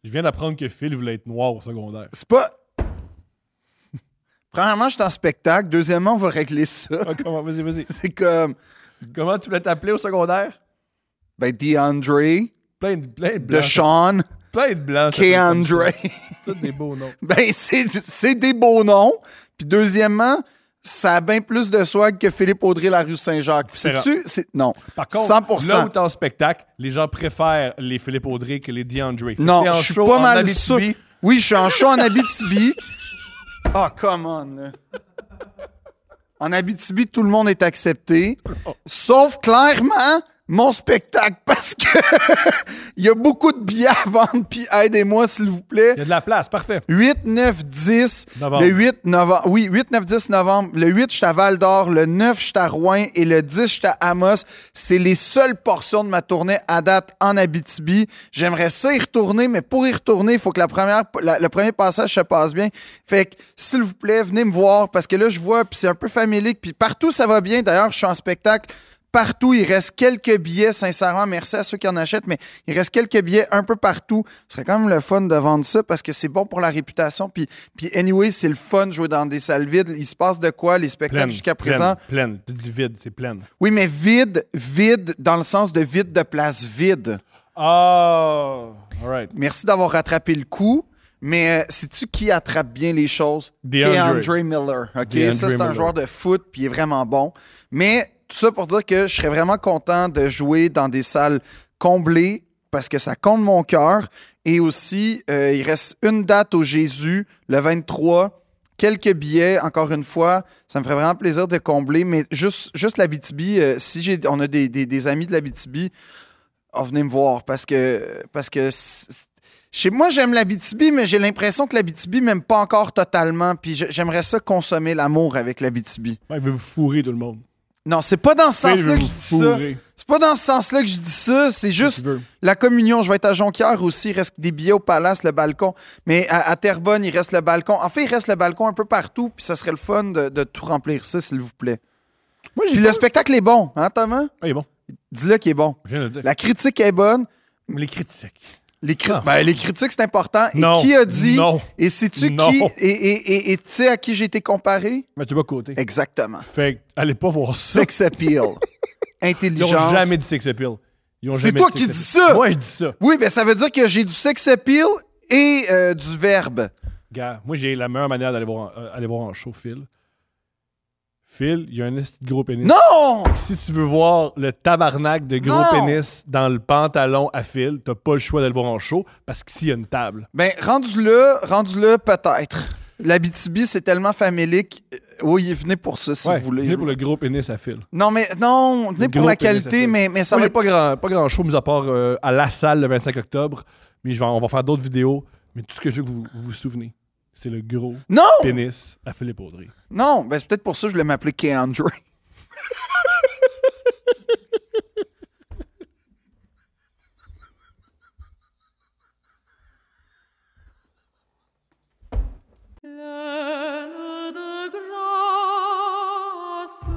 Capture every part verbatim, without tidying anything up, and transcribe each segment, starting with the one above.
Je viens d'apprendre que Phil voulait être noir au secondaire. C'est pas... Premièrement, je suis en spectacle. Deuxièmement, on va régler ça. Ah, comment? Vas-y, vas-y. C'est comme... Comment tu voulais t'appeler au secondaire? Ben, DeAndre, Plein de, plein de blancs. Deshaun, Plein de blancs. Keandre. Tous des beaux noms. Ben, c'est, c'est des beaux noms. Puis deuxièmement, ça a bien plus de swag que Philippe Audrey, la rue Saint-Jacques. Puis sais-tu? C'est... Non. Par contre, cent pour cent. là où t'es en spectacle, les gens préfèrent les Philippe Audrey que les DeAndre. Non, je je suis pas mal sûr. Oui, je suis en show en Abitibi. Ah, oh, come on, là. En Abitibi, tout le monde est accepté. Sauf, clairement, mon spectacle, parce que il y a beaucoup de billets à vendre, puis aidez-moi, s'il vous plaît. Il y a de la place, parfait. huit, neuf, dix, novembre. Le huit novembre. Oui, huit, neuf, dix novembre. Le huit, je suis à Val-d'Or. Le neuf, je suis à Rouyn. Et le dix, je suis à Amos. C'est les seules portions de ma tournée à date en Abitibi. J'aimerais ça y retourner, mais pour y retourner, il faut que la première, la, le premier passage se passe bien. Fait que, s'il vous plaît, venez me voir, parce que là, je vois, puis c'est un peu familique, puis partout, ça va bien. D'ailleurs, je suis en spectacle. Partout, il reste quelques billets, sincèrement, merci à ceux qui en achètent, mais il reste quelques billets un peu partout. Ce serait quand même le fun de vendre ça parce que c'est bon pour la réputation. Puis, puis anyway, c'est le fun de jouer dans des salles vides. Il se passe de quoi, les spectacles Pleine, jusqu'à présent? Pleine, pleine. Tu dis vide, c'est pleine. Oui, mais vide, vide dans le sens de vide de place vide. Oh, all right. Merci d'avoir rattrapé le coup. Mais euh, sais-tu qui attrape bien les choses? DeAndre. Keandre Miller. OK? DeAndre Ça, c'est un Miller. joueur de foot, puis il est vraiment bon. Mais tout ça pour dire que je serais vraiment content de jouer dans des salles comblées parce que ça compte mon cœur. Et aussi, euh, il reste une date au Jésus, le vingt-trois. Quelques billets, encore une fois. Ça me ferait vraiment plaisir de combler. Mais juste, juste l'Abitibi, euh, si j'ai, on a des, des, des amis de l'Abitibi, oh, venez me voir parce que... Parce que chez moi, j'aime l'Abitibi, mais j'ai l'impression que l'Abitibi m'aime pas encore totalement. Puis j'aimerais ça consommer l'amour avec l'Abitibi. Ouais, il veut vous fourrer tout le monde. Non, c'est pas dans ce sens-là que je dis ça. Fourrer. C'est pas dans ce sens-là que je dis ça. C'est juste la communion. Je vais être à Jonquière aussi. Il reste des billets au Palace, le balcon. Mais à, à Terrebonne, il reste le balcon. En fait, il reste le balcon un peu partout. Puis ça serait le fun de, de tout remplir ça, s'il vous plaît. Moi, j'ai puis pas... le spectacle est bon, hein, Thomas? Ah, il est bon. Dis-le qu'il est bon. Je viens de le dire. La critique est bonne. Les critiques. Les, cri- Ah. ben, les critiques, c'est important. Et Non. qui a dit... Non. Et sais-tu Non. qui... Et et- et- et tu sais à qui j'ai été comparé? Mathieu Bocoté. Exactement. Fait que, allez pas voir ça. Sex appeal. Ils Intelligence. ont jamais dit sex appeal. Ils ont C'est jamais toi dit qui sex dis appeal. ça! Moi, je dis ça. Oui, ben ça veut dire que j'ai du sex appeal et euh, du verbe. Gars, moi, j'ai la meilleure manière d'aller voir, en- euh, aller voir en show, Phil. Phil, il y a un esti de gros pénis. Non! Si tu veux voir le tabarnak de gros Non! pénis dans le pantalon à Phil, t'as pas le choix d'aller le voir en show parce qu'ici, il y a une table. Ben, rendu là, rendu là, peut-être. L'Abitibi, c'est tellement familique. Euh, Oui, venez pour ça, si Ouais, vous voulez. venez pour le gros pénis à Phil. Non, mais non, venez Le pour gros la pénis à qualité, Phil. mais, mais ça Moi, va j'ai être... pas grand, pas grand show, mis à part euh, à la salle le vingt-cinq octobre. Mais je vais, on va faire d'autres vidéos. Mais tout ce que je veux que vous vous, vous souvenez, c'est le gros Non! pénis à Philippe Audrey. Non, ben c'est peut-être pour ça que je voulais m'appeler Keandre. Pleine de grâce,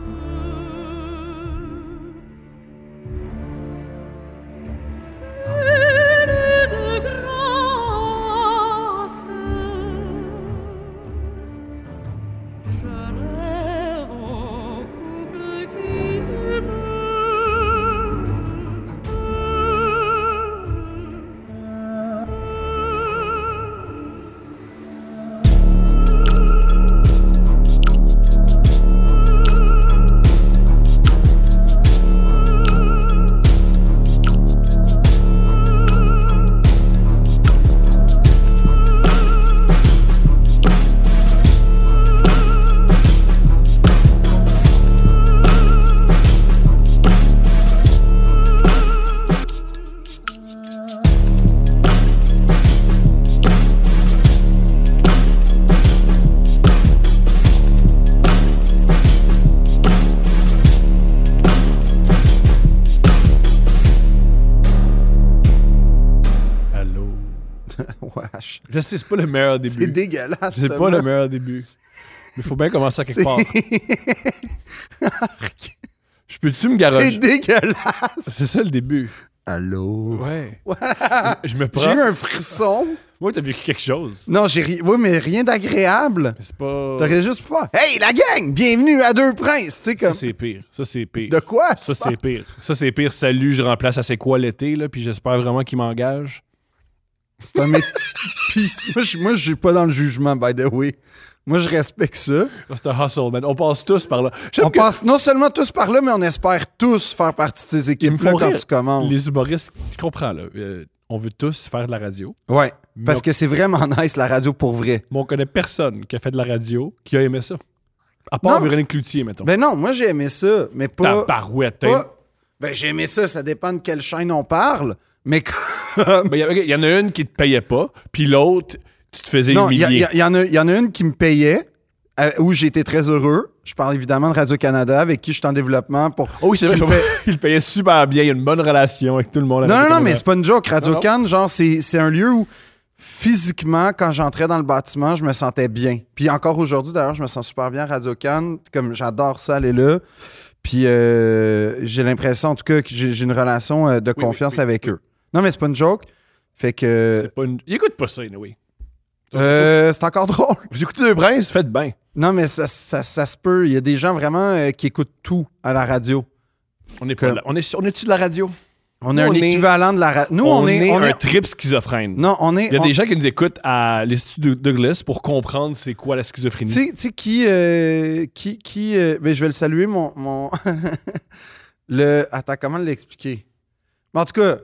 pleine de grâce, je rêve au couple qui t'aime. Allô? Wesh. Je sais, c'est pas le meilleur début. C'est dégueulasse. C'est pas Thomas. le meilleur début. Mais faut bien commencer à quelque C'est- part. Je peux-tu me C'est garocher? dégueulasse. C'est ça le début. Allô? Ouais. Je me J'ai prends. eu un frisson. Moi, t'as vécu quelque chose. Non, j'ai ri... Oui, mais rien d'agréable. C'est pas. T'aurais juste pu faire « Hey, la gang! Bienvenue à Deux Princes! » Tu sais, comme... Ça, c'est pire. Ça, c'est pire. De quoi? Ça, tu c'est pire. Ça, c'est pire. Salut, je remplace à C'est quoi l'été, là, puis j'espère vraiment qu'il m'engage. C'est un mé... Puis, moi, je moi, je suis pas dans le jugement, by the way. Moi, je respecte ça. Ça, c'est un hustle, man. On passe tous par là. J'aime On que passe non seulement tous par là, mais on espère tous faire partie de ces Ils me équipes-là font quand rire. tu commences. Les humoristes, je comprends, là. Euh, on veut tous faire de la radio. Ouais, parce Mais- que c'est vraiment nice, la radio, pour vrai. Mais on connaît personne qui a fait de la radio qui a aimé ça. À part Non. Véronique Cloutier, mettons. Ben non, moi, j'ai aimé ça, mais Ta pas... barouette, hein. pas... Ben, j'ai aimé ça, ça dépend de quelle chaîne on parle, mais... Ben, Il y, y en a une qui te payait pas, puis l'autre, tu te faisais Non, il y, a- humilier. y a- y en a- y en a une qui me payait, euh, où j'ai été très heureux. Je parle évidemment de Radio-Canada, avec qui je suis en développement pour... Oh oui, c'est vrai, qui je me fait- il le payait super bien. Il y a une bonne relation avec tout le monde. Non, non, avec non, le mais Canada. c'est pas une joke. Radio Non, non. Can, genre, c'est c'est un lieu où, physiquement, quand j'entrais dans le bâtiment, je me sentais bien. Puis encore aujourd'hui, d'ailleurs, je me sens super bien à Radio Can. Comme j'adore ça, aller là. Puis euh, j'ai l'impression, en tout cas, que j'ai j'ai une relation euh, de Oui, confiance oui, oui, avec oui. eux. Non, mais c'est pas une joke. Fait que... C'est pas une... Il écoute pas ça, anyway. euh, c'est encore drôle. Vous écoutez Deux Princes, faites bien. Non, mais ça, ça, ça se peut. Il y a des gens vraiment euh, qui écoutent tout à la radio. On est pas Que- là. On est, on est-tu de la radio? On Nous, est un on est- équivalent de la radio. Nous, on, est... on un est... trip schizophrène. Non, on est... Il y a on- des gens qui nous écoutent à l'Institut Douglas pour comprendre c'est quoi la schizophrénie. Tu sais- tu sais qui, euh, qui, qui euh, ben, je vais le saluer, mon, mon le, attends, comment l'expliquer? Mais en tout cas,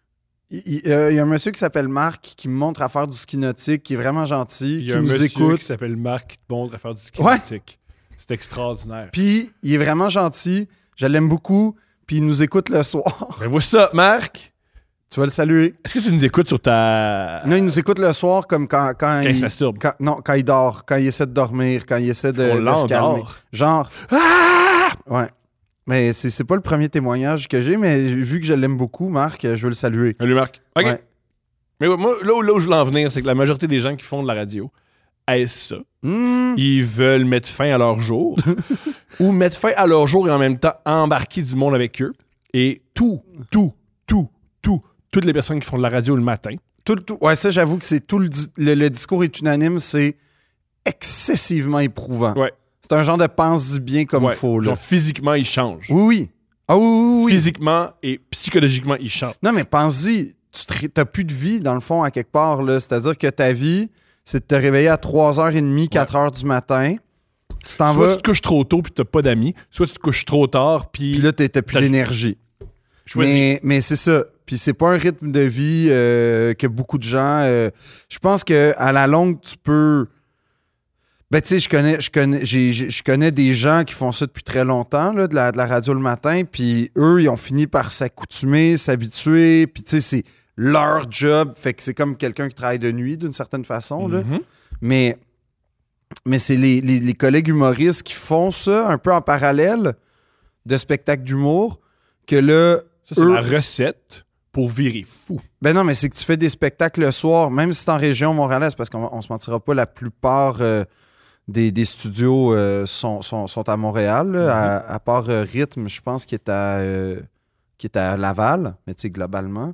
il il- euh, il y a un monsieur qui s'appelle Marc qui me montre à faire du ski nautique, qui est vraiment gentil, Il y a qui un nous monsieur écoute. qui s'appelle Marc qui te montre à faire du ski Ouais. nautique. C'est extraordinaire. Puis il est vraiment gentil, je l'aime beaucoup, puis il nous écoute le soir. Ben vois ça, Marc. Tu vas le saluer. Est-ce que tu nous écoutes sur ta... Non, il nous écoute le soir comme quand, quand, Quand il se il, masturbe. quand- non, quand il dort, quand il essaie de dormir, quand il essaie de, On de se calmer. l'endort. Genre, Ah! ouais. Mais c'est c'est pas le premier témoignage que j'ai, mais vu que je l'aime beaucoup, Marc, je veux le saluer. Salut, Marc. OK. Ouais. Mais ouais, moi, là où, là où je voulais en venir, c'est que la majorité des gens qui font de la radio est-ce ça. Hmm. Ils veulent mettre fin à leur jour ou mettre fin à leur jour et en même temps embarquer du monde avec eux. Et tout, tout, tout, tout, toutes les personnes qui font de la radio le matin, Tout, le- tout, ouais, ça, j'avoue que c'est tout le, di- le, le discours est unanime, c'est excessivement éprouvant. Ouais. C'est un genre de pense bien comme ouais, faut. Là. genre physiquement, ils changent. Oui, oui. Ah oui, oui, oui. Physiquement et psychologiquement, ils changent. Non, mais pense-y, tu n'as plus de vie, dans le fond, à quelque part. Là. C'est-à-dire que ta vie, c'est de te réveiller à trois heures trente, quatre heures du matin. Tu t'en Soit vas, tu te couches trop tôt puis t'as pas d'amis, soit tu te couches trop tard puis puis là, tu n'as plus Ça- d'énergie. choisis. Mais, mais c'est ça. Puis c'est pas un rythme de vie euh, que beaucoup de gens. euh, je pense que à la longue, tu peux. Ben, tu sais, je connais, je connais, j'ai- j'ai- je connais des gens qui font ça depuis très longtemps, là, de, la, de la radio le matin, puis eux, ils ont fini par s'accoutumer, s'habituer, puis tu sais, c'est leur job, fait que c'est comme quelqu'un qui travaille de nuit d'une certaine façon, là. Mhm. Mais, mais c'est les, les- les collègues humoristes qui font ça un peu en parallèle de spectacles d'humour, que là, Ça, c'est eux- la recette pour virer fou. ben non, mais c'est que tu fais des spectacles le soir, même si c'est en région montréalaise, parce qu'on on se mentira pas, la plupart euh, des, des studios euh, sont, sont, sont à Montréal, là, à, à part euh, Rythme, je pense, qui est à, euh, qui est à Laval, mais tu sais, globalement.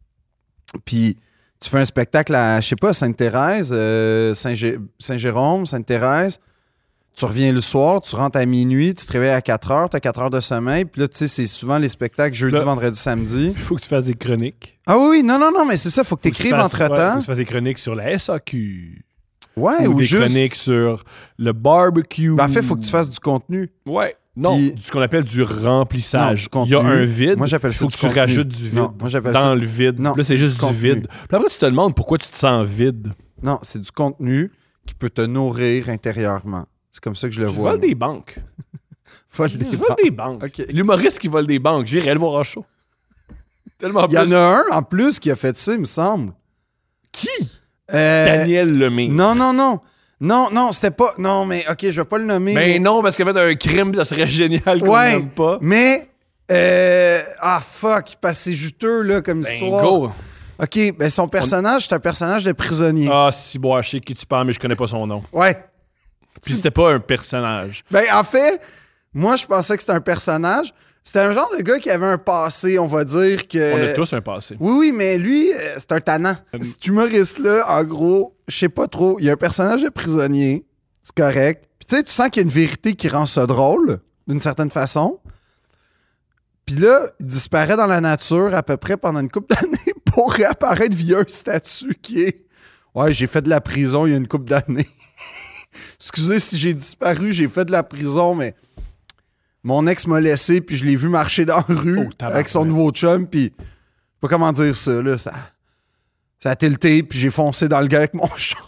Puis tu fais un spectacle à, je sais pas, Sainte-Thérèse, euh, Saint-Gé- Saint-Jérôme, Sainte-Thérèse. Tu reviens le soir, tu rentres à minuit, tu te réveilles à quatre heures, tu as quatre heures de sommeil. Puis là, tu sais, c'est souvent les spectacles jeudi, Là- vendredi, samedi. Il faut que tu fasses des chroniques. Ah oui, oui, non, non, non, mais c'est ça, faut que tu Faut que tu écrives fasses- ouais, entre-temps. faut que tu fasses des chroniques sur la S A Q. Ouais, ou ou des juste. chroniques sur le barbecue. Ben, en fait, il faut que tu fasses du contenu. Ouais. Non, Puis- du- ce qu'on appelle du remplissage. Non, du Il y a contenu. un vide. Moi, j'appelle Il ça faut du que tu contenu. rajoutes du vide. Non, moi, j'appelle dans ça- le vide. Non, là, c'est c'est juste du du, contenu. vide. Puis après, tu te demandes pourquoi tu te sens vide. Non, c'est du contenu qui peut te nourrir intérieurement. C'est comme ça que je le Je vois. vole des banques. Vole Je des vole banques. des banques. OK. L'humoriste qui vole des banques, j'irai le voir en show. Tellement Il y en plus. a un en plus qui a fait ça, il me semble. Qui? Euh, Daniel Lemay. Non, non, non. Non, non, c'était pas. Non, mais OK, je vais pas le nommer. Mais mais... non, parce qu'en fait, un crime, ça serait génial qu'on Ouais. l'aime pas. Mais. euh, Ah, fuck, parce que c'est juteux, là, comme Ben, histoire. go. OK, ben son personnage, c'est un personnage de prisonnier. Ah, si, bon, je sais qui tu parles, mais je connais pas son nom. Ouais. Puis c'était pas un personnage. Ben, en fait, moi, je pensais que c'était un personnage C'était un genre de gars qui avait un passé, on va dire que... On a tous un passé. Oui, oui, mais lui, euh, c'est un tannant. Cet humoriste-là, en gros, je sais pas trop, il y a un personnage de prisonnier, c'est correct. Puis tu sais, tu sens qu'il y a une vérité qui rend ça drôle, d'une certaine façon. Puis là, il disparaît dans la nature à peu près pendant une couple d'années pour réapparaître via un statut qui est « Ouais, j'ai fait de la prison il y a une couple d'années. Excusez si j'ai disparu, j'ai fait de la prison, mais mon ex m'a laissé, puis je l'ai vu marcher dans la rue Oh, tabarnak. avec son nouveau chum, puis je sais pas comment dire ça, là, ça, ça a tilté, puis j'ai foncé dans le gars avec mon char.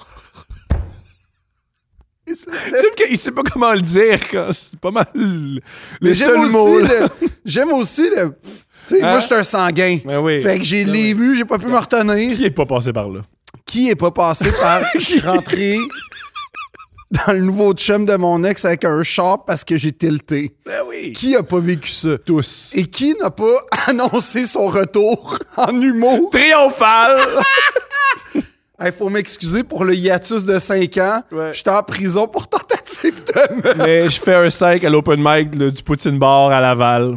Et ça, c'était- J'aime qu'il sait pas comment le dire. Quand c'est pas mal les Mais j'aime seuls aussi, mots. là. le, j'aime aussi le... Tu sais, Hein? moi, je suis un sanguin. Ben oui. Fait que j'ai Ben l'ai oui. vu, j'ai pas pu me retenir. Qui est pas passé par là? Qui est pas passé par... Je suis rentré dans le nouveau chum de mon ex avec un char parce que j'ai tilté. Ben oui. Qui a pas vécu ça? Tous. Et qui n'a pas annoncé son retour en humour? Triomphal! Il faut m'excuser pour le hiatus de cinq ans. Ouais. J'étais en prison pour tentative de meurtre. Mais je fais un cinq à l'open mic là, du Poutine Bar à Laval.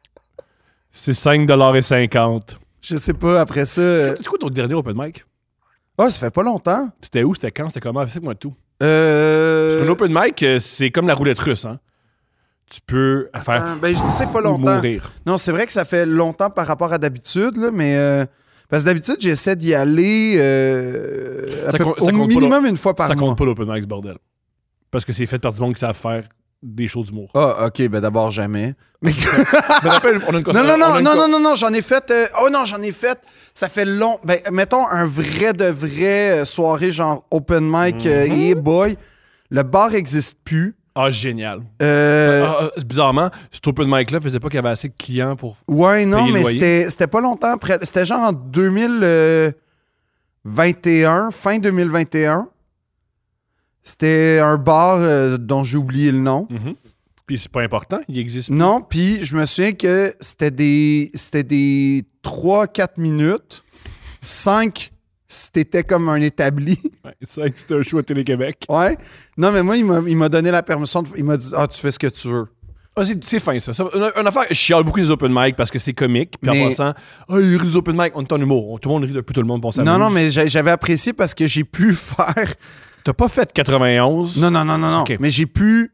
C'est cinq dollars cinquante. Je sais pas, après ça... euh, C'est quoi ton dernier open mic? Ah, ça fait pas longtemps. C'était où? C'était quand? C'était comment? C'est moi tout. Euh... Parce qu'un open mic, euh, c'est comme la roulette russe, hein? Tu peux faire Ah, ben, je dis c'est pas ou longtemps. mourir. Non, c'est vrai que ça fait longtemps par rapport à d'habitude, là, mais... euh, parce que d'habitude, j'essaie d'y aller euh, à Ça peu- compte- ça au compte pas minimum une fois par Ça mois. compte pas l'open mic, ce bordel. Parce que c'est fait par du monde qui savent faire des shows d'humour. Ah, OK, ben d'abord, jamais. Mais... Je me rappelle, on a une non, non, on a non, une non, co- non, non, non, j'en ai fait... euh, Oh non, j'en ai fait... Ça fait long... Ben, mettons un vrai de vrai euh, soirée genre open mic euh, Mhm. et boy. Le bar existe plus. Ah, génial. Euh, Ah, ah, bizarrement, cet open mic-là faisait pas qu'il y avait assez de clients pour. ouais, non, payer le mais loyer. c'était c'était pas longtemps après. C'était genre en deux mille vingt et un, fin deux mille vingt et un. C'était un bar euh, dont j'ai oublié le nom. Mhm. Puis c'est pas important, il existe. Non, puis je me souviens que c'était des c'était des trois quatre minutes. cinq c'était comme un établi. Ouais, c'est vrai que c'était un show à Télé-Québec. Ouais. Non, mais moi, il m'a il m'a donné la permission. De, il m'a dit « Ah, tu fais ce que tu veux. Ah, c'est, c'est fin, ça. ça une, une affaire, je chiale beaucoup des open mic parce que c'est comique. Puis Mais- en passant, ah, il rit des open mic, on est en humour. Tout le monde rit de plus tout le monde pense » à Non, non, mais j'a- j'avais apprécié parce que j'ai pu faire... T'as pas fait quatre-vingt-onze. Non, non, non, non, non. Ok. Mais j'ai pu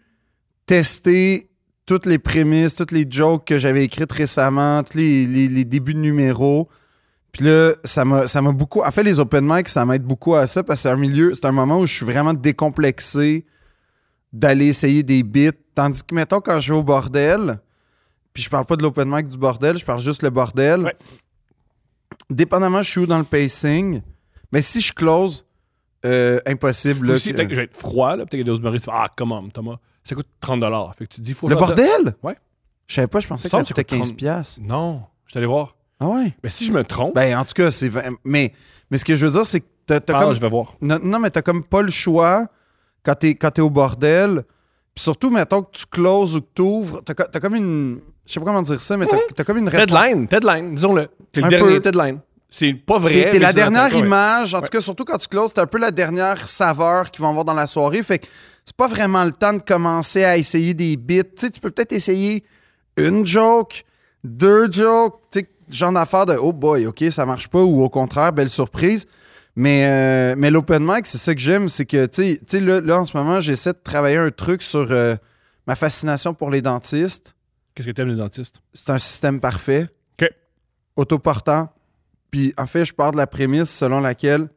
tester toutes les prémices, toutes les jokes que j'avais écrites récemment, tous les, les- les débuts de numéros. Puis là, ça m'a, ça m'a beaucoup... En fait, les open mic, ça m'aide beaucoup à ça parce que c'est un milieu, c'est un moment où je suis vraiment décomplexé d'aller essayer des bits. Tandis que, mettons, quand je vais au bordel, puis je parle pas de l'open mic du bordel, je parle juste le bordel. Ouais. Dépendamment, je suis où dans le pacing. Mais si je close, euh, impossible. Là, Aussi, que- peut-être que je vais être froid, là. Peut-être qu'il y a des humoristes qui font, ah, comment, Thomas, ça coûte trente dollars. Fait que tu te dis, faut Le leur- bordel? Ouais. Je savais pas, je pensais que Ça ça me coûtait coûte quinze trente. piastres. Non, je suis allé voir. Ah ouais? Mais si je me trompe, Ben, en tout cas, c'est... vingt- Mais, mais ce que je veux dire, c'est que t'as, t'as ah, comme... je vais voir. Non, non, mais t'as comme pas le choix quand t'es, quand t'es au bordel. Puis surtout, mettons que tu closes ou que t'ouvres, t'as, co- t'as comme une... Je sais pas comment dire ça, mais t'as, t'as comme une responsabilité. Deadline, deadline, disons-le. C'est le Un dernier peu. deadline. C'est pas vrai. T'es, t'es mais la c'est dernière dans ta- ouais. image, en Ouais. tout cas, surtout quand tu closes, t'as un peu la dernière saveur qu'ils vont avoir dans la soirée. Fait que c'est pas vraiment le temps de commencer à essayer des bits. Tu sais, tu peux peut-être essayer une joke, deux jokes, tu sais, genre d'affaire de « Oh boy, OK, ça marche pas » ou au contraire, belle surprise. Mais, euh, mais l'open mic, c'est ça que j'aime, c'est que, tu sais- tu sais, là, là, en ce moment, j'essaie de travailler un truc sur euh, ma fascination pour les dentistes. Qu'est-ce que t'aimes les dentistes? C'est un système parfait. OK. Autoportant. Puis, en fait, je pars de la prémisse selon laquelle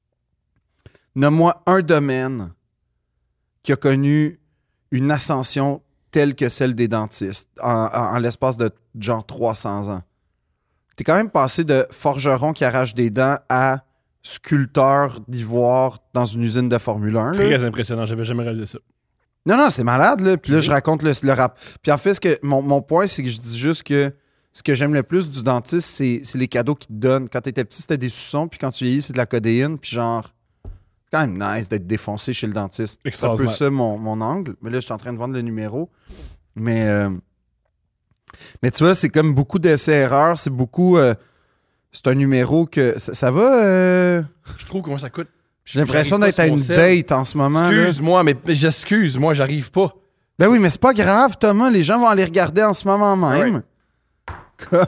nomme-moi un domaine qui a connu une ascension telle que celle des dentistes en, en- en l'espace de genre trois cents ans. T'es quand même passé de forgeron qui arrache des dents à sculpteur d'ivoire dans une usine de Formule un. là. Très impressionnant, j'avais jamais réalisé ça. Non, non, c'est malade, là. Puis là, Oui. je raconte le, le rap. Puis en fait, ce que, mon, mon point, c'est que je dis juste que ce que j'aime le plus du dentiste, c'est, c'est les cadeaux qu'il te donne. Quand t'étais petit, c'était des suçons, puis quand tu vieillis, c'est de la codéine. Puis genre, c'est quand même nice d'être défoncé chez le dentiste. C'est un peu Extraordinaire. ça mon, mon angle. Mais là, je suis en train de vendre le numéro. Mais, euh, mais tu vois, c'est comme beaucoup d'essais-erreurs. C'est beaucoup... euh, c'est un numéro que... Ça, ça va... euh, Je trouve comment ça coûte. J'ai l'impression J'arrive d'être pas à sur une mon sel. date en ce moment. là. Excuse-moi, mais mais j'excuse, moi, j'arrive pas. Ben oui, mais c'est pas grave, Thomas. Les gens vont aller regarder en ce moment même. Ouais. Comme...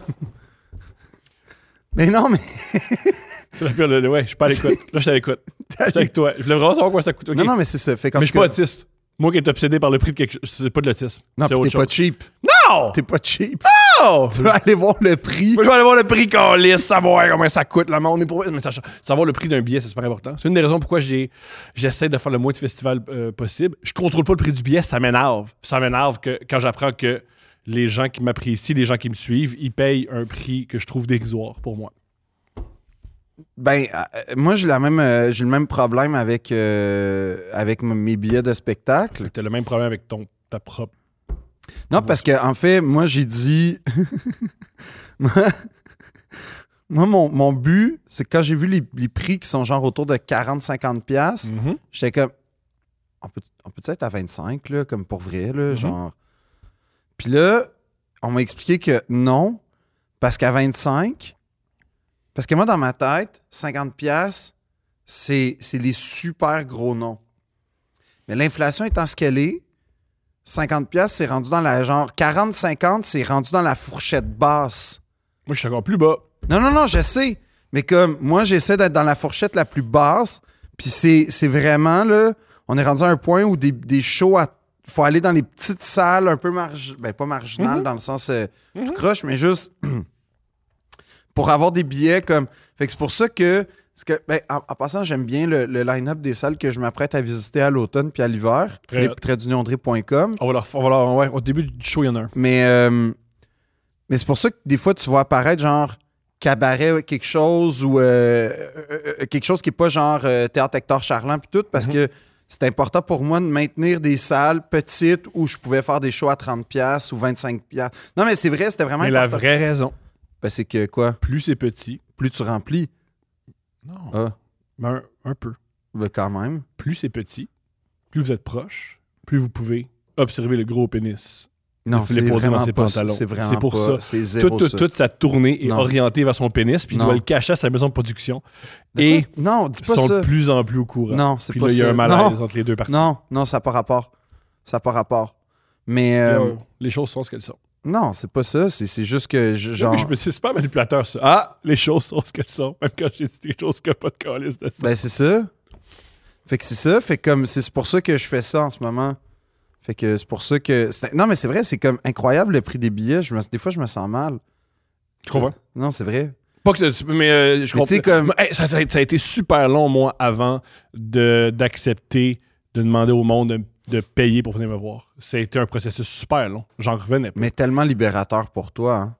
Mais non, mais... C'est la pire, le- le- ouais, je suis pas à l'écoute. Là, je suis à l'écoute. Je suis avec toi. Je voulais vraiment savoir quoi ça coûte. Ok. Non, non, mais c'est ça. Fait qu'en mais je suis tout pas cas- autiste. Moi qui est obsédé par le prix de quelque chose, c'est pas de l'autisme. Non, c'est puis autre t'es pas chose. cheap. Non! T'es pas cheap. Non! Tu vas aller voir le prix. Moi, je vais aller voir le prix qu'on liste, savoir combien ça coûte la monde. Mais pour mais ça- savoir le prix d'un billet, c'est super important. C'est une des raisons pourquoi j'ai, j'essaie de faire le moins de festivals euh, possible. Je contrôle pas le prix du billet, ça m'énerve. Ça m'énerve que quand j'apprends que les gens qui m'apprécient, les gens qui me suivent, ils payent un prix que je trouve dérisoire pour moi. Ben, euh, moi, j'ai, la même, euh, j'ai le même problème avec, euh, avec m- mes billets de spectacle. Fait que t'as le même problème avec ton, ta propre. Non, parce que en fait, moi, j'ai dit... moi, moi, mon, mon but, c'est que quand j'ai vu les, les prix qui sont genre autour de quarante à cinquante piastres, Mhm. j'étais comme... On peut, on peut être à vingt-cinq, là, comme pour vrai, là, Mhm. genre... Puis là, on m'a expliqué que non, parce qu'à vingt-cinq... Parce que moi, dans ma tête, cinquante piastres, c'est, c'est les super gros noms. Mais l'inflation étant ce qu'elle est, cinquante piastres, c'est rendu dans la genre... quarante cinquante, c'est rendu dans la fourchette basse. Moi, je suis encore plus bas. Non, non, non, je sais. Mais comme moi, j'essaie d'être dans la fourchette la plus basse, puis c'est, c'est vraiment, là... On est rendu à un point où des, des shows... Il faut aller dans les petites salles un peu... Margi... Ben, pas marginales, Mhm. dans le sens euh, tout Mhm. croche, mais juste... pour avoir des billets comme... Fait que c'est pour ça que... parce que ben, en, en passant, j'aime bien le, le line-up des salles que je m'apprête à visiter à l'automne puis à l'hiver. Très hot. philippe tiret point com. On va leur, on va leur- ouais, au début du show, il y en a un. Mais, euh, mais c'est pour ça que des fois, tu vois apparaître genre cabaret quelque chose ou euh, euh, euh, quelque chose qui n'est pas genre euh, théâtre Hector Charland puis tout, parce Mhm. que c'est important pour moi de maintenir des salles petites où je pouvais faire des shows à trente piastres ou vingt-cinq piastres. Non, mais c'est vrai, c'était vraiment Mais la important. vraie raison, Ben, c'est que quoi? plus c'est petit, Plus tu remplis. non, Ah, mais un, un peu. ben quand même. Plus c'est petit, plus vous êtes proche, plus vous pouvez observer le gros pénis. Non, de c'est Philippe Audrey dans vraiment ses pas pantalons. ça. C'est vraiment C'est pour pas- ça. C'est zéro Toute, toute, ça. toute sa tournée est Non. orientée vers son pénis, puis il Non. doit le cacher à sa maison de production. De Et quoi? Non, dis pas sont ça. de plus en plus au courant. Non, c'est Puis pas là, il y a ça. un malaise Non. entre les deux parties. Non, non, ça n'a pas rapport. Ça n'a pas rapport. Mais euh, Là, les choses sont ce qu'elles sont. non, c'est pas ça. C'est, c'est juste que je- genre. Je me suis c'est pas manipulateur, ça. Ah, les choses sont ce qu'elles sont. Même quand j'ai dit des choses qu'il n'y a pas de calice de ça. Ben c'est ça. Fait que c'est ça. Fait que comme c'est c'est pour ça que je fais ça en ce moment. Fait que c'est pour ça que. c'est- Non, mais c'est vrai, c'est comme incroyable le prix des billets. Je me... Des fois, je me sens mal. Je comprends. Non, c'est vrai. Pas que c'est- mais euh, je Mais tu sais, comprends. comme- Mais, hey, ça, ça a ça a été super long, moi, avant de, d'accepter de demander au monde de, de payer pour venir me voir. Ça a été un processus super long. J'en revenais pas. Mais tellement libérateur pour toi. Hein?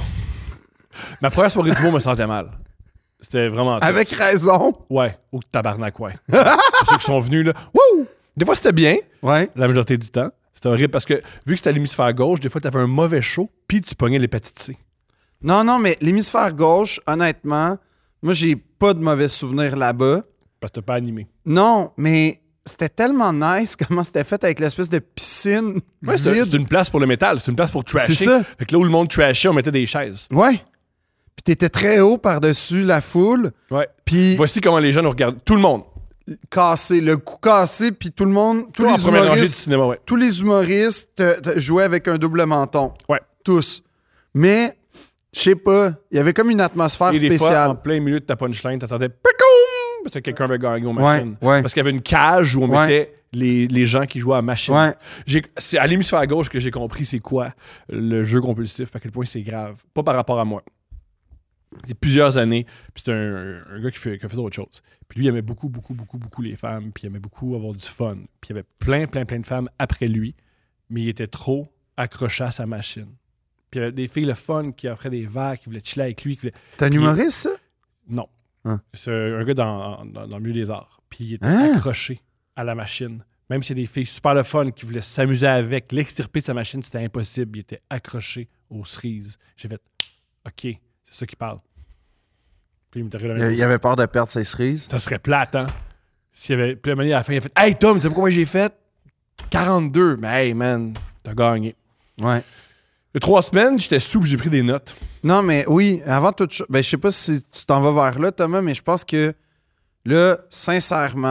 Ma première soirée du mot me sentait mal. C'était vraiment... tough. Avec raison. Ouais. Ou tabarnak, ouais. Pour ceux qui sont venus, là. Wouh! Des fois, c'était bien, Ouais. la majorité du temps. C'était horrible parce que, vu que c'était à l'hémisphère gauche, des fois, t'avais un mauvais show, puis tu pognais l'hépatite C. Non, non, mais l'hémisphère gauche, honnêtement, moi, j'ai pas de mauvais souvenirs là-bas. Parce que t'as pas animé. Non, mais c'était tellement nice comment c'était fait avec l'espèce de piscine Ouais, c'est, vide. c'est une place pour le métal. C'est une place pour trasher. C'est ça. Fait que là où le monde trashait, on mettait des chaises. Ouais. Puis t'étais très haut par-dessus la foule. Ouais. Puis Voici comment les gens nous regardent. Tout le monde. cassé, le cou cassé, puis tout le monde, tous Toi, en les première rangée du humoristes, cinéma, ouais. tous les humoristes euh, t- jouaient avec un double menton. Ouais. Tous. Mais, je sais pas, il y avait comme une atmosphère Et des fois, en spéciale. plein milieu de ta punchline, t'attendais Picoum! Parce que quelqu'un avait gagné aux machines. Ouais, ouais. Parce qu'il y avait une cage où on Ouais. mettait les, les gens qui jouaient à machine. Ouais. J'ai- c'est à l'hémisphère gauche que j'ai compris c'est quoi le jeu compulsif, à quel point c'est grave. Pas par rapport à moi. C'est plusieurs années, puis c'est un, un gars qui fait, qui a fait autre chose. Puis lui, il aimait beaucoup, beaucoup, beaucoup, beaucoup les femmes, puis il aimait beaucoup avoir du fun. Puis il y avait plein, plein, plein de femmes après lui, mais il était trop accroché à sa machine. Puis il y avait des filles le fun qui offraient des verres, qui voulaient chiller avec lui. Qui voulaient... C'est un Puis- humoriste, ça? Non. Hein. C'est un gars dans, dans, dans le milieu des arts. Puis il était Hein? accroché à la machine. Même s'il y a des filles super le fun qui voulaient s'amuser avec, l'extirper de sa machine, c'était impossible. Il était accroché aux cerises. J'ai fait OK, c'est ça qui parle. Puis il m'est arrivé la même Il, chose. il avait peur de perdre ses cerises. Ça serait plate, hein? S'il y avait... Puis à un moment donné, à la fin, il a fait Hey Tom, tu sais pas combien j'ai fait? quarante-deux. Mais hey man, t'as gagné. Ouais. Il y a trois semaines, j'étais sous, j'ai pris des notes. Non, mais oui, avant toute chose, ben, je sais pas si tu t'en vas vers là, Thomas, mais je pense que là, sincèrement,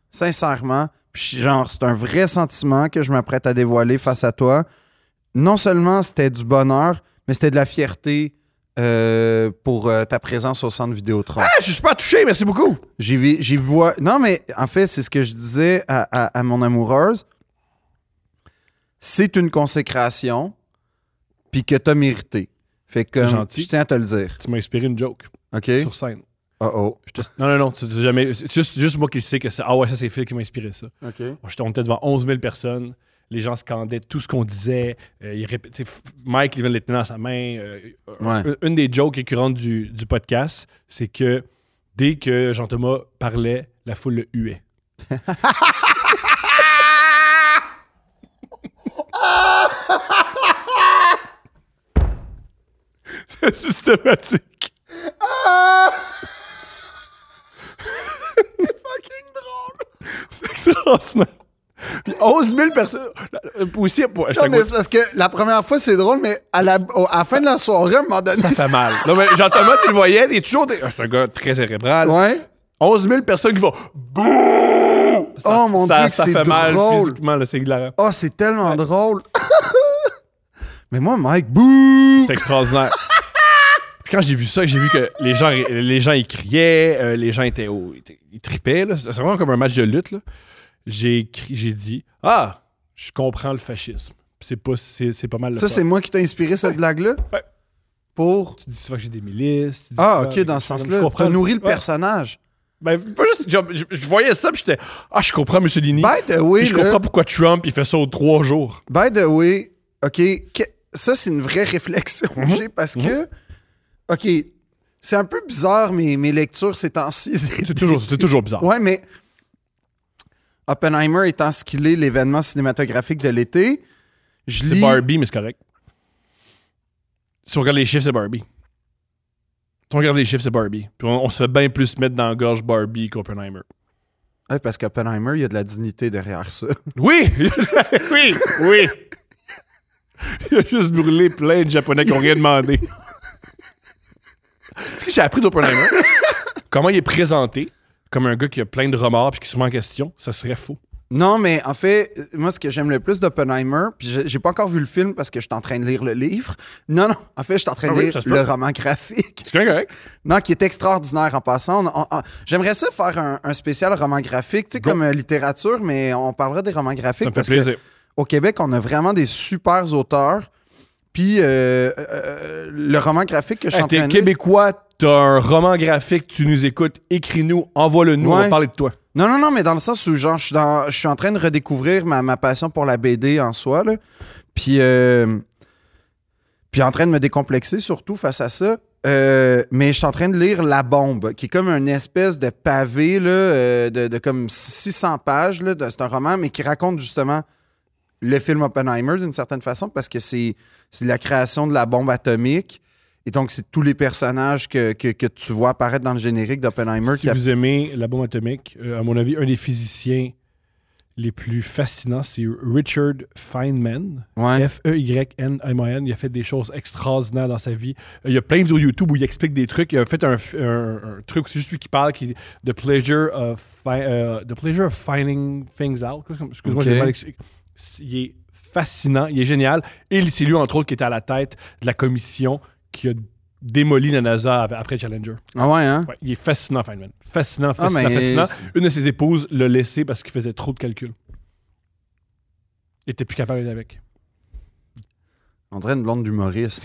sincèrement, puis genre, c'est un vrai sentiment que je m'apprête à dévoiler face à toi. Non seulement c'était du bonheur, mais c'était de la fierté euh, pour euh, ta présence au centre Vidéotron. Ah, je suis super touché, merci beaucoup. J'y vi- j'y vois. Non, mais en fait, c'est ce que je disais à, à- à mon amoureuse. C'est une consécration, puis que t'as mérité. Fait que, C'est comme, gentil. je tiens à te le dire. Tu m'as inspiré une joke OK? sur scène. Oh oh. Je te- Non, non, non, tu- tu- jamais... c'est juste, juste moi qui sais que c'est. Ah ouais, ça, c'est Phil qui m'a inspiré ça. OK. Moi, j'étais- On était devant onze mille personnes. Les gens scandaient tout ce qu'on disait. Euh, il répé- tu sais, F- Mike, il les tenait dans sa main. Euh, Ouais. un- Une des jokes récurrentes du, du podcast, c'est que dès que Jean-Thomas parlait, la foule le huait. C'est systématique. Fucking drôle. C'est extraordinaire. Puis onze mille personnes. euh, Aussi, pour, je Non, mais t'avoue, c'est parce que la première fois, c'est drôle, mais à la, au- à la fin de la soirée, à un moment donné. ça fait mal. Non, mais Jean-Thomas, tu le voyais, il est toujours. des- C'est un gars très cérébral. Ouais. onze mille personnes qui vont. Bouh! Ça- Oh mon ça- Dieu, que ça c'est fait mal drôle. physiquement, là, c'est hilarant. Oh, c'est tellement drôle. Mais moi, Mike, bouh! C'est extraordinaire. Puis quand j'ai vu ça, j'ai vu que les gens, les gens ils criaient, euh, les gens étaient au, ils, étaient- ils tripaient. là. C'est vraiment comme un match de lutte. là. J'ai écrit- j'ai dit ah, je comprends le fascisme. Puis c'est pas, c'est, c'est pas mal. le Ça, fun. c'est moi qui t'ai inspiré cette blague-là? Ouais. Pour. Tu dis souvent que j'ai des milices. tu dis Ah, souvent- ok, dans ce je sens-là. comprends. T'as nourri le Ouais. personnage. Ben, pas juste, genre, je, je voyais ça, puis j'étais ah, je comprends Mussolini. By the way, Puis je là, comprends pourquoi Trump il fait ça aux trois jours. by the way, OK, que- ça, c'est une vraie réflexion que Mhm. j'ai parce que, OK, c'est un peu bizarre, mes, mes lectures ces temps-ci. C'est toujours, c'est toujours bizarre. Ouais, mais Oppenheimer étant ce qu'il est, l'événement cinématographique de l'été, je C'est lis... Barbie, mais c'est correct. Si on regarde les chiffres, c'est Barbie. Si on regarde les chiffres, c'est Barbie. Puis on, on se fait bien plus mettre dans la gorge Barbie qu'Oppenheimer. Ouais, parce qu'Oppenheimer, il y a de la dignité derrière ça. Oui! oui! Oui! Il a juste brûlé plein de Japonais qui n'ont rien demandé. Ce que j'ai appris d'Oppenheimer, comment il est présenté comme un gars qui a plein de remords puis qui se met en question, ça serait faux. Non, mais en fait, euh, moi, ce que j'aime le plus d'Oppenheimer, puis j'ai j'ai pas encore vu le film parce que je suis en train de lire le livre. Non, non, en fait, je suis en train Ah de oui, lire ça se peut. le roman graphique. C'est quand même correct. Non, qui est extraordinaire en passant. On- on- on- J'aimerais ça faire un, un spécial roman graphique, tu sais, Go. comme euh, littérature, mais on parlera des romans graphiques Ça me fait parce plaisir. qu'au Québec, on a vraiment des super auteurs. Puis euh, euh, le roman graphique que je suis Hey, en train t'es de lire- québécois, t'as un roman graphique, tu nous écoutes, écris-nous, envoie-le-nous, on Ouais. va parler de toi. Non, non, non, mais dans le sens où, genre, je suis, dans- je suis en train de redécouvrir ma, ma passion pour la B D en soi, là. Puis, euh, puis en train de me décomplexer, surtout, face à ça. Euh, mais je suis en train de lire La Bombe, qui est comme une espèce de pavé, là, euh, de, de comme six cents pages, là. de- C'est un roman, mais qui raconte, justement, le film Oppenheimer, d'une certaine façon, parce que c'est c'est la création de la bombe atomique. Et donc, c'est tous les personnages que, que, que tu vois apparaître dans le générique d'Oppenheimer. Si qui a- vous aimez la bombe atomique, euh, à mon avis, un des physiciens les plus fascinants, c'est Richard Feynman. Ouais. F E Y N M A N. Il a fait des choses extraordinaires dans sa vie. Euh, il y a plein de vidéos YouTube où il explique des trucs. Il a fait un, f- un- un truc, c'est juste lui qui parle, qui est The Pleasure of, fi- euh, the pleasure of Finding Things Out. Excuse-moi, Ok. j'ai mal expliqué. Il est fascinant, il est génial. Et c'est lui, entre autres, qui était à la tête de la commission qui a démoli la NASA av- après Challenger. Ah ouais, hein? Ouais, il est fascinant, Feynman. Fascinant, Ah, fascinant, mais fascinant. c'est- Une de ses épouses l'a laissé parce qu'il faisait trop de calculs. Il était plus capable d'être avec. On dirait une blonde d'humoriste.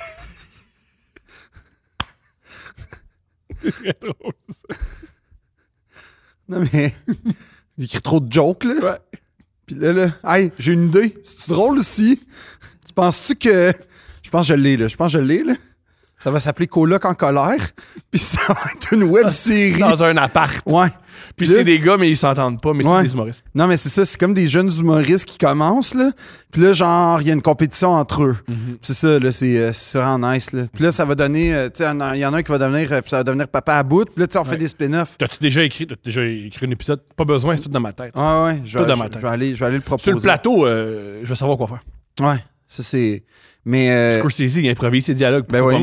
C'est très drôle, ça. Non, mais. Il écrit trop de jokes, là. Ouais. Puis là, là. Hey, j'ai une idée. C'est-tu drôle aussi? Tu penses-tu que. Je pense que je l'ai, là. Je pense que je l'ai, là. Ça va s'appeler Coloc en colère. Puis ça va être une web série. Dans un appart. Ouais. Puis là- c'est des gars, mais ils s'entendent pas, mais Ouais. c'est des humoristes. Non, mais c'est ça. C'est comme des jeunes humoristes qui commencent, là. Puis là, genre, il y a une compétition entre eux. Mhm. C'est ça, là, c'est euh, c'est vraiment nice, là. Puis là, ça va donner, euh, tu sais, il y en a un qui va devenir, euh, puis ça va devenir papa à bout. Puis là, tu sais, on Ouais. fait des spin-offs. T'as-tu déjà écrit, t'as déjà écrit un épisode? Pas besoin, c'est tout dans ma tête. Ouais, ouais, je Tout vais, dans je, ma je tête. vais aller, je vais aller le proposer. Sur le plateau, euh, je vais savoir quoi faire. Ouais, ça c'est. Mais. euh, Scorsese, il improvise ses dialogues. ben Pourquoi oui. pas moi?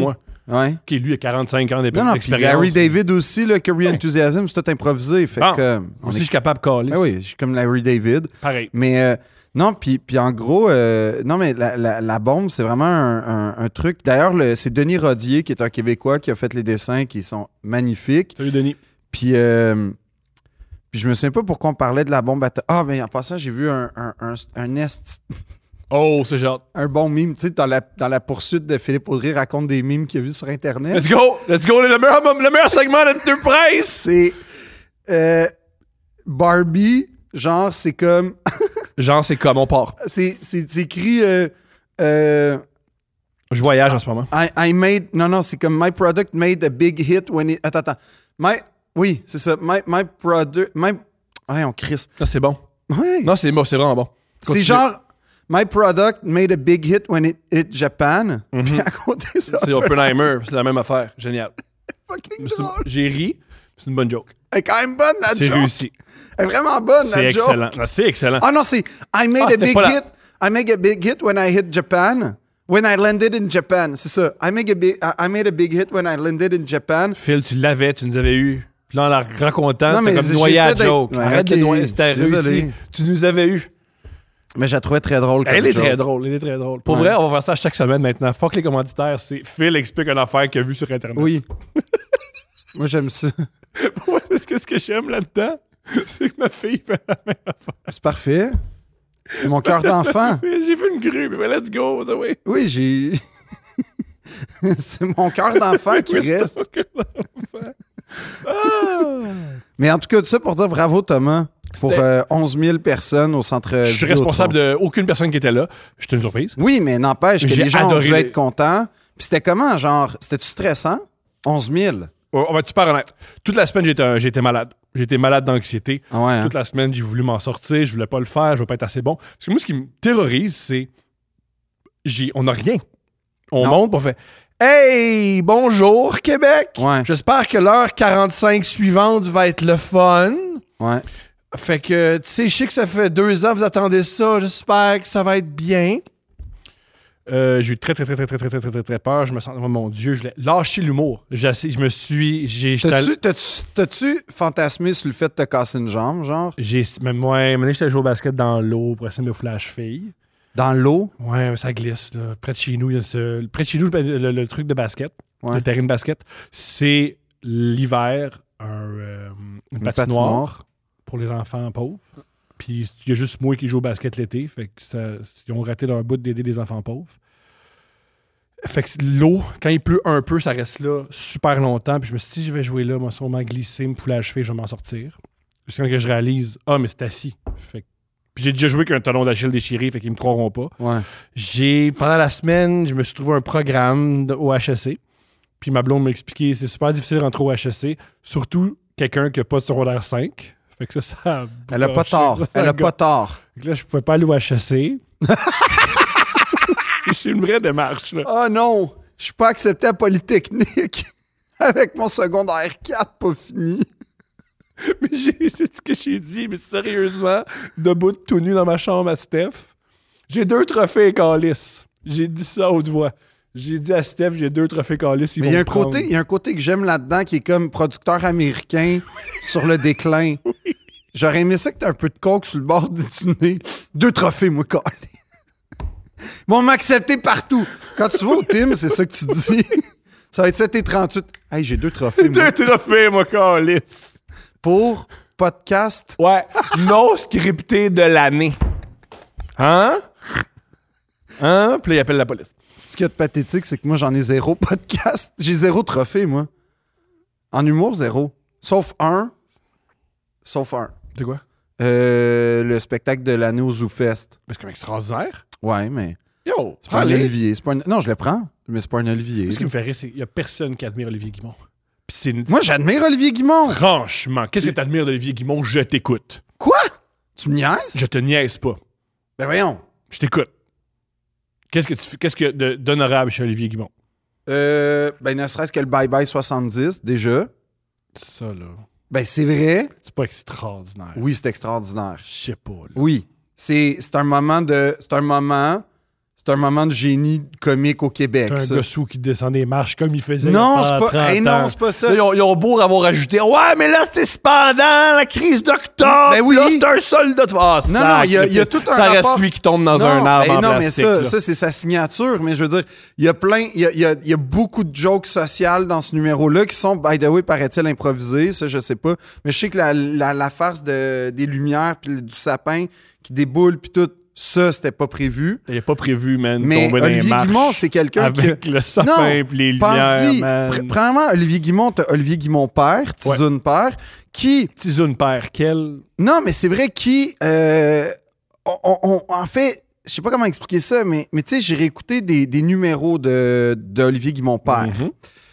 Ouais. OK, lui, il a quarante-cinq ans d'ép- Non, non, puis d'expérience. Larry David aussi, là, Curry Ouais. Enthusiasm, c'est tout improvisé. Fait Bon, que, euh, on Moi aussi, est- je suis capable de caler. Ah oui, je suis comme Larry David. Pareil. Mais euh, non, puis, puis en gros, euh, non, mais la, la, la bombe, c'est vraiment un, un- un truc. D'ailleurs, le- c'est Denis Rodier, qui est un Québécois, qui a fait les dessins qui sont magnifiques. Salut, Denis. Puis, euh, puis je me souviens pas pourquoi on parlait de la bombe atomique. Ah, mais en passant, j'ai vu un, un, un, un est- Oh, c'est genre. un bon mime. Tu sais, dans la, dans la poursuite de Philippe Audrey, raconte des mimes qu'il a vus sur Internet. Let's go! Let's go! Le meilleur, le meilleur segment d'Enterprise! C'est euh, Barbie, genre, c'est comme. Genre, c'est comme on part. C'est c'est- c'est écrit. euh, euh, Je voyage en ce moment. I, I made. Non, non, c'est comme My product made a big hit when it. Attends, attends. My. Oui, c'est ça. My, my product. My. Ouais, on crisse. Non, c'est bon. Ouais. Non, c'est bon, c'est vraiment bon. c'est Continue. genre. My product made a big hit when it hit Japan. Puis à côté, ça. C'est Oppenheimer, c'est la même affaire. Génial. fucking C'est une- drôle. J'ai ri, c'est une bonne joke. Elle est quand même bonne, la C'est joke. réussi. Elle est vraiment bonne, C'est la joke. excellent. Non, C'est excellent. Ah non, c'est I made Ah, a c'était big pas la- hit. I made a big hit when I hit Japan. When I landed in Japan. C'est ça. I, make a big, I I made a big hit when I landed in Japan. Phil, tu l'avais, tu nous avais eu. Puis là, en la racontant, Non, t'as mais comme j'essaie noyé la d'être- joke. Ouais, Arrête ok, de noyer, c'était je suis réussi. désolé. Tu nous avais eu. Mais je la trouvais très drôle. Comme Elle est joke. très drôle, elle est très drôle. Pour Ouais. vrai, on va faire ça chaque semaine maintenant. Fuck les commanditaires, c'est Phil explique une affaire qu'il a vue sur Internet. Oui. Moi, j'aime ça. Moi, c'est ce que, ce que j'aime là-dedans, c'est que ma fille fait la même affaire. C'est parfait. C'est mon cœur d'enfant. J'ai fait une grue, mais let's go, ça oui. Oui, j'ai. C'est mon cœur d'enfant qui reste. Mais en tout cas, tout ça pour dire bravo, Thomas, pour C'était- euh, onze mille personnes au centre. Je suis Vidéotron. responsable de aucune personne qui était là. J'étais une surprise. Oui, mais n'empêche que J'ai les gens ont adoré dû les- être contents. Puis c'était comment, genre, c'était-tu stressant? onze mille. Oh, On va être super honnête. Toute la semaine, j'étais un- j'étais malade. J'étais malade d'anxiété. Ah ouais, hein? Toute la semaine, j'ai voulu m'en sortir. Je voulais pas le faire. Je veux pas être assez bon. Parce que moi, ce qui me terrorise, c'est. j'ai- On n'a rien. On Non. monte, on fait Hey, bonjour, Québec. Ouais. J'espère que l'heure quarante-cinq suivante va être le fun. Ouais. Fait que, tu sais, je sais que ça fait deux ans que vous attendez ça. J'espère que ça va être bien. Euh, j'ai eu très, très, très, très, très, très, très, très, très, très peur. Je me sens, oh mon Dieu, je l'ai lâché l'humour. J'ai assez- Je me suis. J'ai. j'étais allé- T'as-tu, t'as-tu, t'as-tu fantasmé sur le fait de te casser une jambe, genre? J'ai. Même moi, maintenant, j'étais jouer au basket dans l'eau pour essayer de me fouler la cheville. Dans l'eau? Ouais, mais ça glisse. Là. Près de chez nous, il y a ce- près de chez nous, le, le- le truc de basket, Ouais. le terrain de basket, c'est l'hiver un, euh, une, Une patinoire, patinoire. pour les enfants pauvres. Puis il y a juste moi qui joue au basket l'été. Fait que ça, ils ont raté leur bout d'aider les enfants pauvres. Fait que l'eau, quand il pleut un peu, ça reste là super longtemps. Puis je me suis dit, si je vais jouer là, moi, sûrement glisser, me fouler la cheville, je vais m'en sortir. Jusqu'à quand que je réalise, ah, mais c'est assis. Fait que- Puis j'ai déjà joué avec un talon d'Achille déchiré, fait qu'ils me croiront pas. Ouais. J'ai, pendant la semaine, je me suis trouvé un programme de- au H E C. Puis ma blonde m'a expliqué, c'est super difficile de rentrer au H E C, surtout quelqu'un qui n'a pas de secondaire cinq. Fait que ça, ça a Elle a pas gâché. tort. Ça Elle a gâché. pas tort. Fait que là, je pouvais pas aller au H E C. C'est une vraie démarche, là. Oh non! Je suis pas accepté à Polytechnique avec mon secondaire quatre pas fini. Mais j'ai, c'est ce que j'ai dit, mais sérieusement, debout tout nu dans ma chambre à Steph, j'ai deux trophées Callis. J'ai dit ça à haute voix. J'ai dit à Steph, j'ai deux trophées Callis. Ils Mais vont il y a me un prendre. côté, il y a un côté que j'aime là-dedans qui est comme producteur américain sur le déclin. J'aurais aimé ça que t'aies un peu de coke sur le bord du nez. Deux trophées, moi, calé. Ils vont m'accepter partout. Quand tu vas au team, c'est ça que tu dis. Ça va être sept et trente-huit. Hey, j'ai deux trophées, moi. Deux trophées, moi, Callis. Pour podcast. Ouais, non scripté de l'année. Hein? Hein? Puis là, il appelle la police. Ce qu'il y a de pathétique, c'est que moi, j'en ai zéro podcast. J'ai zéro trophée, moi. En humour, zéro. Sauf un. Sauf un. C'est quoi? Euh, le spectacle de l'année au ZooFest. Mais c'est comme extraordinaire. Ouais, mais Yo, c'est pas un prends-les. Olivier. C'est pas un... Non, je le prends, mais c'est pas un Olivier. Ce qui me fait rire, c'est qu'il n'y a personne qui admire Olivier Guimond. Puis c'est une... Moi, j'admire Olivier Guimond. Franchement, qu'est-ce que tu admires d'Olivier Guimond? Je t'écoute. Quoi? Tu me niaises? Je te niaise pas. Ben voyons. Je t'écoute. Qu'est-ce que tu fais? Qu'est-ce qu'il y a de- d'honorable chez Olivier Guimond? Euh, ben, ne serait-ce que le Bye Bye soixante-dix, déjà. Ça, là. Ben, c'est vrai. C'est pas extraordinaire. Oui, c'est extraordinaire. Je sais pas, là. Oui. C'est c'est un moment de... C'est un moment... c'est un moment de génie comique au Québec. C'est ça. un gars sous qui descend des marches comme il faisait Non, il y a c'est pas, trente hey, non, ans. c'est pas ça. Là, ils, ont, ils ont beau avoir ajouté « Ouais, mais là, c'est cependant la crise d'octobre. Ben oui. Là, c'est un soldat de ah, Non, non, il y a- il y a tout un Ça reste rapport- lui qui tombe dans non, un arbre ben en non, mais plastique. ça, là. ça c'est sa signature. Mais je veux dire, il y a plein, il y a, il y a- il y a beaucoup de jokes sociales dans ce numéro-là qui sont, by the way, paraît-il, improvisés. Ça, je sais pas. Mais je sais que la, la, la farce de, des lumières puis du sapin qui déboule puis tout, ça, c'était pas prévu. Il n'est pas prévu, man. Mais tomber dans les Olivier marches Guimond, c'est quelqu'un qui... avec le sapin Non, et les lumières, pense-y. man. Pr- Premièrement, Olivier Guimond, t'as Olivier Guimond père, Tizoun père, qui... Tizoun père, quel... Non, mais c'est vrai qui... euh, on, on- on- en fait, je sais pas comment expliquer ça, mais, mais tu sais, j'ai réécouté des, des numéros de, d'Olivier Guimond père. Mhm.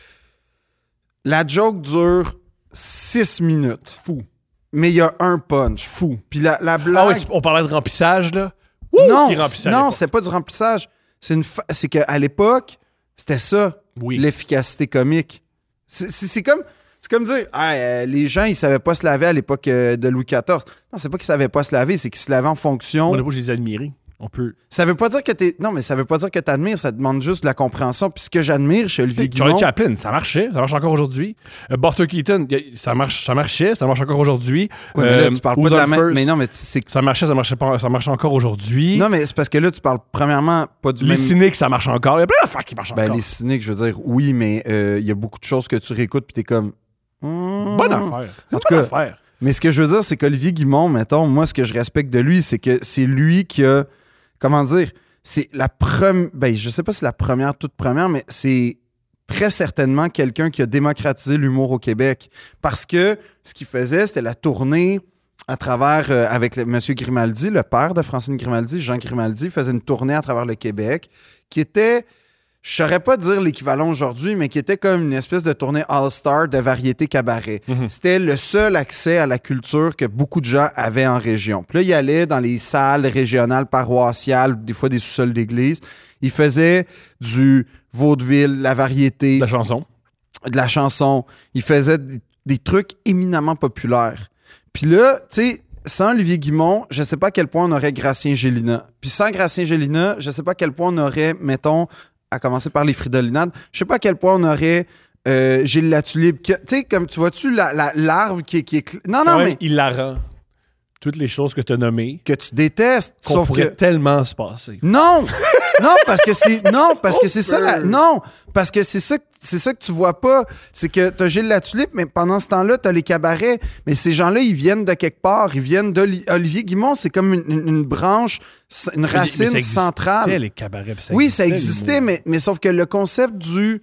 La joke dure six minutes. Fou. Mais il y a un punch. Fou. Puis la, la blague... Ah oui, tu- on parlait de remplissage, là. Wouh, non, qui remplissait à non l'époque. c'était pas du remplissage. C'est, une fa- c'est qu'à l'époque, c'était ça. Oui. L'efficacité comique. C'est, c'est- c'est comme, c'est comme dire, ah, euh, les gens, ils savaient pas se laver à l'époque euh, de Louis quatorze. Non, c'est pas qu'ils savaient pas se laver, c'est qu'ils se lavaient en fonction. On n'a pas je les admirer. On peut... Ça veut pas dire que t'es. Non, mais ça veut pas dire que t'admires, ça demande juste de la compréhension. Puis ce que j'admire chez Olivier Charlie Guimond. Chaplin, ça marchait, ça marche encore aujourd'hui. Euh, Buster Keaton, y a- ça, marche, ça marchait, ça marche encore aujourd'hui. Ouais, mais là, Euh, tu parles pas Who's de la on même. First, Mais non, mais c'est. ça marchait, ça marchait pas, ça marche encore aujourd'hui. Non, mais c'est parce que là, tu parles premièrement pas du Les même. cyniques, ça marche encore. Il y a plein d'affaires qui marchent Ben, encore. les cyniques, je veux dire, oui, mais euh, il y a beaucoup de choses que tu réécoutes, puis t'es comme. Hmm. Bonne affaire. En En tout tout cas, affaire. Mais ce que je veux dire, c'est qu'Olivier Guimond, mettons, moi, ce que je respecte de lui, c'est que c'est lui qui a. Comment dire? C'est la première. Ben, je sais pas si c'est la première, toute première, mais c'est très certainement quelqu'un qui a démocratisé l'humour au Québec. Parce que ce qu'il faisait, c'était la tournée à travers. euh, avec le, M. Grimaldi, le père de Francine Grimaldi, Jean Grimaldi, faisait une tournée à travers le Québec qui était. Je saurais pas dire l'équivalent aujourd'hui, mais qui était comme une espèce de tournée all-star de variété cabaret. Mhm. C'était le seul accès à la culture que beaucoup de gens avaient en région. Puis là, il allait dans les salles régionales, paroissiales, des fois des sous-sols d'église. Il faisait du vaudeville, la variété, La chanson. de la chanson. Il faisait des, des trucs éminemment populaires. Puis là, tu sais, sans Olivier Guimond, je sais pas à quel point on aurait Gracien Gélina. Puis sans Gracien Gélina, je sais pas à quel point on aurait, mettons, à commencer par les Fridolинades, je sais pas à quel point on aurait euh, Gilles Latulippe. Tu sais, comme tu vois-tu la, la- l'arbre qui, est- qui est... cl- Non, non, Quand même mais hilarant. Toutes les choses que tu as nommées, que tu détestes, qu'on sauf pourrait que... tellement se passer. Non! Non, parce que c'est... Non, parce que c'est ça... la- peu. Non! Parce que c'est ça, que- c'est ça que tu vois pas. C'est que t'as Gilles Latulippe, mais pendant ce temps-là, t'as les cabarets. Mais ces gens-là, ils viennent de quelque part. Ils viennent d'Olivier Guimond. C'est comme une, une- une branche, une Mais racine ça centrale. existait, les cabarets, puis ça Oui, ça existait, existait, l'humour. mais, mais sauf que le concept du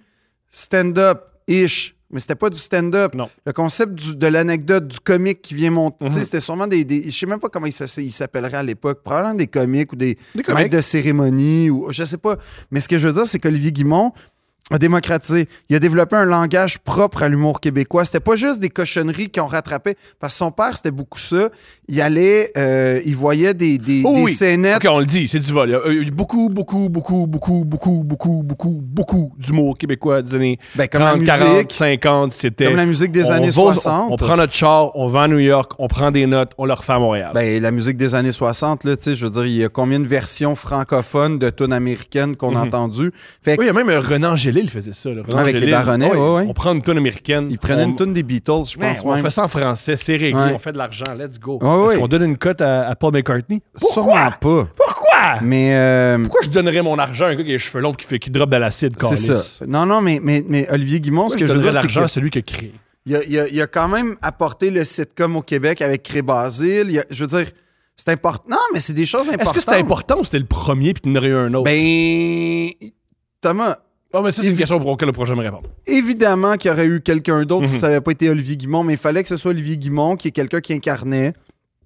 stand-up-ish, mais c'était pas du stand-up. Non. Le concept du- de l'anecdote, du comique qui vient monter, Mhm. tu sais, c'était sûrement des, des- je sais même pas comment il s'ass- il s'appellerait à l'époque, probablement des comiques ou des, Des comiques. maîtres de cérémonie, ou je sais pas. Mais ce que je veux dire, c'est qu'Olivier Guimond a démocratisé. Il a développé un langage propre à l'humour québécois. C'était pas juste des cochonneries qui ont rattrapé, parce que son père, c'était beaucoup ça. Il allait, euh, il voyait des, des, Oh des oui. scénettes. OK, on le dit, c'est du vol. Il y a eu beaucoup, beaucoup, beaucoup, beaucoup, beaucoup, beaucoup, beaucoup, beaucoup d'humour québécois des années Ben, comme la trente, musique. quarante, cinquante. C'était... Comme la musique des on années va- soixante. On, on prend notre char, on va à New York, on prend des notes, on le refait à Montréal. Ben, la musique des années soixante, là, tu sais, je veux dire, il y a combien de versions francophones de tunes américaines qu'on a Mhm. entendues? Fait oui, il y a même euh, Renan Angélil, il faisait ça. là. Renan Avec les Angélil, Baronnets, ouais, ouais, ouais. On prend une tune américaine. il prenait on- une tune des Beatles, je Ouais, pense on même. fait ça en français, c'est réglé, Ouais. on fait de l'argent, let's go. Ouais, Est-ce ouais. qu'on donne une cote à, à Paul McCartney? Sûrement Pourquoi? pas. Pourquoi? Mais euh, Pourquoi je donnerais mon argent à un gars qui a les cheveux longs qui, fait, qui drop de l'acide, c'est câlisse? ça. Non, non, mais, mais, mais Olivier Guimond, ce Pourquoi que je je veux donnerais dire, c'est l'argent à qu'il celui qui a créé? a, il a, il a quand même apporté le sitcom au Québec avec Cré Basile. Il a- je veux dire, c'est important. Non, mais c'est des choses importantes. Est-ce que c'était important ou c'était le premier puis tu en aurais eu un autre? Ben, Thomas, oh, mais ça, c'est une évi- question pour laquelle le projet me répond. évidemment qu'il y aurait eu quelqu'un d'autre si Mhm. ça n'avait pas été Olivier Guimond, mais il fallait que ce soit Olivier Guimond, qui est quelqu'un qui incarnait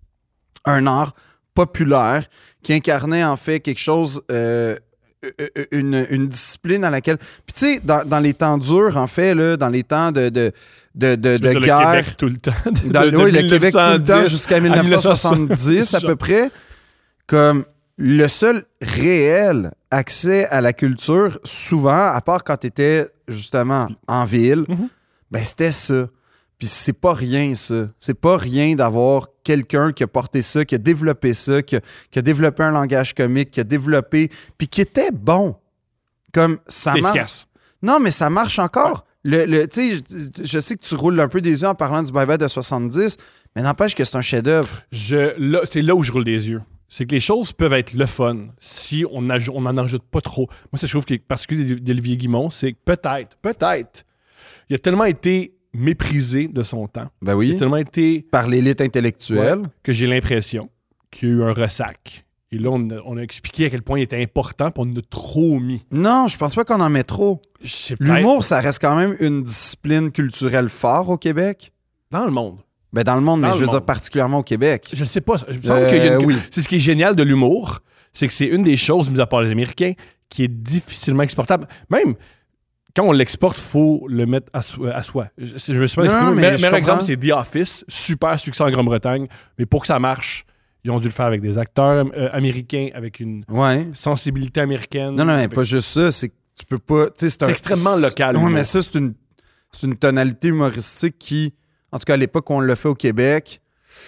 un art populaire, qui incarnait en fait quelque chose, euh, euh, une, une discipline à laquelle... Puis tu sais, dans, dans les temps durs, en fait, là, dans les temps de, de, de, de, Je veux de dire, guerre... le Québec tout le temps. De- Dans, de oui, le Québec tout le temps mille neuf cent dix jusqu'à à mille neuf cent soixante-dix à genre. peu près. Comme le seul réel accès à la culture, souvent, à part quand tu étais justement en ville, Mhm. ben c'était ça. Puis c'est pas rien, ça. C'est pas rien d'avoir quelqu'un qui a porté ça, qui a développé ça, qui a, qui a développé un langage comique, qui a développé... Puis qui était bon. Comme ça C'est marche... efficace. Non, mais ça marche encore. Le, le, tu sais, je, je sais que tu roules un peu des yeux en parlant du Bye-Bye de soixante-dix, mais n'empêche que c'est un chef-d'œuvre. Je, là, c'est là où je roule des yeux. C'est que les choses peuvent être le fun si on n'en on en ajoute pas trop. Moi, ça, je trouve que particulier d'Olivier Guimond, c'est que peut-être, peut-être, il a tellement été méprisé de son temps. Ben Il oui. a tellement été... Par l'élite intellectuelle. Ouais, que j'ai l'impression qu'il y a eu un ressac. Et là, on a, on a expliqué à quel point il était important, puis on en a trop mis. Non, je pense pas qu'on en met trop. C'est peut-être L'humour, ça reste quand même une discipline culturelle forte au Québec. dans le monde. Ben dans le monde, Dans mais le je veux monde. dire particulièrement au Québec. Je ne sais pas. Il me semble Euh, qu'il y a une- oui. C'est ce qui est génial de l'humour, c'est que c'est une des choses, mis à part les Américains, qui est difficilement exportable. Même quand on l'exporte, il faut le mettre à, so- à soi. Je, je me suis pas Non, exprimé. mais mais je meilleur comprends. exemple, c'est The Office. Super succès en Grande-Bretagne. Mais pour que ça marche, ils ont dû le faire avec des acteurs euh, américains, avec une Ouais. sensibilité américaine. Non, non, mais avec- pas juste ça. C'est que tu peux pas. tu sais, C'est un- C'est extrêmement local, Oui, l'humour. mais ça, c'est une, c'est une tonalité humoristique qui, en tout cas à l'époque où on l'a fait au Québec,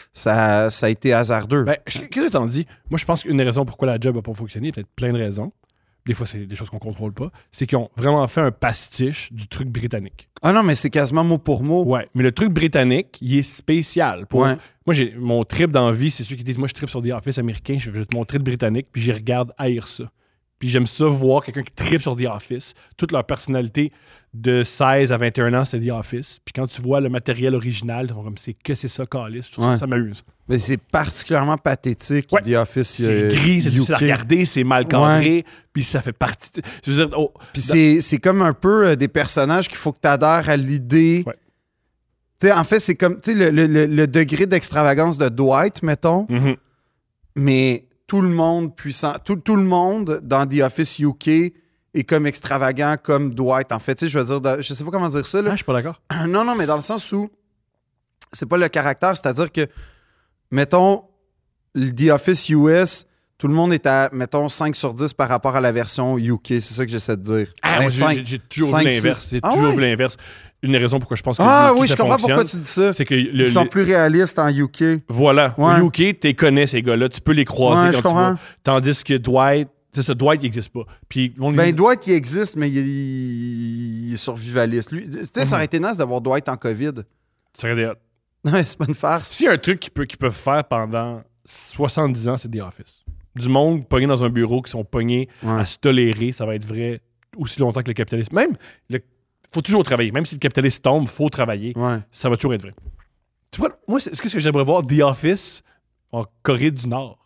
ça, ça a été hasardeux. Ben, je- qu'est-ce que t'en dis? Moi, je pense qu'une des raisons pourquoi la job n'a pas fonctionné, il y a peut-être plein de raisons. Des fois, c'est des choses qu'on contrôle pas. C'est qu'ils ont vraiment fait un pastiche du truc britannique. Ah non, mais c'est quasiment mot pour mot. Ouais, mais le truc britannique, il est spécial. Pour... Ouais. Moi, j'ai mon trip d'envie, c'est ceux qui disent moi, je tripe sur des Office américains, je vais te montrer le britannique, puis j'y regarde haïr ça. Puis j'aime ça voir quelqu'un qui tripe sur The Office. Toute leur personnalité de seize à vingt et un ans, c'est The Office. Puis quand tu vois le matériel original, ils sont comme c'est que c'est ça, Calis. Je trouve ça, Ouais. ça m'amuse. Mais c'est particulièrement pathétique, Ouais. The Office. C'est euh, gris, c'est difficile à U K. regarder, c'est mal cadré, puis ça fait partie. Je veux dire, oh, Puis c'est, c'est comme un peu euh, des personnages qu'il faut que tu adhères à l'idée. Ouais. Tu sais, en fait, c'est comme tu sais, le, le- le- le degré d'extravagance de Dwight, mettons, mhm. mais tout le monde puissant, tout, tout le monde dans The Office U K est comme extravagant comme Dwight. En fait, tu sais, je veux dire, de- je sais pas comment dire ça, là. Ah, je suis pas d'accord. Non, non, mais dans le sens où c'est pas le caractère, c'est-à-dire que, mettons, le The Office U S, tout le monde est à, mettons, cinq sur dix par rapport à la version U K. C'est ça que j'essaie de dire. Ah, Ben, moi, j'ai- cinq- j'ai, j'ai toujours cinq, vu l'inverse. six. J'ai Ah toujours ouais? vu l'inverse. Une des raisons pourquoi je pense que Ah le U K, oui, ça je comprends fonctionne, pourquoi tu dis ça. c'est que le, Ils sont le- plus réalistes en U K. voilà, Ouais. au U K, tu connais ces gars-là, tu peux les croiser Ouais, je quand tu comprends. vas. Tandis que Dwight, c'est ça, Dwight, il n'existe pas. Puis on Ben, lui- Dwight, il existe, mais il, il est survivaliste. Lui, tu sais, ça aurait été nice d'avoir Dwight en COVID. ça aurait été hot. Non, c'est pas une farce. S'il y a un truc qu'ils peuvent, qu'ils peuvent faire pendant soixante-dix ans, c'est The Office. Du monde pogné dans un bureau qui sont pognés Ouais. à se tolérer, ça va être vrai aussi longtemps que le capitalisme. Même, il faut toujours travailler. Même si le capitalisme tombe, il faut travailler. Ouais. Ça va toujours être vrai. Tu vois, moi, c'est ce que j'aimerais voir The Office en Corée du Nord.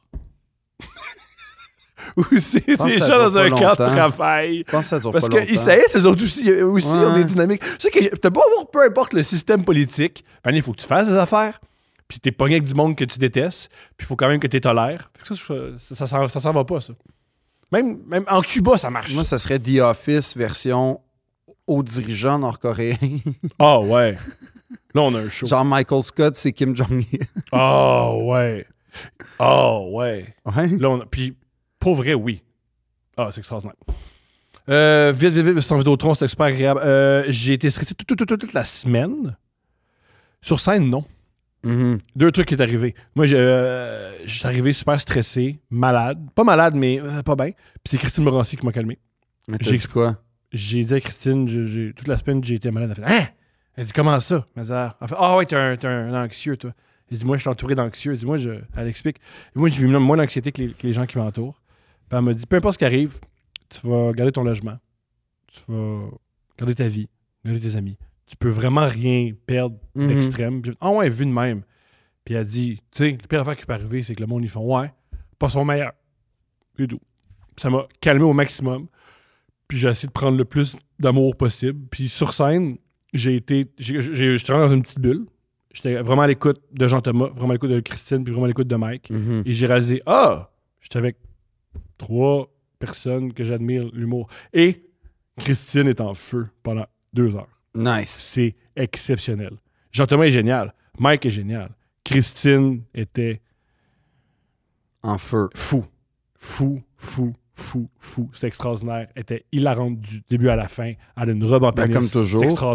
Où c'est pense des que ça gens dure dans un pas camp de longtemps. travail. Je pense que ça dure Parce pas longtemps. qu'ils saillissent, eux autres aussi. Eux aussi, Ouais. ont des dynamiques. Tu sais que t'as beau avoir peu importe le système politique, ben, il faut que tu fasses des affaires. Puis t'es pogné avec du monde que tu détestes. Puis il faut quand même que tu tolères. Ça, ça, ça, ça, s'en- ça s'en va pas, ça. Même, même en Cuba, ça marche. Moi, ça serait The Office version aux dirigeants nord-coréens. Ah ouais. Là, on a un show. Genre Michael Scott, c'est Kim Jong-il. Ah ouais. Ah ouais. Ouais. Là, on a... Puis, pour vrai, oui. Ah, c'est extraordinaire. Euh, vite, vite, vite, c'est en Vidéotron, c'est super agréable. Euh, j'ai été stressé toute, toute, toute, toute la semaine. Sur scène, non. Mhm. Deux trucs qui est arrivé. Moi, je euh, suis arrivé super stressé, malade. Pas malade, mais euh, pas bien. Puis c'est Christine Morancy qui m'a calmé. Mais t'as J'ai- dit quoi? J'ai dit à Christine, je- j'ai- toute la semaine, j'ai été malade. Elle a fait Hein? Elle dit comment ça? Elle dit, ah, elle fait, ah ouais, t'es un, t'es un anxieux, toi. Elle dit moi, je suis entouré d'anxieux. Elle dit moi, je, elle explique. Moi, je vis moins d'anxiété que les, que les gens qui m'entourent. Puis elle m'a dit peu importe ce qui arrive, tu vas garder ton logement, tu vas garder ta vie, garder tes amis. Tu peux vraiment rien perdre Mhm. d'extrême. Puis j'ai fait, ah ouais, vu de même. Puis elle dit, tu sais, la pire affaire qui peut arriver, c'est que le monde, ils font ouais, pas son meilleur. Et tout. Ça m'a calmé au maximum. Puis j'ai essayé de prendre le plus d'amour possible. Puis sur scène, j'ai été. j'ai- j'ai- J'étais rentré dans une petite bulle. J'étais vraiment à l'écoute de Jean-Thomas, vraiment à l'écoute de Christine, puis vraiment à l'écoute de Mike. Mhm. Et j'ai réalisé, ah, j'étais avec trois personnes que j'admire l'humour. Et Christine est en feu pendant deux heures. Nice. C'est exceptionnel. Jean-Thomas est génial. Mike est génial. Christine était En feu. fou. Fou, fou, fou, fou. C'était extraordinaire. Elle était hilarante du début à la fin. Elle a une robe en Ben, pénis. comme toujours. C'est extraordinaire.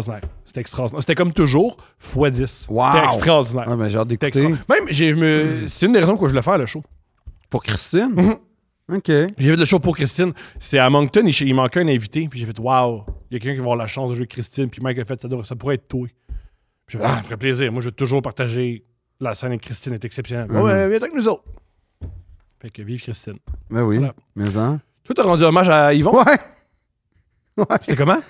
C'était extraordinaire. C'était comme toujours, fois dix. Wow! C'était extraordinaire. Ouais, mais j'ai hâte C'était d'écouter. extra- Même, j'ai, me... c'est une des raisons pourquoi je voulais faire le show. Pour Christine? Mhm. OK. J'ai fait le show pour Christine. C'est à Moncton, il, il manquait un invité. Puis j'ai fait, waouh, il y a quelqu'un qui va avoir la chance de jouer Christine. Puis Mike a fait, ça, doit- ça pourrait être toi. Puis j'ai fait, ah, ça me ferait plaisir. Moi, je veux toujours partager la scène avec Christine, est exceptionnelle. Mhm. Ouais, viens avec nous autres. Fait que vive Christine. Ben oui, Voilà. mais hein? Toi, t'as rendu hommage à Yvon? Ouais! Ouais. C'était comment?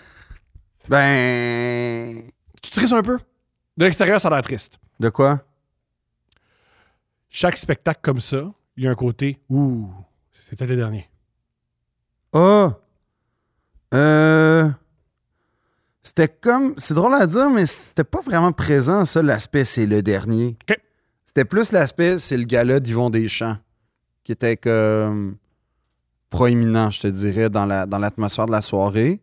Ben... Tu tristes un peu? De l'extérieur, ça a l'air triste. De quoi? Chaque spectacle comme ça, il y a un côté, ouh, c'est peut-être le dernier. Ah! Euh... C'était comme... C'est drôle à dire, mais c'était pas vraiment présent, ça, l'aspect « c'est le dernier OK. ». C'était plus l'aspect « c'est le gala d'Yvon Deschamps » qui était comme proéminent, je te dirais, dans la, dans l'atmosphère de la soirée.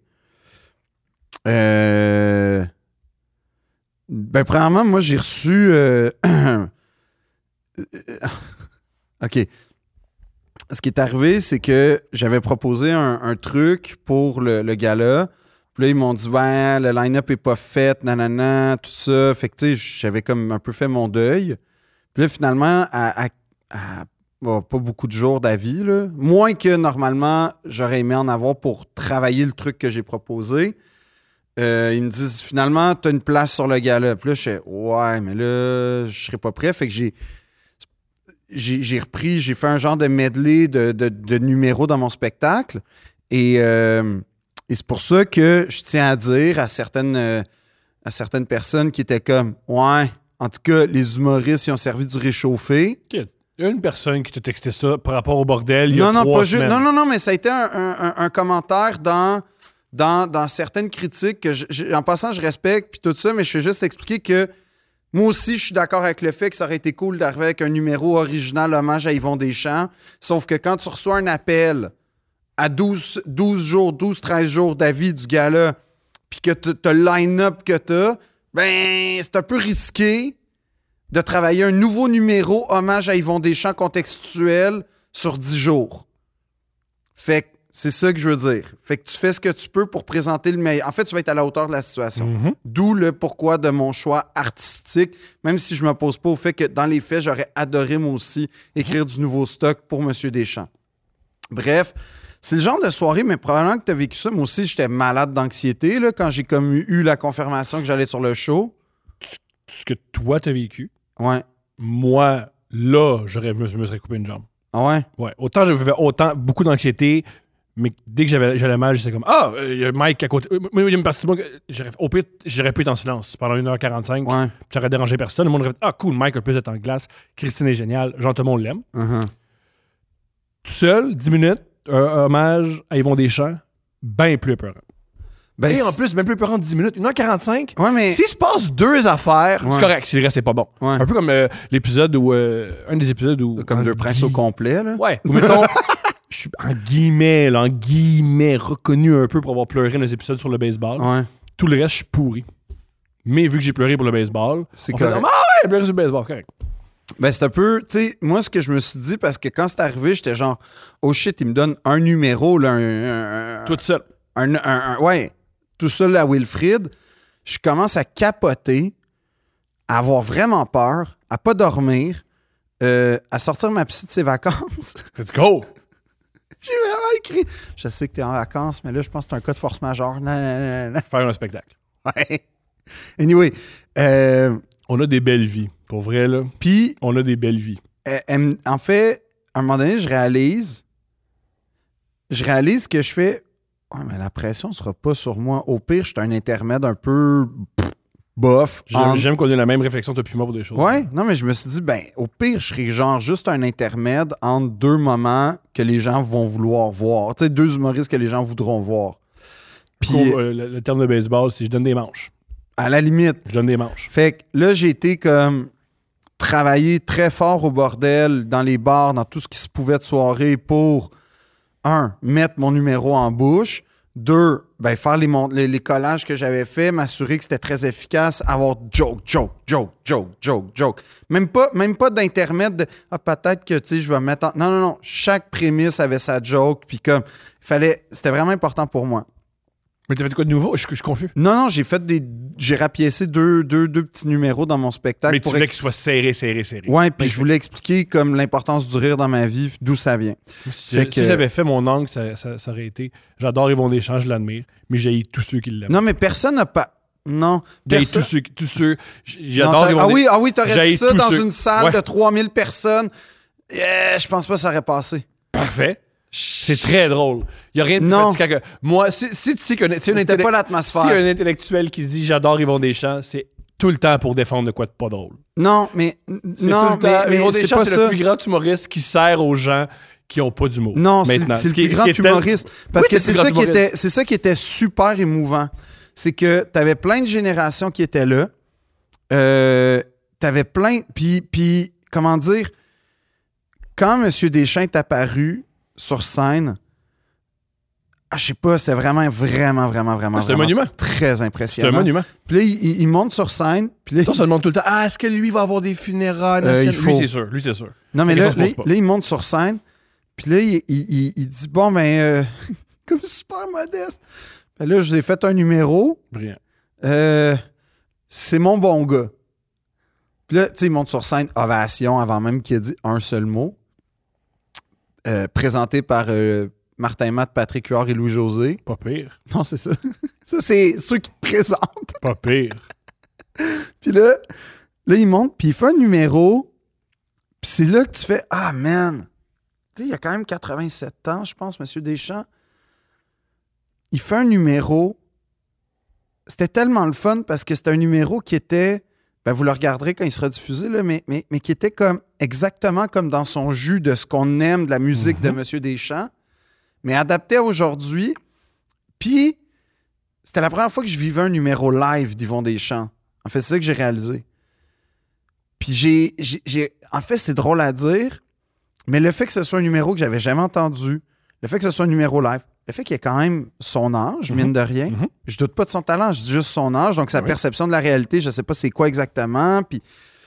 Euh... Ben, premièrement, moi, j'ai reçu... euh, OK. Ce qui est arrivé, c'est que j'avais proposé un, un truc pour le, le gala. Puis là, ils m'ont dit, ben, le line-up est pas fait, nanana, tout ça. Fait que, tu sais, j'avais comme un peu fait mon deuil. Puis là, finalement, à, à- à- bon, pas beaucoup de jours d'avis, là, moins que normalement, j'aurais aimé en avoir pour travailler le truc que j'ai proposé. Euh, ils me disent, finalement, tu as une place sur le gala. Puis là, je fais, ouais, mais là, je serais pas prêt. Fait que j'ai, j'ai, j'ai repris, j'ai fait un genre de medley de, de, de numéros dans mon spectacle. Et, euh, et c'est pour ça que je tiens à dire à certaines, euh, à certaines personnes qui étaient comme, ouais, en tout cas, les humoristes, ils ont servi du réchauffé. Il y a une personne qui t'a texté ça par rapport au bordel il y a Non, non, trois pas juste. semaines. Non, non, non, mais ça a été un, un- un- un commentaire dans, dans, dans certaines critiques que, je- je- en passant, je respecte, puis tout ça, mais je vais juste expliquer que moi aussi, je suis d'accord avec le fait que ça aurait été cool d'arriver avec un numéro original hommage à Yvon Deschamps. Sauf que quand tu reçois un appel à douze, douze jours, douze, treize jours d'avis du gala, puis que tu as le line-up que tu as, ben, c'est un peu risqué de travailler un nouveau numéro hommage à Yvon Deschamps contextuel sur dix jours. Fait que c'est ça que je veux dire. Fait que tu fais ce que tu peux pour présenter le meilleur. En fait, tu vas être à la hauteur de la situation. Mhm. D'où le pourquoi de mon choix artistique, même si je ne m'oppose pas au fait que dans les faits, j'aurais adoré moi aussi écrire du nouveau stock pour M. Deschamps. Bref, c'est le genre de soirée, mais probablement que tu as vécu ça. Moi aussi, j'étais malade d'anxiété là, quand j'ai comme eu la confirmation que j'allais sur le show. Ce que toi t'as vécu, Ouais. moi, là, j'aurais, me, me serais coupé une jambe. Ah ouais? Ouais. Autant j'avais autant, beaucoup d'anxiété, mais dès que j'avais, j'allais mal, j'étais comme, ah, euh, il y a Mike à côté. Moi, il y a une partie de moi, que j'aurais, au pire, j'aurais pu être en silence pendant une heure quarante-cinq. Ouais. Ça aurait dérangé personne. Le monde aurait fait, ah, cool, Mike a plus d'être en glace. Christine est géniale. Jean Thomas, on l'aime. Uh-huh. Tout seul, dix minutes, un hommage à Yvon Deschamps, bien plus épeurant. Ben, Et en c'est- plus, bien plus épeurant de dix minutes, une heure quarante-cinq. Ouais, mais. S'il se passe deux affaires, Ouais. c'est correct. Si le reste, c'est pas bon. Ouais. Un peu comme euh, l'épisode où. euh, un des épisodes où. Comme en deux princes au gui- complet, là. Ouais. Ou mettons, je suis en guillemets, là, en guillemets, reconnu un peu pour avoir pleuré dans les épisodes sur le baseball. Ouais. Tout le reste, je suis pourri. Mais vu que j'ai pleuré pour le baseball, C'est on fait, correct. ah ouais, j'ai pleuré sur le baseball, c'est correct. Ben, c'est un peu, tu sais, moi, ce que je me suis dit, parce que quand c'est arrivé, j'étais genre, oh shit, il me donne un numéro, là, un. un- Tout seul. un, un- un- ouais, tout seul à Wilfrid. Je commence à capoter, à avoir vraiment peur, à pas dormir, euh, à sortir ma psy de ses vacances. Let's go! J'ai vraiment écrit. Je sais que t'es en vacances, mais là, je pense que c'est un cas de force majeure. Non, non, non, non. Faire un spectacle. Ouais. Anyway, euh, On a des belles vies. Pour vrai, là, puis on a des belles vies. elle- elle me- en fait, à un moment donné, je réalise, je réalise que je fais, ouais, mais la pression sera pas sur moi. Au pire, je suis un intermède un peu pff, bof. J'aime, entre- j'aime qu'on ait la même réflexion depuis moi pour des choses. Ouais, non, mais je me suis dit, ben, au pire, je serais genre juste un intermède entre deux moments que les gens vont vouloir voir. Tu sais, deux humoristes que les gens voudront voir. Puis, Puis, euh, le, le terme de baseball, c'est je donne des manches. à la limite, Je donne des manches. fait que là, j'ai été comme travailler très fort au bordel, dans les bars, dans tout ce qui se pouvait de soirée pour, un, mettre mon numéro en bouche. Deux, ben, faire les, mon- les, les collages que j'avais faits, m'assurer que c'était très efficace, avoir joke, joke, joke, joke, joke, joke. Même pas, même pas d'intermède de ah, peut-être que tu sais, je vais mettre en... Non, non, non. Chaque prémisse avait sa joke, puis comme, fallait. C'était vraiment important pour moi. Mais t'as fait quoi de nouveau? Je je suis confus. Non, non, j'ai fait des. J'ai rapiécé deux, deux, deux petits numéros dans mon spectacle. Mais tu pour voulais ex- qu'il soit serré, serré, serré. Ouais, puis Mais je voulais expliquer comme l'importance du rire dans ma vie, d'où ça vient. Si, Fait si que- j'avais fait mon angle, ça, ça, ça aurait été. J'adore Yvon Deschamps, je l'admire, mais j'ai tous ceux qui l'aiment. Non, mais personne n'a pas. Non. J'ai personne- tous ceux, qui- tous ceux. j- Non, J'adore t'as- Yvon Ah Deschamps. oui, ah oui, t'aurais J'haïs dit ça tous dans ceux- une salle Ouais. de trois mille personnes. Yeah, je pense pas que ça aurait passé. Parfait. C'est très drôle. Il n'y a rien de plus Non. fatigant que. Moi, si, si tu sais qu'un si un C'était intellect- pas si l'atmosphère. un intellectuel qui dit j'adore Yvon Deschamps, c'est tout le temps pour défendre de quoi de pas drôle. Non, mais. C'est Non, tout le temps. mais, mais Yvon c'est Deschamps, pas c'est ça. le plus grand humoriste qui sert aux gens qui n'ont pas d'humour. Non, c'est le, Maintenant. c'est le Ce qui est- plus ce grand qui est tel- humoriste. Parce Oui, que c'est c'est le plus ça, grand qui humoriste. était, c'est ça qui était super émouvant. C'est que t'avais plein de générations qui étaient là. Euh, t'avais plein. Puis, puis, comment dire, quand M. Deschamps est apparu sur scène, ah, je sais pas, c'était vraiment, vraiment, vraiment, vraiment. Ah, c'est un vraiment monument. Très C'est impressionnant. un monument. Puis là, il, il- il monte sur scène. Puis là, On se demande tout le temps ah, est-ce que lui va avoir des funérailles Euh, il nationales? faut. Lui, c'est sûr. Lui, c'est sûr. Non, mais La là, question se là, pose pas. là, il monte sur scène. Puis là, il, il- il- il dit bon, ben, euh, comme super modeste. Ben là, je vous ai fait un numéro. Brillant. Euh, c'est mon bon gars. Puis là, tu sais, il monte sur scène, ovation, avant même qu'il ait dit un seul mot. Euh, présenté par euh, Martin Matt, Patrick Huard et Louis-José. Pas pire. Non, c'est ça. Ça, c'est ceux qui te présentent. Pas pire. Puis là, là, il monte, puis il fait un numéro. Puis c'est là que tu fais ah, man. Tu sais, il y a quand même quatre-vingt-sept ans, je pense, M. Deschamps. Il fait un numéro. C'était tellement le fun parce que c'était un numéro qui était. Ben, vous le regarderez quand il sera diffusé, là, mais, mais, mais qui était comme exactement comme dans son jus de ce qu'on aime de la musique de M. Deschamps, mais adapté à aujourd'hui. Puis, c'était la première fois que je vivais un numéro live d'Yvon Deschamps. En fait, c'est ça que j'ai réalisé. Puis, j'ai, j'ai, j'ai- en fait, c'est drôle à dire, mais le fait que ce soit un numéro que j'avais jamais entendu, le fait que ce soit un numéro live, le fait qu'il ait quand même son âge, mine de rien, Mhm. je doute pas de son talent, je dis juste son âge, donc sa Oui. perception de la réalité, je sais pas c'est quoi exactement. Puis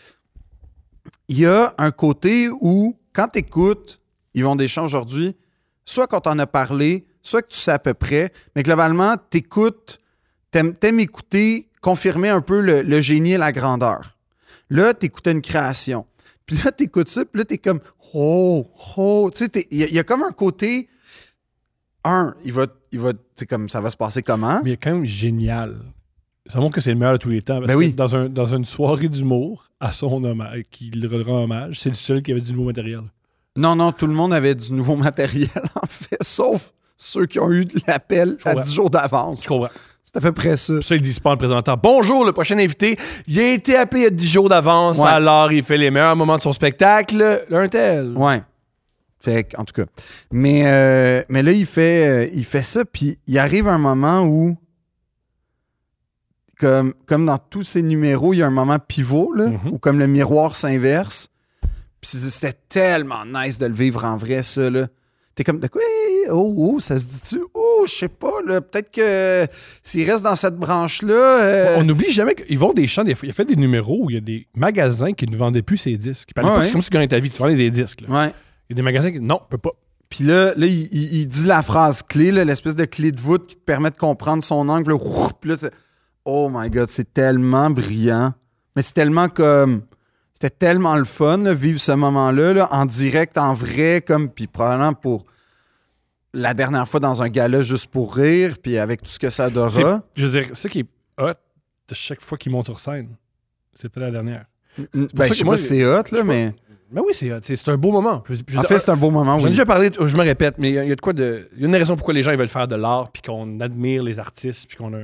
il y a un côté où, quand tu écoutes Yvon Deschamps aujourd'hui, soit qu'on t'en a parlé, soit que tu sais à peu près, mais globalement, tu écoutes, t'aimes, t'aimes écouter, confirmer un peu le, le génie et la grandeur. Là, tu écoutes une création. Puis là, tu écoutes ça, puis là, tu es comme « Oh, oh ». Tu sais, il y, a- il y a comme un côté... Un, il va, il va, tu sais, comme ça va se passer comment? Mais il est quand même génial. Ça montre que c'est le meilleur de tous les temps. Parce Ben que oui. dans, un, dans une soirée d'humour, à son hommage, qui le rend hommage, c'est le seul qui avait du nouveau matériel. Non, non, tout le monde avait du nouveau matériel, en fait, sauf ceux qui ont eu de l'appel Je à comprends. dix jours d'avance. Je comprends. C'est à peu près ça. Pour ça, ils disent pas en le présentant. Bonjour, le prochain invité. Il a été appelé il y a dix jours d'avance, Ouais. alors il fait les meilleurs moments de son spectacle. L'un tel. Ouais. Fait que, en tout cas. Mais, euh, mais là, il fait, euh, il fait ça, puis il arrive un moment où, comme, comme dans tous ces numéros, il y a un moment pivot, là, Mhm. où comme le miroir s'inverse. Puis c'était tellement nice de le vivre en vrai, ça, là. T'es comme, de quoi? Oh, oh, ça se dit-tu? Oh, je sais pas, là. Peut-être que s'il reste dans cette branche-là... euh, On n'oublie jamais qu'ils vont des chants. Des fois, il a fait des numéros où il y a des magasins qui ne vendaient plus ses disques. Ils parlaient Ouais, pas, ouais. c'est comme si tu gagnais ta vie. Tu vendais des disques. Là. Ouais. Il y a des magasins qui. Non, on peut pas. Puis là, là il, il- il dit la phrase clé, là, l'espèce de clé de voûte qui te permet de comprendre son angle. Là, Ouf, puis là, c'est- oh my God, c'est tellement brillant. Mais c'est tellement comme... C'était tellement le fun, là, vivre ce moment-là, là, en direct, en vrai, comme... Puis probablement pour la dernière fois dans un gala juste pour rire, puis avec tout ce que ça C'est- donnera. Je veux dire, ça qui est hot de chaque fois qu'il monte sur scène. C'est pas la dernière. Ben, ça je que sais moi, pas si c'est hot, je là, sais mais... Mais oui, c'est hot. C'est c'est un beau moment. Je- je- En fait, c'est un beau moment, J'en ai oui. déjà parlé, je me répète, mais il y, a- il y a de quoi de. Il y a une raison pourquoi les gens ils veulent faire de l'art, puis qu'on admire les artistes, puis qu'on a.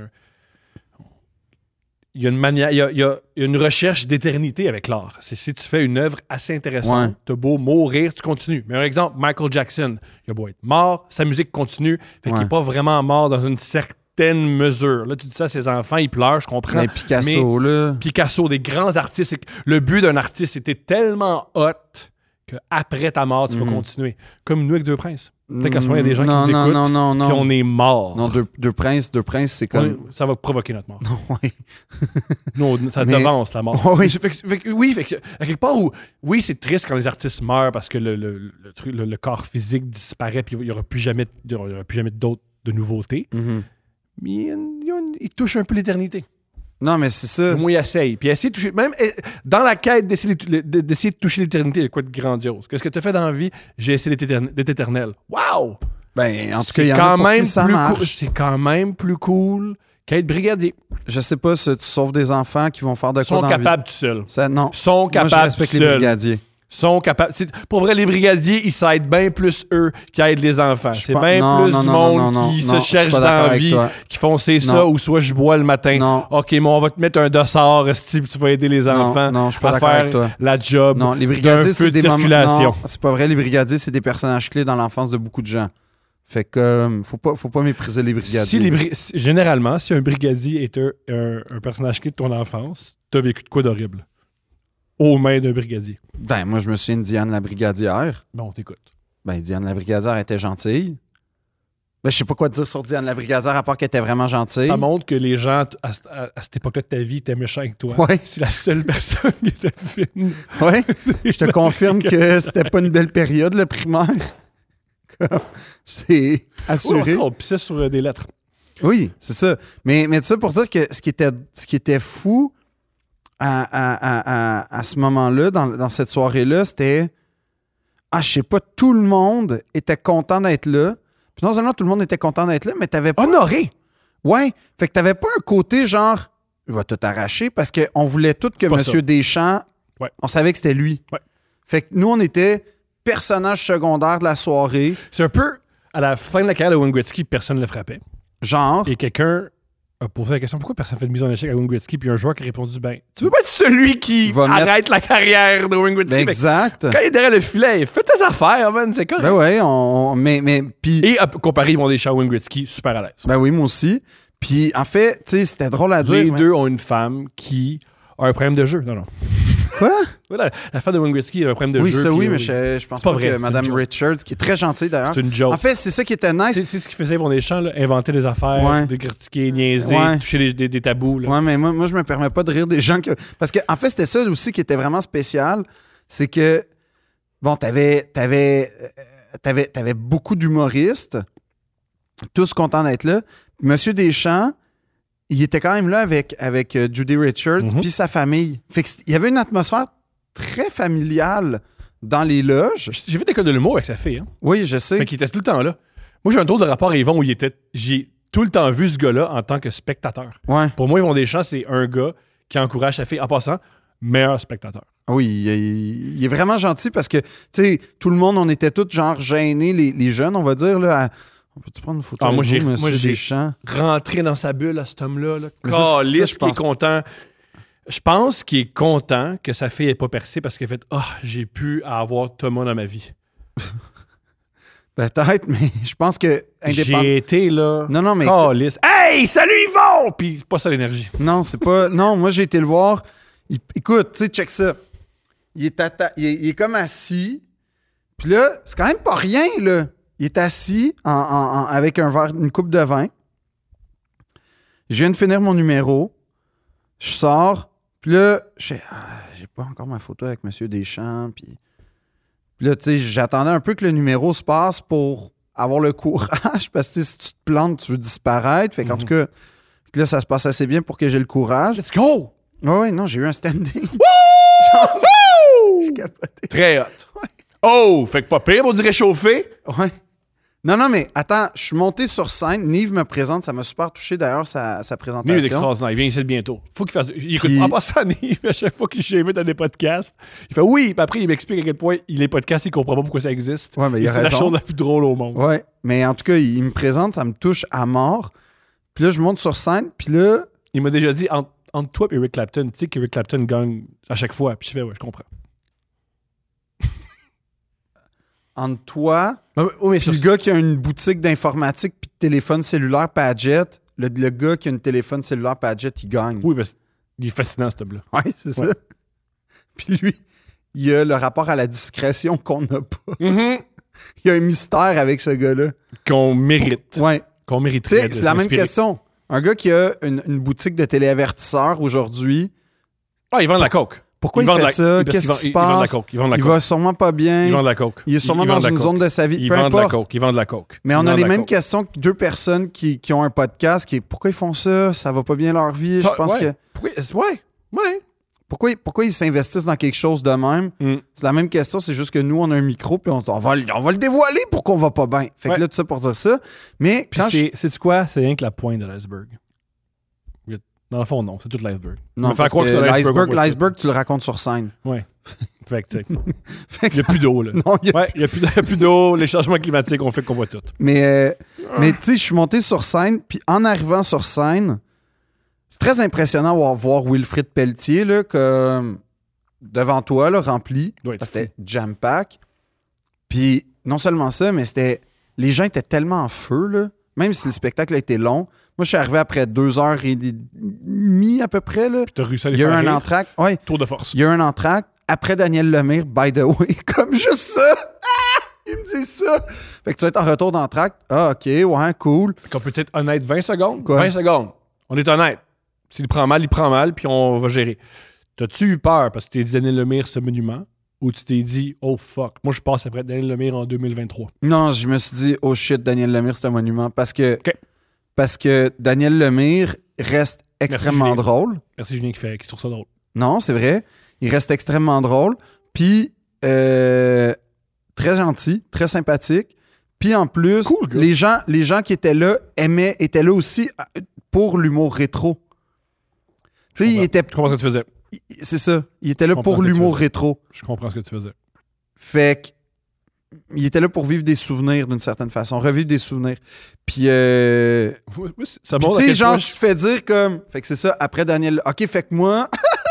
Il y a une manière, il y a, il y a une recherche d'éternité avec l'art. C'est si tu fais une œuvre assez intéressante, Ouais. t'as beau mourir, tu continues. Mais un exemple, Michael Jackson, il a beau être mort, sa musique continue, fait qu'il Ouais. n'est pas vraiment mort dans une certaine mesure. Là, tu dis ça à ses enfants, ils pleurent, je comprends. Mais Picasso, là... Picasso, des grands artistes. c'est que Le but d'un artiste, c'était tellement hot qu'après ta mort, tu vas Mhm. continuer. Comme nous avec Deux Princes. Peut-être qu'à ce moment, il y a des gens non, qui nous non, écoutent, non, non, non. puis on est mort. Non, deux, deux princes, deux princes, c'est comme... On est- Ça va provoquer notre mort. Oui. Nous, ça Mais- devance la mort. Oui. Fait que- fait que- oui, fait que, à quelque part où, oui, c'est triste quand les artistes meurent parce que le, le, le, truc- le- le corps physique disparaît puis il n'y aura plus jamais, il y aura plus jamais d'autres de nouveautés. Mhm. mais il, y a une- il y a une- il touche un peu l'éternité. Non, mais c'est ça. Au moins, il essaye. Puis essayer de toucher. Même eh, dans la quête d'essayer de, de- d'essayer de toucher l'éternité, il y a quoi de grandiose? Qu'est-ce que tu as fait dans la vie? J'ai essayé d'être éterne- d'être éternel. Wow! Ben, en tout cas, C'est il y en a quand pour même qui ça plus marche. cool. C'est quand même plus cool qu'être brigadier. Je sais pas si tu sauves des enfants qui vont faire de Ils quoi sont dans la vie. capables tout seuls. Ça, non. Ils sont Moi, je capables respecte tout les seuls. brigadiers. Sont capables. c'est- Pour vrai, les brigadiers, ils s'aident bien plus eux qui aident les enfants. Je C'est pense- bien non, plus non, du non, monde non, non, qui non, se je suis cherche pas dans d'accord la avec vie, toi. qui font c'est ça, Non. ou soit je bois le matin. Non. OK, mais on va te mettre un dossard, esti, puis tu vas aider les Non, enfants non, je suis pas à d'accord faire avec toi. la job Non, les d'un brigadiers, feu c'est de des moments. circulation. Non, c'est pas vrai. Les brigadiers, c'est des personnages clés dans l'enfance de beaucoup de gens. Fait que euh, faut pas, faut pas mépriser les brigadiers. Si les bri- si- généralement, si un brigadier est un, un- un personnage clé de ton enfance, t'as vécu de quoi d'horrible? Aux mains d'un brigadier. Ben, moi, je me souviens de Diane la brigadière. Bon, on t'écoute. Ben, Diane la brigadière était gentille. Ben, je sais pas quoi te dire sur Diane la brigadière à part qu'elle était vraiment gentille. Ça montre que les gens, à, à- à cette époque-là de ta vie, étaient méchants avec toi. Ouais. C'est la seule personne qui était fine. Ouais. Je te confirme que c'était pas une belle période, le primaire. Comme, c'est assuré. Oh, on pissait sur euh, des lettres. Oui, c'est ça. Mais, mais tout ça pour dire que ce qui était, ce qui était fou à, à, à, à, à ce moment-là, dans, dans cette soirée-là, c'était ah, je sais pas, tout le monde était content d'être là. Puis non seulement tout le monde était content d'être là, mais t'avais pas. Honoré! Ouais. Fait que t'avais pas un côté genre je vais tout arracher parce qu'on voulait tout que Pas M. ça. Deschamps, Ouais. on savait que c'était lui. Ouais. Fait que nous, on était personnage secondaire de la soirée. C'est un peu à la fin de la carrière de Wayne Gretzky, personne ne le frappait. Genre. Et quelqu'un a posé la question pourquoi personne fait de mise en échec à Wayne Gretzky, puis un joueur qui a répondu ben, tu veux pas être celui qui Va mettre- arrête la carrière de Wayne Gretzky? Ben, Fait que exact. quand il est derrière le filet, fais tes affaires, man, c'est correct. Ben ouais, on, mais, mais, puis, Et à comparer, ils vont des chats à Wayne Gretzky, super à l'aise. ben oui, moi aussi. Puis, en fait, tu sais, c'était drôle à dire. Les mais- deux ont une femme qui a un problème de jeu. Non, non. Quoi? Voilà, la femme de Wayne Gretzky a un problème de Oui, jeu. ça, puis, oui, euh, mais je, je pense pas pas, vrai, que c'est Mme une joke. Richards, qui est très gentille d'ailleurs. C'est une joke. En fait, c'est ça qui était nice. Tu sais- tu sais ce qu'ils faisaient, Yvon Deschamps, là, inventer des affaires, Ouais. de critiquer, niaiser, Ouais. toucher les- des, des tabous. Là. Ouais, mais moi, moi, je me permets pas de rire des gens que. Parce que, en fait, c'était ça aussi qui était vraiment spécial. C'est que, bon, t'avais, t'avais, euh, t'avais, t'avais beaucoup d'humoristes, tous contents d'être là. Monsieur Deschamps, il était quand même là avec, avec euh, Judy Richards Mhm. puis sa famille. Fait que, il y avait une atmosphère très familiale dans les loges. J'ai fait des école de l'humour avec sa fille. Hein. Oui, je sais. Fait qu'il était tout le temps là. Moi, j'ai un drôle de rapport à Yvon où il était. J'ai tout le temps vu ce gars-là en tant que spectateur. Ouais. Pour moi, Yvon Deschamps, c'est un gars qui encourage sa fille. En passant, meilleur spectateur. Oui, il, il- il est vraiment gentil parce que, tu sais, tout le monde, on était tous genre gênés, les, les jeunes, on va dire, là. à- on peut-tu prendre une photo Ah, avec moi, vous, j'ai- monsieur moi, j'ai- Deschamps? Rentrer dans sa bulle à cet homme-là. Là. Mais ça, ça, Caliste, je qui est pense- content. Je pense qu'il est content que sa fille n'ait pas percé parce qu'il a fait Ah, j'ai pu avoir Thomas dans ma vie. Peut-être, mais je pense que indépendant. J'ai été là. Non, non, mais. Caliste. Hey, salut Yvon! Puis c'est pas ça l'énergie. Non, c'est pas. Non, moi, j'ai été le voir. Il- Écoute, tu sais, check ça. Il est, atta- il est, il est comme assis. Puis là, c'est quand même pas rien, là. Il est assis en- en- en- avec un verre, une coupe de vin. Je viens de finir mon numéro. Je sors. Puis là, je fais, ah, j'ai pas encore ma photo avec M. Deschamps. Puis, puis là, tu sais, j'attendais un peu que le numéro se passe pour avoir le courage. Parce que tu sais, si tu te plantes, tu veux disparaître. Fait qu'en Mhm. tout cas, puis là, ça se passe assez bien pour que j'ai le courage. Let's go! Ouais, ouais, non, j'ai eu un standing. Je capotais. Très hot. Oh, fait que pas pire, on dirait chauffer. Ouais. Non, non, mais attends, je suis monté sur scène. Nive me présente. Ça m'a super touché d'ailleurs, sa, sa Nive est présentation. extraordinaire. Il vient ici bientôt. Faut qu'il fasse. Il écoute Puis- en passant Nive à chaque fois que j'invite à des podcasts. Il fait oui, puis après il m'explique à quel point il est podcast, il comprend pas pourquoi ça existe. Ouais, mais il Et a c'est la raison. chose la plus drôle au monde. Ouais, mais en tout cas, il, il me présente, ça me touche à mort. Puis là, je monte sur scène, puis là, Il m'a déjà dit entre, entre toi et Eric Clapton, tu sais qu'Eric Clapton gagne à chaque fois. Puis je fais ouais, je comprends. entre toi, Oui, mais puis le gars qui a une boutique d'informatique puis de téléphone cellulaire Padgett, le, le gars qui a une téléphone cellulaire Padgett, il gagne. oui, parce qu'il est fascinant, ce homme-là. Ouais, c'est ça. Ouais. Puis lui, il a le rapport à la discrétion qu'on n'a pas. Mhm. Il y a un mystère avec ce gars-là. Qu'on mérite. Ouais. Qu'on Tu mériterait. sais, de c'est la même s'inspirer. question. Un gars qui a une, une boutique de téléavertisseurs aujourd'hui, Ah, il vend de la coke. Pourquoi il, vendent fait la- ça? parce Qu'est-ce qu'ils qui se vendent- Ils vendent de la passe? coke. Ils vendent de la Il coke. va sûrement pas bien. Ils vendent de la coke. Il est sûrement Ils dans vendent de la une coke. zone de sa vie. Ils Peu vendent de la importe. coke. Ils vendent de la coke. Mais Ils on a vendent les de la mêmes coke. questions que deux personnes qui, qui ont un podcast qui est pourquoi ils font ça? Ça va pas bien leur vie. Je Ça- pense ouais. que. Pourquoi- Ouais, ouais. Pourquoi, pourquoi ils s'investissent dans quelque chose de même? Mm. C'est la même question, c'est juste que nous, on a un micro, puis on, on va, le- on va le dévoiler pour qu'on va pas bien. Fait que Ouais. là, tout ça pour dire ça. Mais Puis quand je. c'est, c'est quoi? C'est rien que la pointe de l'iceberg. Dans le fond, non. C'est tout l'iceberg. Non, Me faire parce croire que que c'est l'iceberg, l'iceberg, on voit l'iceberg, tu le racontes sur scène. Ouais. Fait que, tu sais, Fait que il n'y a ça- plus d'eau, là. Non, il y a- Ouais, il n'y a, plus de- il y a plus d'eau. Les changements climatiques ont fait qu'on voit tout. Mais, euh, mais tu sais, je suis monté sur scène, puis en arrivant sur scène, c'est très impressionnant de voir, voir Wilfrid Pelletier, là, comme devant toi, là, rempli. Doit être Parce que c'était jam-pack. Puis non seulement ça, mais c'était. Les gens étaient tellement en feu, là. Même si le spectacle a été long. Moi, je suis arrivé après deux heures et demie à peu près, là. Puis t'as réussi à les Il y a eu faire un rire. entracte. Ouais. Tour de force. Il y a eu un entracte. Après Daniel Lemire, by the way, comme juste ça. Ah! Il me dit ça. Fait que tu vas être en retour d'entracte. Ah, OK, ouais, cool. Qu'on peut être honnête vingt secondes? Quoi? vingt secondes. On est honnête. S'il prend mal, il prend mal, puis on va gérer. T'as-tu eu peur parce que tu t'es dit Daniel Lemire, ce monument, ou tu t'es dit, oh fuck, moi je passe après Daniel Lemire en deux mille vingt-trois? Non, je me suis dit, oh shit, Daniel Lemire, c'est un monument. Parce que, OK. parce que Daniel Lemire reste extrêmement Julien. drôle. Merci Julien qui, fait, qui trouve ça drôle. Non, c'est vrai. Il reste extrêmement drôle. Puis, euh, très gentil, très sympathique. Puis en plus, Cool, gars. les, gens, les gens qui étaient là aimaient, étaient là aussi euh, pour l'humour rétro. Tu sais, il était. Je comprends ce que tu faisais. il- C'est ça. Il était là Je comprends pour ce que tu l'humour faisais. rétro. Je comprends ce que tu faisais. Fait que. Il était là pour vivre des souvenirs d'une certaine façon, revivre des souvenirs. Puis, euh, Oui, oui, ça Puis, montre à tu sais, quel genre, point tu te fais dire comme. Fait que c'est ça, après Daniel. OK, fait que moi.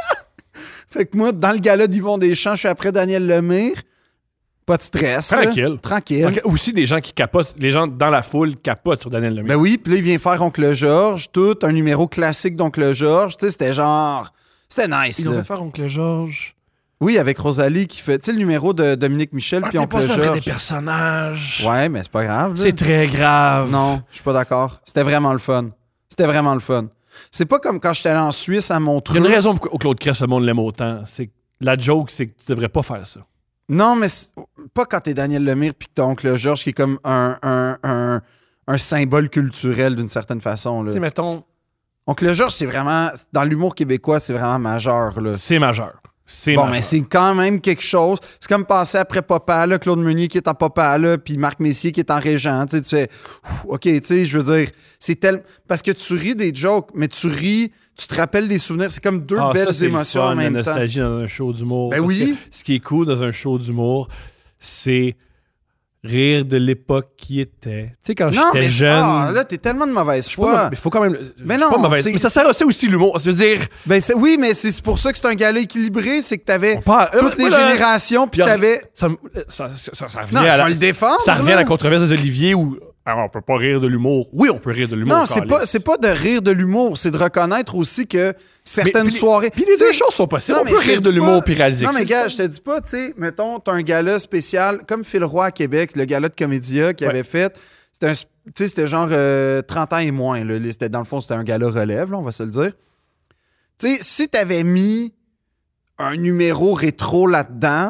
fait que moi, dans le gala d'Yvon Deschamps, je suis après Daniel Lemire. Pas de stress. là. Tranquille. Tranquille. Ok, aussi des gens qui capotent, les gens dans la foule capotent sur Daniel Lemire. Ben oui, puis là, il vient faire Oncle Georges, tout, un numéro classique d'Oncle Georges. Tu sais, c'était genre. C'était nice, Ils ont là. fait faire Oncle Georges. Oui, avec Rosalie qui fait. Tu sais, le numéro de Dominique Michel, Ah, puis t'es Oncle pas ça après des Georges. personnages. Ouais, mais c'est pas grave. là. C'est très grave. Non, je suis pas d'accord. C'était vraiment le fun. C'était vraiment le fun. C'est pas comme quand j'étais allé en Suisse à Il y Montreux. a une raison pourquoi Claude Crest, le monde l'aime autant. C'est que la joke, c'est que tu devrais pas faire ça. Non, mais c'est- pas quand t'es Daniel Lemire puis que t'as Oncle Georges qui est comme un, un, un, un symbole culturel d'une certaine façon. Là. Tu sais, mettons, Oncle Georges, c'est vraiment. Dans l'humour québécois, c'est vraiment majeur. Là. c'est majeur. C'est Bon, majeur. mais c'est quand même quelque chose. C'est comme passer après Papa, là, Claude Meunier qui est en Papa, là, puis Marc Messier qui est en Régent. Tu sais, tu fais, ouf, OK, tu sais, je veux dire, c'est tel. Parce que tu ris des jokes, mais tu ris, tu te rappelles des souvenirs. C'est comme deux Ah, ça, belles c'est le émotions fun, en même la temps. nostalgie dans un show d'humour. Ben Parce oui. que ce qui est cool dans un show d'humour, c'est rire de l'époque qui était. Tu sais, quand Non, mais j'étais jeune. ah, là, t'es tellement de mauvaise je sais pas, foi. mais il faut quand même. Mais c'est non, pas mauvais- c'est- mais ça sert aussi aussi l'humour. Je veux dire, Ben c'est- oui, mais c'est c'est pour ça que c'est un gala équilibré, c'est que t'avais on parle- toutes les moi, là, générations, puis puis t'avais. ça, ça, ça, ça revient Non, à je la, vais le défendre. ça revient à là. la controverse des Olivier où ah, on peut pas rire de l'humour. Oui, on peut rire de l'humour. Non, c'est câlisse. pas, c'est pas de rire de l'humour, c'est de reconnaître aussi que Mais- certaines puis les- soirées. Puis les Tu sais, deux choses sont possibles. non, On mais peut je te rire de dis l'humour pas- puis réaliser. Non, que mais c'est gars, le je te dis pas, tu sais, mettons, t'as un gala spécial, comme Phil Roy à Québec, le gala de Comédia qu'il Ouais. avait fait. C'était un, tu sais, c'était genre euh, trente ans et moins. Là. C'était, dans le fond, c'était un gala relève, là, on va se le dire. Tu sais, si t'avais mis un numéro rétro là-dedans,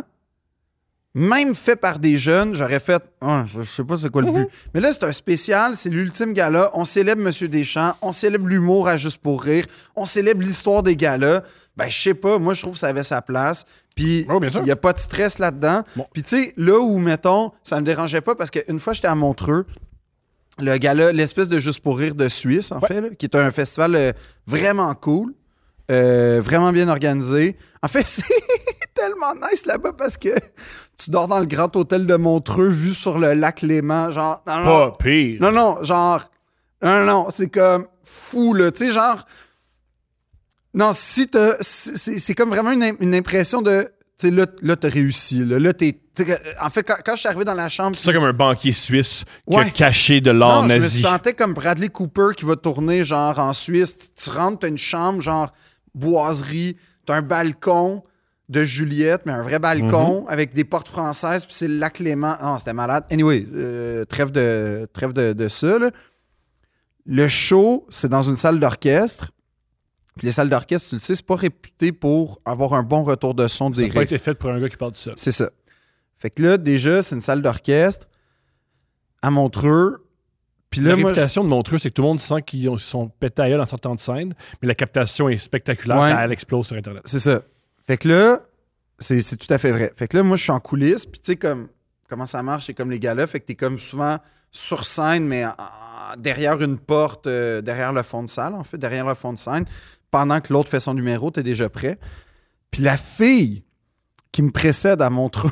même fait par des jeunes, j'aurais fait. Ah, je je sais pas c'est quoi le but. Mais là, c'est un spécial, c'est l'ultime gala. On célèbre Monsieur Deschamps, on célèbre l'humour à Juste pour rire, on célèbre l'histoire des galas. Ben, je sais pas, moi, je trouve que ça avait sa place. Puis, Oh, bien sûr. il n'y a pas de stress là-dedans. Bon. Puis, tu sais, là où, mettons, ça me dérangeait pas parce qu'une fois, j'étais à Montreux, le gala, l'espèce de Juste pour rire de Suisse, en Ouais. fait, là, qui est un festival euh, vraiment cool, euh, vraiment bien organisé. En fait, c'est tellement nice là-bas parce que tu dors dans le grand hôtel de Montreux, vu sur le lac Léman, genre... Non, non, Pas pire. non, non, genre... Non, non, non, c'est comme fou, là. Tu sais, genre... Non, si t'as... C'est c'est- c'est comme vraiment une, im- une impression de... Tu sais, là, là t'as réussi, là. Là, t'es... t'es- En fait, quand, quand je suis arrivé dans la chambre... C'est ça comme un banquier suisse qui Ouais. a caché de l'or Non, je me nazi. sentais comme Bradley Cooper qui va tourner, genre, en Suisse. Tu, tu rentres, t'as une chambre, genre, boiserie, t'as un balcon de Juliette, mais un vrai balcon Mhm. avec des portes françaises, puis c'est le lac Léman. Non, c'était malade. Anyway, euh, trêve de, trêve de, de ça, là. Le show, c'est dans une salle d'orchestre. Puis les salles d'orchestre, tu le sais, c'est pas réputé pour avoir un bon retour de son Ça des n'a pas rires. été fait pour un gars qui parle tout seul. C'est ça. Fait que là, déjà, c'est une salle d'orchestre à Montreux. Puis là, La moi, je- réputation de Montreux, c'est que tout le monde sent qu'ils ont- ils sont pétés à gueule en sortant de scène, mais la captation est spectaculaire, Ouais. puis elle explose sur Internet. c'est ça. Fait que là, c'est c'est tout à fait vrai. Fait que là, moi, je suis en coulisses. Puis tu sais, comme comment ça marche, c'est comme les gars-là. Fait que t'es comme souvent sur scène, mais en- en- derrière une porte, euh, derrière le fond de salle, en fait, derrière le fond de scène. Pendant que l'autre fait son numéro, t'es déjà prêt. Puis la fille qui me précède à Montreux,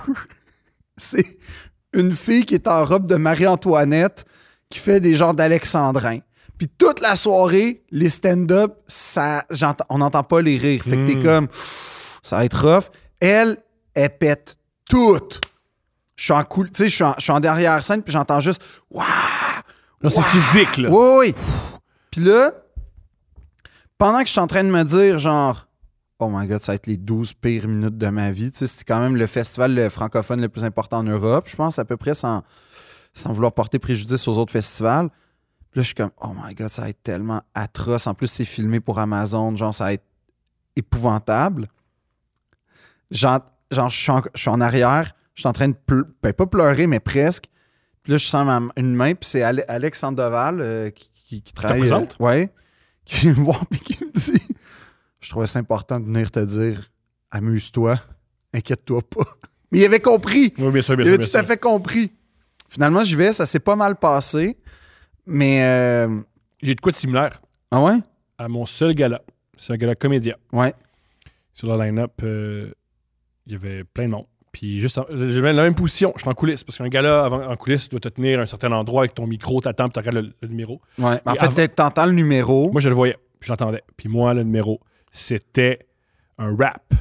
c'est une fille qui est en robe de Marie-Antoinette qui fait des genres d'alexandrin. Puis toute la soirée, les stand-up, ça, j'entends- on n'entend pas les rires. Fait que t'es Mm. comme, pff, ça va être rough. Elle, elle pète toutes. Je suis en cool, tu sais, je suis en, je suis en derrière scène, puis j'entends juste, waouh! Là, c'est Wow! physique, là. Oui, oui. Puis là, pendant que je suis en train de me dire, genre, oh my god, ça va être les douze pires minutes de ma vie. Tu sais, c'est quand même le festival le francophone le plus important en Europe, je pense, à peu près, sans, sans vouloir porter préjudice aux autres festivals. Puis là, je suis comme, oh my god, ça va être tellement atroce. En plus, c'est filmé pour Amazon, genre, ça va être épouvantable. Genre, genre je, suis en, je suis en arrière, je suis en train de pleurer, ben, pas pleurer, mais presque. Puis là, je sens ma- une main, puis c'est Ale- Alex Sandoval euh, qui, qui, qui travaille. représente? euh, ouais. Qui vient me voir, puis qui me dit, je trouvais ça important de venir te dire, amuse-toi, inquiète-toi pas. Mais il avait compris. Oui, bien sûr, bien Il sûr. avait bien tout à sûr. fait compris. Finalement, j'y vais, ça s'est pas mal passé. Mais. euh, J'ai de quoi de similaire Ah ouais? à mon seul gala. C'est un gala comédien. Ouais. Sur le line-up, euh, il y avait plein de monde. Puis juste, en- j'ai même la même position. Je suis en coulisses. Parce qu'un gala avant, en coulisses, tu dois te tenir à un certain endroit avec ton micro, t'attends, puis tu regardes le, le numéro. Ouais. En Et fait, avant- peut-être t'entends le numéro. Moi, je le voyais, puis j'entendais. Puis moi, le numéro, c'était un rap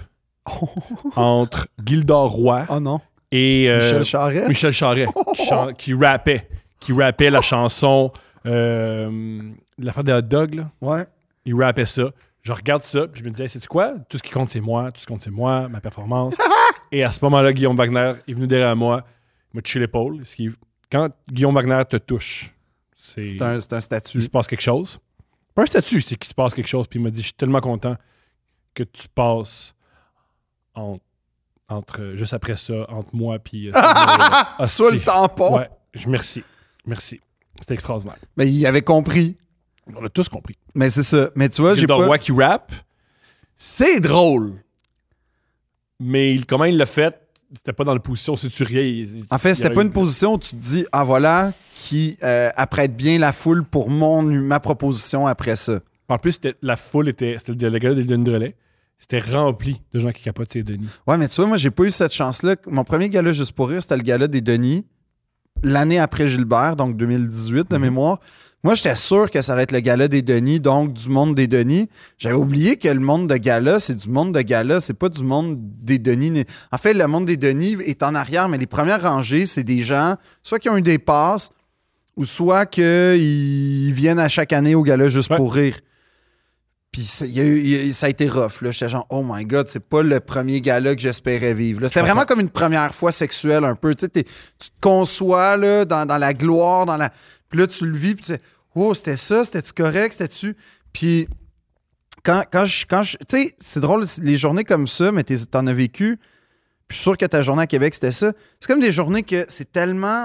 entre Gildor Roy Oh non. et euh, Michel Charret. Michel Charret, qui, chan- qui rappait, qui rappait la chanson, euh, l'affaire des hot dogs, là. Ouais. Il rappait ça. Je regarde ça, puis je me disais, c'est quoi? Tout ce qui compte, c'est moi. Tout ce qui compte, c'est moi, ma performance. Et à ce moment-là, Guillaume Wagner est venu derrière moi, il m'a touché l'épaule. Ce qui- Quand Guillaume Wagner te touche, c'est, C'est un, c'est un il statut. se passe quelque chose. Pas un statut, c'est qu'il se passe quelque chose. Puis il m'a dit, je suis tellement content que tu passes en- entre, juste après ça, entre moi puis... euh, ah, Sur le si. tampon. Ouais, je, merci. Merci. C'était extraordinaire. Mais il avait compris. On a tous compris. Mais c'est ça. Mais tu vois, j'ai Gildor pas... Roy qui rappe, c'est drôle. Mais il- comment il l'a fait, c'était pas dans la position, c'est-tu rien. il- En fait, il c'était aurait pas eu- une position où tu te dis, ah voilà, qui euh, apprête bien la foule pour mon, ma proposition après ça. En plus, c'était- la foule était. C'était le gars des Denis de relais. C'était rempli de gens qui capotent ces Denis. Ouais, mais tu vois, moi, j'ai pas eu cette chance-là. Mon premier gala Juste pour rire, c'était le gala des Denis, l'année après Gilbert, donc deux mille dix-huit de Mhm. mémoire. Moi, j'étais sûr que ça allait être le gala des Denis, donc du monde des Denis. J'avais oublié que le monde de gala, c'est du monde de gala, c'est pas du monde des Denis. En fait, le monde des Denis est en arrière, mais les premières rangées, c'est des gens, soit qui ont eu des passes, ou soit qu'ils viennent à chaque année au gala Juste Ouais. pour rire. Puis ça, il y a eu- il y a- ça a été rough. Là. J'étais genre, oh my god, c'est pas le premier gala que j'espérais vivre. là. C'était Je vraiment comprends. comme une première fois sexuelle un peu. Tu sais, t'es- tu te conçois là, dans, dans la gloire, dans la. Puis là, tu le vis, puis tu sais, oh, c'était ça, c'était-tu correct, c'était-tu. Puis quand, quand je. Quand je tu sais, c'est drôle, c'est- les journées comme ça, mais t'es- t'en as vécu. Puis je suis sûr que ta journée à Québec, c'était ça. C'est comme des journées que c'est tellement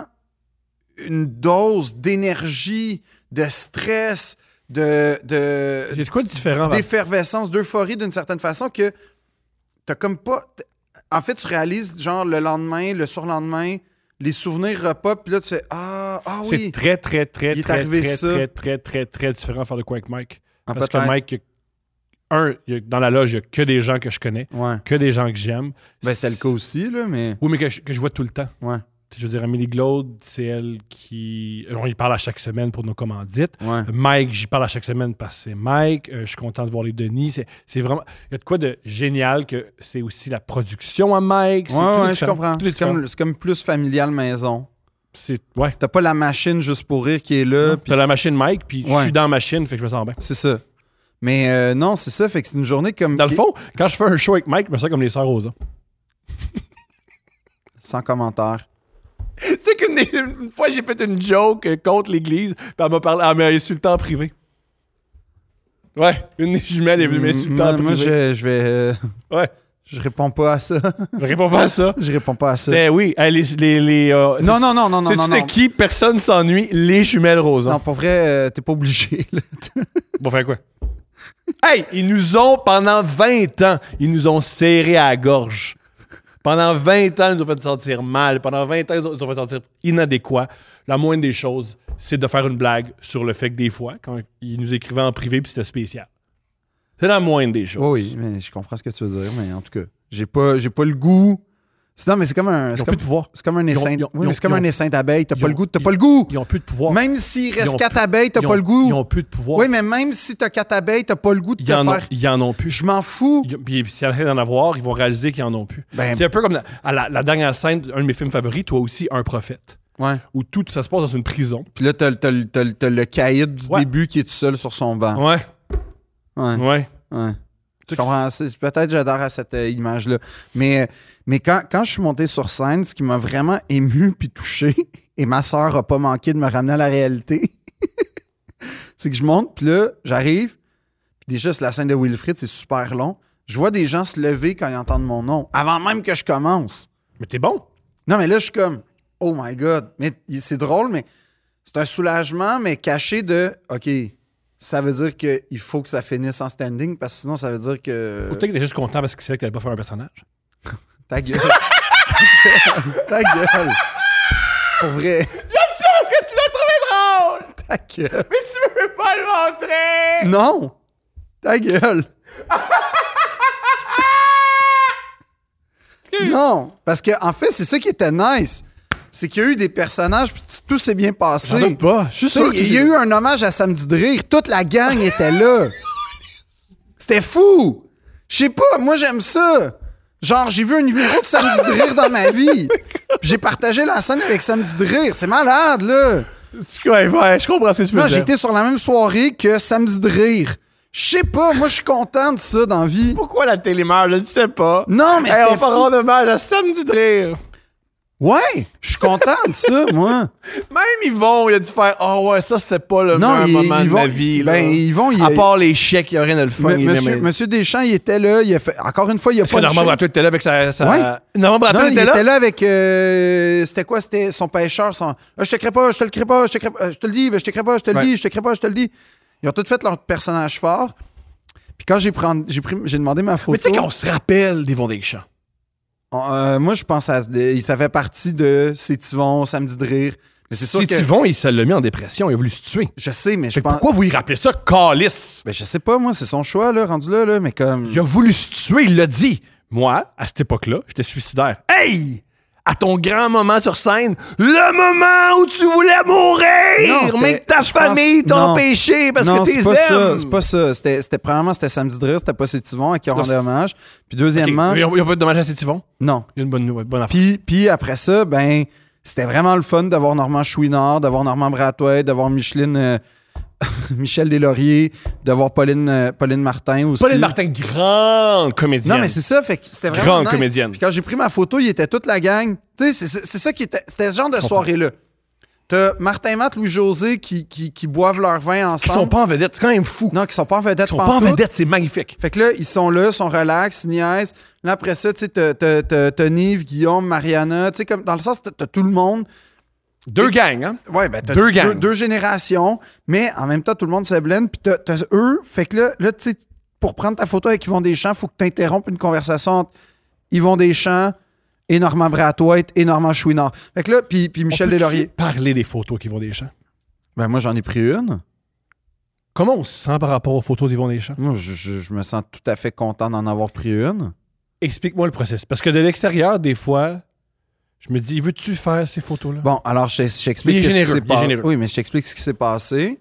une dose d'énergie, de stress, de. de J'ai de quoi de différent? d'effervescence, d'euphorie d'une certaine façon que t'as comme pas. t- En fait, tu réalises, genre, le lendemain, le surlendemain, les souvenirs repopent, puis là, tu fais Ah, ah C'est oui. très, très, très, Il est très, arrivé très, ça. très, très, très, très différent de faire de quoi avec Mike. Ah, Parce que peut-être. Mike, il y a- un, il y a- dans la loge, il n'y a que des gens que je connais, Ouais. que des gens que j'aime. Ben, c'était le cas aussi, là, mais. Oui, mais que je, que je vois tout le temps. Ouais. Je veux dire, Amélie Glaude, c'est elle qui. On y parle à chaque semaine pour nos commandites. Ouais. Mike, j'y parle à chaque semaine parce que c'est Mike. Euh, je suis content de voir les Denis. C'est, c'est vraiment. Il y a de quoi de génial que c'est aussi la production à Mike. C'est Ouais, tout ouais, je différent. comprends. Tout est C'est comme, c'est comme plus familial maison. C'est, ouais. T'as pas la machine juste pour rire qui est là. puis T'as la machine Mike, puis je Ouais. suis dans la machine, fait que je me sens bien. C'est ça. Mais euh, non, c'est ça. Fait que c'est une journée comme. Dans le qui- fond, quand je fais un show avec Mike, je me sens comme les sœurs Rosa. Sans commentaire. Tu sais qu'une des- une fois, j'ai fait une joke euh, contre l'église, puis elle m'a parlé, elle m'a insulté en privé. Ouais, une des jumelles est venue m'insulter en Moi, moi, privé. je, je vais. euh, Ouais, je réponds pas à ça. je réponds pas à ça. je réponds pas à ça. Ben oui, hey, les... les, les euh, Non, non, non, non, non, sais-tu non, de non. qui personne s'ennuie? Les jumelles Roson. Non, pour vrai, euh, t'es pas obligé. Là. Bon, faire quoi? Hey, ils nous ont, pendant vingt ans, ils nous ont serré à la gorge. Pendant vingt ans, ils nous ont fait sentir mal. Pendant vingt ans, ils nous ont fait sentir inadéquats. La moindre des choses, c'est de faire une blague sur le fait que des fois, quand ils nous écrivaient en privé, puis c'était spécial. C'est la moindre des choses. Oui, oui, mais je comprends ce que tu veux dire, mais en tout cas, j'ai pas, j'ai pas le goût. C'est- Non, mais c'est comme un. Ils C'est ont comme, plus de pouvoir. c'est comme un Ils ont- essaim. ils ont- Oui, ils mais ont- c'est comme ils un ont- essaim d'abeilles. T'as ils pas ont- le goût. T'as ils- pas le goût. Ils ont plus de pouvoir. Même s'il Ils reste ont quatre plus- abeilles, t'as ils pas ont- le goût. Ils ont plus de pouvoir. Oui, mais même si t'as quatre abeilles, t'as pas le goût de te Ils en, ont, faire. ils en ont plus. Je m'en fous. Ils- Puis s'ils arrêtent d'en avoir, ils vont réaliser qu'ils en ont plus. Ben, C'est un peu comme la, à la, la dernière scène d'un de mes films favoris, toi aussi, Un prophète. ouais. Où tout ça se passe dans une prison. Puis là, t'as, t'as, t'as, t'as le caïd du Ouais. début qui est tout seul sur son banc. Ouais. Ouais. Ouais. Ouais. Tu Je comprends. C'est- c'est- peut-être j'adore à cette euh, image-là. Mais, mais quand, quand je suis monté sur scène, ce qui m'a vraiment ému puis touché, et ma soeur a pas manqué de me ramener à la réalité, c'est que je monte, puis là, j'arrive, puis déjà, c'est la scène de Wilfrid, c'est super long. Je vois des gens se lever quand ils entendent mon nom, avant même que je commence. Mais t'es bon. Non, mais là, je suis comme, oh my God. Mais c'est drôle, mais c'est un soulagement, mais caché de, OK, ça veut dire qu'il faut que ça finisse en standing, parce que sinon, ça veut dire que. Ou peut-être que t'es juste content parce que c'est vrai que t'allais pas faire un personnage. Ta gueule. Ta gueule. Pour vrai. Parce que tu l'as trouvé drôle! Ta gueule. Mais tu veux pas le montrer! Non. Ta gueule. Non. Parce que en fait, c'est ça qui était nice. C'est qu'il y a eu des personnages, puis t- tout s'est bien J'en passé. doute pas. Je suis Tu sais, sûr Il y a eu un hommage à Samedi de rire. Toute la gang était là. C'était fou. Je sais pas, moi j'aime ça. Genre, j'ai vu un numéro de Samedi de rire dans ma vie. Puis j'ai partagé la scène avec Samedi de rire. C'est malade, là. Ouais, ouais, je comprends ce que tu veux Non, dire. j'ai été sur la même soirée que Samedi de rire. Je sais pas, moi je suis content de ça dans la vie. Pourquoi la télé meurt? Je ne sais pas. Non, mais Hey, c'était on va fou. rendre hommage à Samedi de rire. Ouais, je suis content de ça, moi. Même Yvon, il a dû faire « Oh ouais, ça c'était pas le Non, meilleur ils- moment ils de vont- ma vie. » là. ben, ils vont, il- À part les chèques, il n'y a rien de le fun. M- il monsieur, aimait- monsieur Deschamps, il était là. Il a fait... Encore une fois, il a Est-ce pas que de Normand chèque. Bratois était là avec sa... sa... Ouais. Normand Bratois Non, il était là? était là avec. euh, C'était quoi? C'était son pêcheur. Son... Ah, je te crée pas, je te le crée pas, je te crée pas, euh, je te le dis, ben, je te crée pas, je te le Ouais. dis, je te crée pas, je te le dis. Ils ont tous fait leur personnage fort. Puis quand j'ai pris, j'ai pris, j'ai demandé ma photo. Mais tu sais qu'on se rappelle d'Yvon Deschamps. Euh, moi, je pense à. Il ça fait partie de C'est Yvon, Samedi de rire. Mais c'est sûr C'est que. Yvon, il se l'a mis en dépression. Il a voulu se tuer. Je sais, mais je Fait que pense. pourquoi vous y rappelez ça calice? Ben, je sais pas, moi, c'est son choix, là, rendu là, là, mais comme. Il a voulu se tuer, il l'a dit. Moi, à cette époque-là, j'étais suicidaire. Hey! À ton grand moment sur scène, le moment où tu voulais mourir! Non, c'était- Mais que ta je pense- famille t'ont non. péché parce non, que c'est t'es pas ça. aimes. C'est pas ça. C'était, c'était, premièrement, c'était Samedi de rire, c'était pas C'est Yvon à qui on Non, rendait c'est- hommage. Puis Ok, deuxièmement. Il n'y a pas de dommage à cet Yvon? Non. Il y a une bonne, nouvelle, bonne affaire. Puis, puis après ça, ben, c'était vraiment le fun d'avoir Normand Chouinard, d'avoir Normand Bratois, d'avoir Micheline, euh, Michel Deslauriers, d'avoir Pauline, euh, Pauline Martin aussi. Pauline Martin, grande comédienne. Non, mais c'est ça, fait que c'était vraiment Grande nice. comédienne. Puis quand j'ai pris ma photo, il était toute la gang. Tu sais, c'est, c'est, c'est ça qui était. C'était ce genre de soirée-là. T'as Martin Matt, Louis-José qui, qui, qui boivent leur vin Ils ensemble. sont pas en vedette. C'est quand même fou. Non, qui sont pas en vedette. Ils sont pas en pantoute. vedette, c'est magnifique. Fait que là, ils sont là, ils sont relax, ils niaisent. Là, après ça, tu sais, t'as, t'as, t'as, t'as Nive, Guillaume, Mariana. Tu sais, comme dans le sens, t'as, t'as tout le monde. Deux gangs, hein? Ouais, ben, t'as Deux deux, gangs. deux générations, mais en même temps, tout le monde se blende. Puis t'as, t'as eux. Fait que là, là tu sais, pour prendre ta photo avec Yvon Deschamps, il faut que tu interrompes une conversation entre Yvon Deschamps et Normand Bratois et Normand Chouinard. Fait que là, puis, puis Michel On peut-tu Deslauriers. parler des photos qu'Yvon Deschamps. Ben, moi, j'en ai pris une. Comment on se sent par rapport aux photos d'Yvon Deschamps? Moi, je, je- je me sens tout à fait content d'en avoir pris une. Explique-moi le processus. Parce que de l'extérieur, des fois, je me dis, veux-tu faire ces photos-là? Bon, alors, je, je t'explique Mais il est qu'est-ce qui généreux, s'est il est passé. généreux. Oui, mais je t'explique ce qui s'est passé.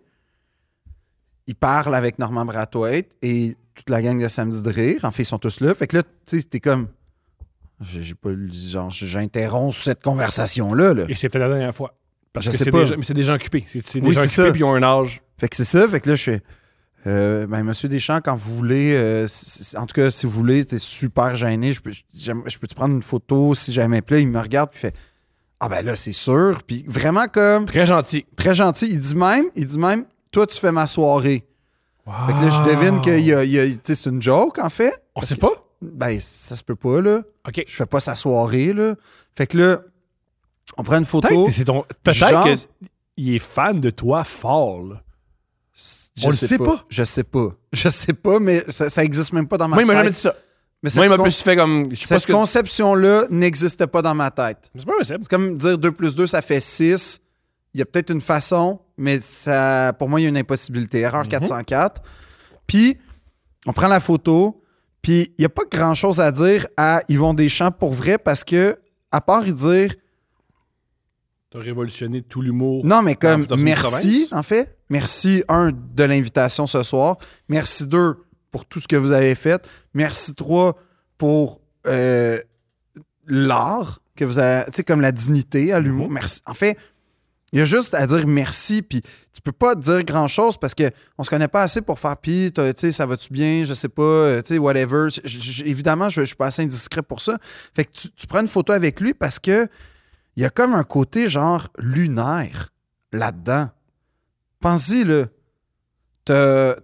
Il parle avec Normand Bratois et toute la gang de Samedi de rire. En fait, ils sont tous là. Fait que là, tu sais, t'es comme... J'ai j'ai pas le genre, j'interromps cette conversation-là. Là. Et c'est peut-être la dernière fois. Parce Je que sais c'est pas. des, gens- mais c'est des gens occupés. C'est, c'est des Oui, gens c'est occupés ça. puis ils ont un âge. Fait que c'est ça. Fait que là, je fais... Euh, ben, Monsieur Deschamps, quand vous voulez... euh, si- si- en tout cas, si vous voulez, t'es super gêné. Je peux, j'aime- je peux te prendre une photo si jamais... Puis là, il me regarde puis il fait... Ah ben là, c'est sûr. Puis vraiment comme... Très gentil. Très gentil. Il dit même, il dit même, toi, tu fais ma soirée. Fait que là, je devine que y a, y a, tu sais, c'est une joke, en fait. On sait pas? Ben, ça se peut pas, là. OK. Je fais pas sa soirée, là. Fait que là, on prend une photo. Peut-être que c'est ton... Peut-être Genre- qu'il est fan de toi fort, là. Je On le sais sait pas. Je sais pas. Je sais pas, mais ça, ça existe même pas dans ma Moi, il m'a tête. jamais dit ça. Mais cette, Moi, il m'a con- plus fait comme... Je sais pas cette ce que... conception-là n'existe pas dans ma tête. C'est pas possible. C'est comme dire deux plus deux, ça fait six. Il y a peut-être une façon, mais ça, pour moi, il y a une impossibilité. Erreur Mhm. quatre cent quatre. Puis, on prend la photo, puis il n'y a pas grand-chose à dire à Yvon Deschamps pour vrai parce que, à part y dire, T'as révolutionné tout l'humour. non, mais comme, Dans- dans une merci, province. en fait. Merci, un, de l'invitation ce soir. Merci, deux, pour tout ce que vous avez fait. Merci, trois, pour euh, l'art que vous avez, tu sais, comme la dignité à l'humour. Mhm. Merci. En fait, il y a juste à dire merci, puis tu peux pas dire grand-chose parce qu'on se connaît pas assez pour faire pis, tu sais, ça va-tu bien, je sais pas, euh, tu sais, whatever. Je- je- évidemment, je, je suis pas assez indiscret pour ça. Fait que tu, tu prends une photo avec lui parce que il y a comme un côté genre lunaire là-dedans. Pense-y, là. T'as-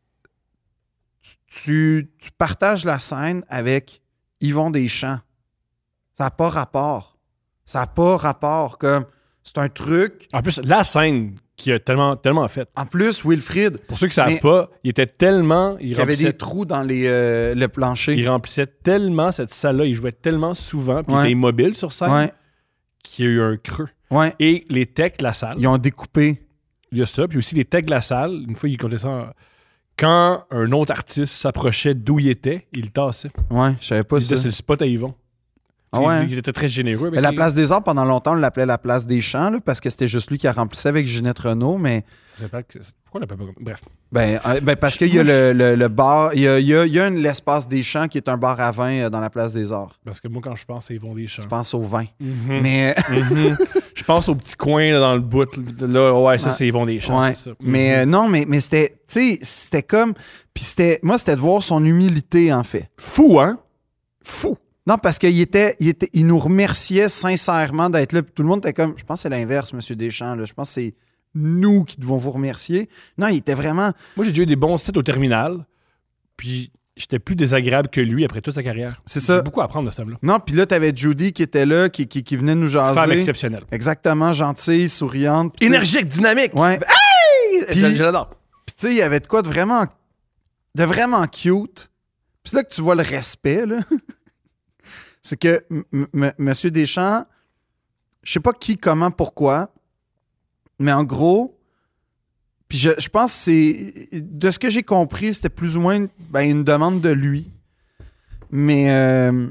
Tu, tu partages la scène avec Yvon Deschamps. Ça n'a pas rapport. Ça n'a pas rapport. Comme, c'est un truc. En plus, la scène qui a tellement, tellement fait. En plus, Wilfrid, Pour ceux qui savent Mais- pas, il était tellement... Il il y avait remplissait, des trous dans les, euh, le plancher. il remplissait tellement cette salle-là, il jouait tellement souvent, puis Ouais. il était immobile sur scène, Ouais, qu'il y a eu un creux. ouais. Et les techs de la salle, Ils ont découpé. il y a ça, puis aussi les techs de la salle, une fois, il comptait ça... en- Quand un autre artiste s'approchait d'où il était, il le tassait. Ouais, je savais pas Il ça. disait, c'est le spot à Yvon. Ah ouais, hein? il, il était très généreux. avec Mais la les- place des Arts, pendant longtemps, on l'appelait la place des Champs, là, parce que c'était juste lui qui a remplissé avec Ginette Renault, mais Ça s'appelle- Pourquoi on l'appelle pas comme... Bref. ben, euh, ben, parce qu'il y a le, le- le bar, il y a, il y a- il y a une- l'espace des Champs qui est un bar à vin euh, dans la place des Arts. Parce que moi, quand je pense, c'est Yvon Deschamps. Je pense au vin. Mhm. Mais, Mhm. Je pense au petit coin là, dans le bout. Là, ouais, ça, Ouais. c'est Yvon Deschamps. ouais. c'est ça. mais euh, Mhm. non, mais, mais c'était, tu sais, c'était comme, puis c'était, moi, c'était de voir son humilité, en fait. Fou, hein? Fou. Non, parce qu'il était, il était, il nous remerciait sincèrement d'être là. Puis tout le monde était comme, je pense que c'est l'inverse, M. Deschamps. Là. Je pense que c'est nous qui devons vous remercier. Non, il était vraiment. Moi, j'ai déjà eu des bons sites au terminal. Puis j'étais plus désagréable que lui après toute sa carrière. C'est J'ai ça. beaucoup à apprendre de ce homme-là. Non, puis là, t'avais Judy qui était là, qui, qui, qui venait nous jaser. Femme exceptionnelle. Exactement, gentille, souriante. Puis tu sais- Énergique, dynamique. Ouais. Puis, je, je l'adore. Puis tu sais, il y avait de quoi de vraiment, de vraiment cute. Puis c'est là que tu vois le respect, là. C'est que M. M- Monsieur Deschamps, je sais pas qui, comment, pourquoi, mais en gros, puis je, je pense que c'est, de ce que j'ai compris, c'était plus ou moins ben, une demande de lui. Mais euh,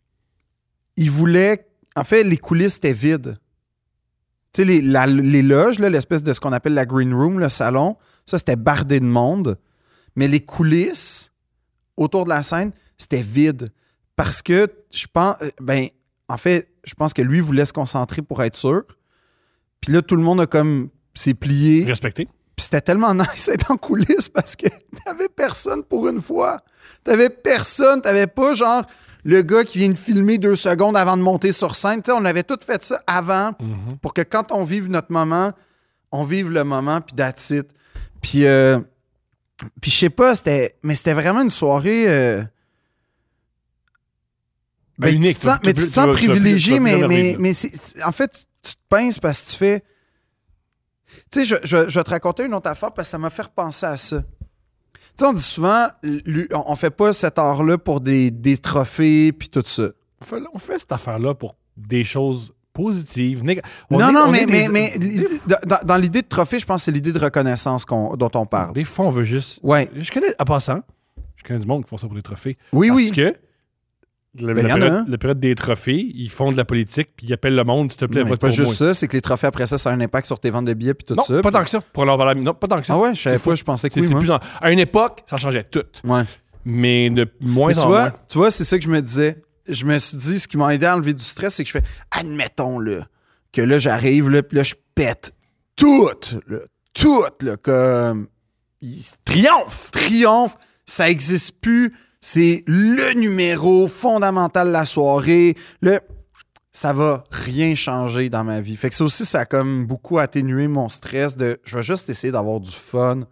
il voulait, en fait, les coulisses étaient vides. Tu sais, les, la- les loges, là, l'espèce de ce qu'on appelle la green room, le salon, ça, c'était bardé de monde. Mais les coulisses autour de la scène, c'était vide. Parce que je pense, euh, ben, en fait, je pense que lui voulait se concentrer pour être sûr. Puis là, tout le monde a comme s'est plié. Respecté. Puis c'était tellement nice d'être en coulisses parce que t'avais personne pour une fois. T'avais personne. T'avais pas genre le gars qui vient de filmer deux secondes avant de monter sur scène. Tu sais, on avait tout fait ça avant Mhm. pour que quand on vive notre moment, on vive le moment, puis that's it. Puis, euh, puis je sais pas, c'était, mais c'était vraiment une soirée... euh, Ben, ben, unique, tu te sens, tu- mais tu tu te peux- sens tu vas- tu vas plus- privilégié, tu vas plus mais, jamais mais, revivre, là. mais c'est- c'est- en fait, tu, tu te pinces parce que tu fais... Tu sais, je, je- je vais te raconter une autre affaire parce que ça m'a fait repenser à ça. Tu sais, on dit souvent, lui, on, on fait pas cet art-là pour des, des trophées puis tout ça. On fait, on fait cette affaire-là pour des choses positives. néga- on non, est- non, on mais, est mais, des- mais des- l'idée- dans, dans l'idée de trophée, je pense que c'est l'idée de reconnaissance qu'on- dont on parle. Des fois, on veut juste. Ouais. Je connais, en passant, je connais du monde qui font ça pour des trophées. Oui, Parce oui. que la, Ben, la y en a, période, hein. la période des trophées, ils font de la politique puis ils appellent le monde, s'il te plaît, Mais vote pas pour juste moi. ça, c'est que les trophées après ça, ça a un impact sur tes ventes de billets puis tout Non, ça. pas puis- tant que ça. Pour leur valeur- non, pas tant que ça. Ah ouais, je savais C'est fou. pas, je pensais que C'est oui, c'est moi. plus en- À une époque, ça changeait tout. Ouais. Mais de moins Mais tu en vois, moins. tu vois, c'est ça que je me disais. Je me suis dit, ce qui m'a aidé à enlever du stress, c'est que je fais, admettons, là, que là, j'arrive, là, puis là, je pète tout, là, tout, là, comme... il- Triomphe! Triomphe, ça existe plus, c'est le numéro fondamental de la soirée, le... ça va rien changer dans ma vie. Fait que ça aussi, ça a comme beaucoup atténué mon stress de, je vais juste essayer d'avoir du fun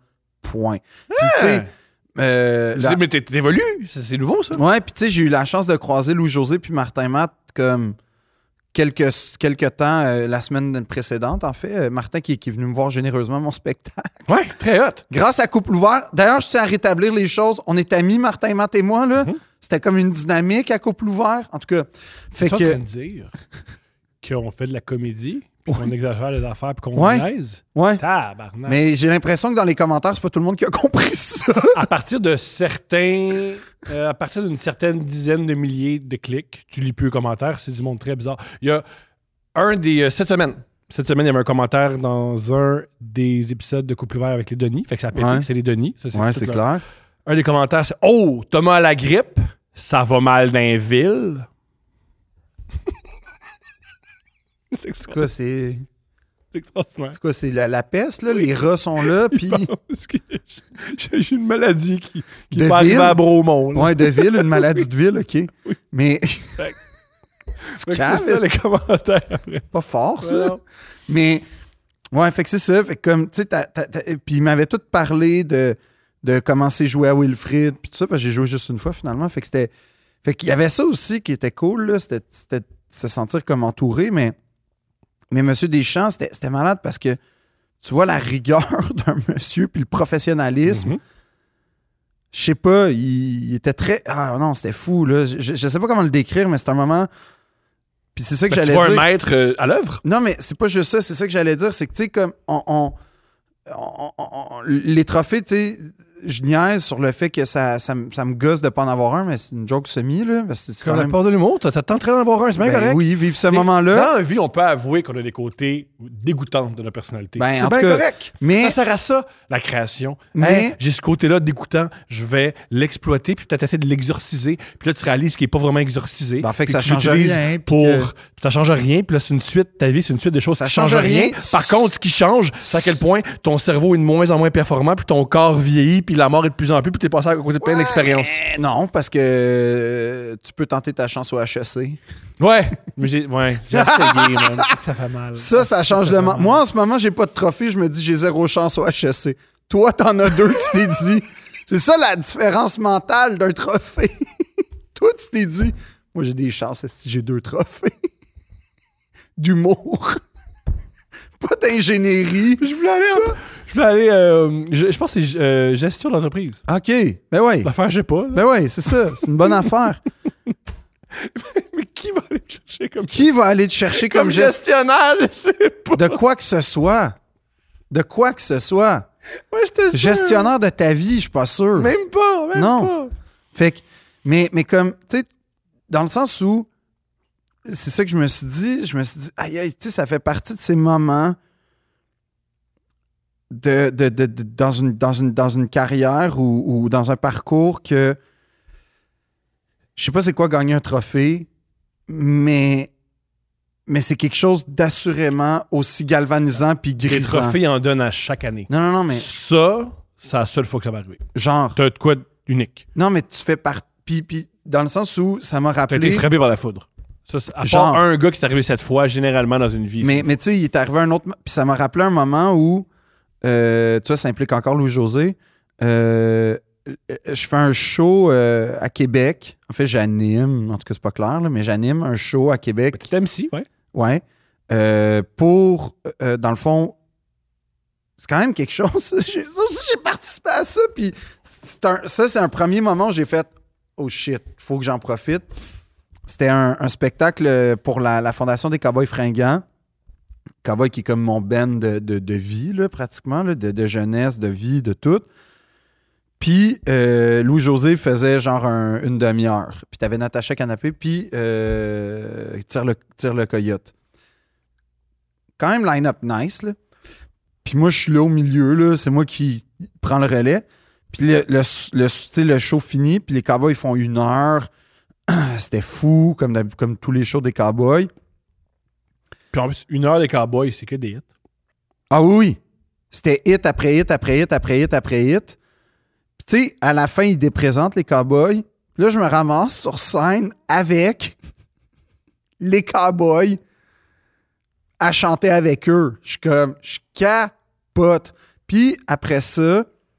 Point. Puis, tu sais... euh, Je la- dis, mais t'es- t'évolues, c'est c'est nouveau, ça. Ouais, puis tu sais, j'ai eu la chance de croiser Louis-José puis Martin Matt comme quelques, quelques temps euh, la semaine précédente, en fait. Euh, Martin qui, qui est venu me voir généreusement mon spectacle. Ouais, très hot. Grâce à Couple Ouvert. D'ailleurs, je tiens à rétablir les choses. On est amis, Martin Matt et moi, là. Mhm. C'était comme une dynamique à Couple Ouvert. En tout cas, fait Tu es en que... train de dire qu'on fait de la comédie, puis qu'on exagère les affaires, puis qu'on Ouais. niaise? Ouais. Tabarnak. Mais j'ai l'impression que dans les commentaires, c'est pas tout le monde qui a compris ça. À partir de certains... euh, à partir d'une certaine dizaine de milliers de clics, tu lis plus les commentaires, c'est du monde très bizarre. Il y a un des... euh, cette semaine, cette semaine, il y avait un commentaire dans un des épisodes de Couple Ouvert avec les Denis. Fait que ça a pété, Ouais. c'est les Denis. Ça, Ouais, tout c'est le- clair. Un des commentaires, c'est « Oh, Thomas a la grippe, ça va mal dans les villes. » C'est C'est quoi, c'est... c'est extraordinaire. C'est quoi, c'est la, la peste, là? Les rats sont là, puis... Parce que j'ai j'ai une maladie qui, qui De peut arriver ville? à Bromont. là. Ouais, de ville, une maladie de ville, OK. Mais... Fait tu Fait que calmes, c'est ça, les commentaires après. pas fort, ça. Ouais, non. Mais, ouais, fait que c'est ça. Fait que comme, tu sais, t'as- t'as- t'as- puis il m'avait tout parlé de, de comment c'est joué à Wilfrid, puis tout ça, parce que j'ai joué juste une fois, finalement. Fait que c'était... Fait qu'il y avait ça aussi qui était cool, là. C'était, c'était se sentir comme entouré, mais... Mais Monsieur Deschamps, c'était, c'était malade parce que tu vois la rigueur d'un monsieur, puis le professionnalisme. Mhm. Je sais pas, il, il était très... Ah non, c'était fou, là. Je, je, je sais pas comment le décrire, mais c'est un moment... Puis c'est ça que Fait que j'allais tu vois dire. un maître euh, à l'œuvre. Non, mais c'est pas juste ça, c'est ça que j'allais dire. C'est que, tu sais, comme, on, on- on- on- on- les trophées, tu sais, je niaise sur le fait que ça, ça, me- ça me gosse de pas en avoir un, mais c'est une joke semi, là. Parce que c'est Comme quand la même... part de l'humour, ça te tenterait d'en avoir un, c'est bien Ben correct. oui, vivre ce Des- moment-là. Dans la vie, on peut avouer qu'on a des côtés dégoûtants de notre personnalité. Ben, c'est en bien tout cas, correct. mais- Ça sert à ça, la création. Mais- Hey, j'ai ce côté-là dégoûtant, je vais l'exploiter, puis peut-être essayer de l'exorciser. Puis là, tu réalises qu'il n'est pas vraiment exorcisé. Ben, en fait que puis ça tu change l'utilises rien, puis Pour... que- puis ça change rien, puis là, c'est une suite, ta vie, c'est une suite de choses Ça qui change changent rien. rien. Par contre, ce qui change, c'est à quel point ton cerveau est de moins en moins performant, puis ton corps vieillit, puis la mort est de plus en plus, puis t'es passé à côté de plein Ouais, d'expériences. mais non, parce que euh, tu peux tenter ta chance au H E C. Ouais, mais j'ai ouais, j'ai essayé, man. C'est que ça fait mal. Ça, ça change fait le... mal. man- Moi, en ce moment, j'ai pas de trophée. Je me dis, j'ai zéro chance au H E C. Toi, t'en as deux, tu t'es dit. C'est ça la différence mentale d'un trophée. Toi, tu t'es dit, moi, j'ai des chances si j'ai deux trophées. D'humour. Pas d'ingénierie. Je voulais aller, un peu- je voulais aller, euh, je, je pense que c'est euh, gestion d'entreprise. OK. Ben oui. L'affaire, je sais pas. là. Ben oui, c'est ça. C'est une bonne affaire. Mais qui va aller me chercher comme Qui va aller te chercher comme, comme geste gestionnaire, je sais pas. de quoi que ce soit? De quoi que ce soit. Ouais, j'étais sûr. Gestionnaire de ta vie, je suis pas sûr. Même pas, même Non. pas. Fait que, mais, mais comme, tu sais, dans le sens où, c'est ça que je me suis dit, je me suis dit, aïe, aïe, tu sais, ça fait partie de ces moments de, de, de- de- dans, une, dans, une, dans une carrière ou, ou dans un parcours que je sais pas c'est quoi gagner un trophée, mais, mais c'est quelque chose d'assurément aussi galvanisant puis Les grisant. trophées en donnent à chaque année. Non, non, non, mais Ça, c'est la seule fois que ça va arriver. genre, T'as de quoi unique. non, mais tu fais partie, puis, puis dans le sens où ça m'a T'as été rappelé... frappé par la foudre. Ça, c'est- à Genre. part un gars qui s'est arrivé cette fois, généralement dans une vie. Mais, c'est- mais tu sais, il est arrivé un autre... mo- Puis ça m'a rappelé un moment où, euh, tu vois, ça implique encore Louis-José. Euh, je fais un show euh, à Québec. En fait, j'anime, en tout cas, c'est pas clair, là, mais j'anime un show à Québec. Tu t'aimes si, ouais. Ouais. Euh, pour, euh, dans le fond, c'est quand même quelque chose. J'ai- ça aussi, j'ai participé à ça. Puis c'est un- ça, c'est un premier moment où j'ai fait « Oh shit, faut que j'en profite ». C'était un, un spectacle pour la, la Fondation des Cowboys fringants. Cowboy qui est comme mon band de, de, de vie, là, pratiquement, là, de, de jeunesse, de vie, de tout. Puis euh, Louis-José faisait genre un- une demi-heure. Puis t'avais Natacha Canapé, puis euh, tire, le, tire le coyote. Quand même line-up nice, là. Puis moi, je suis là au milieu, là. C'est moi qui prends le relais. Puis le, le, le, tu sais, le show finit, puis les Cowboys ils font une heure. C'était fou, comme, d'hab- comme tous les shows des Cowboys. Puis en plus, une heure des Cowboys, c'est que des hits. Ah oui, oui. C'était hit après hit, après hit, après hit, après hit. Puis tu sais, à la fin, ils déprésentent les Cowboys. Puis là, je me ramasse sur scène avec les Cowboys à chanter avec eux. Je suis comme, je capote. Puis après ça,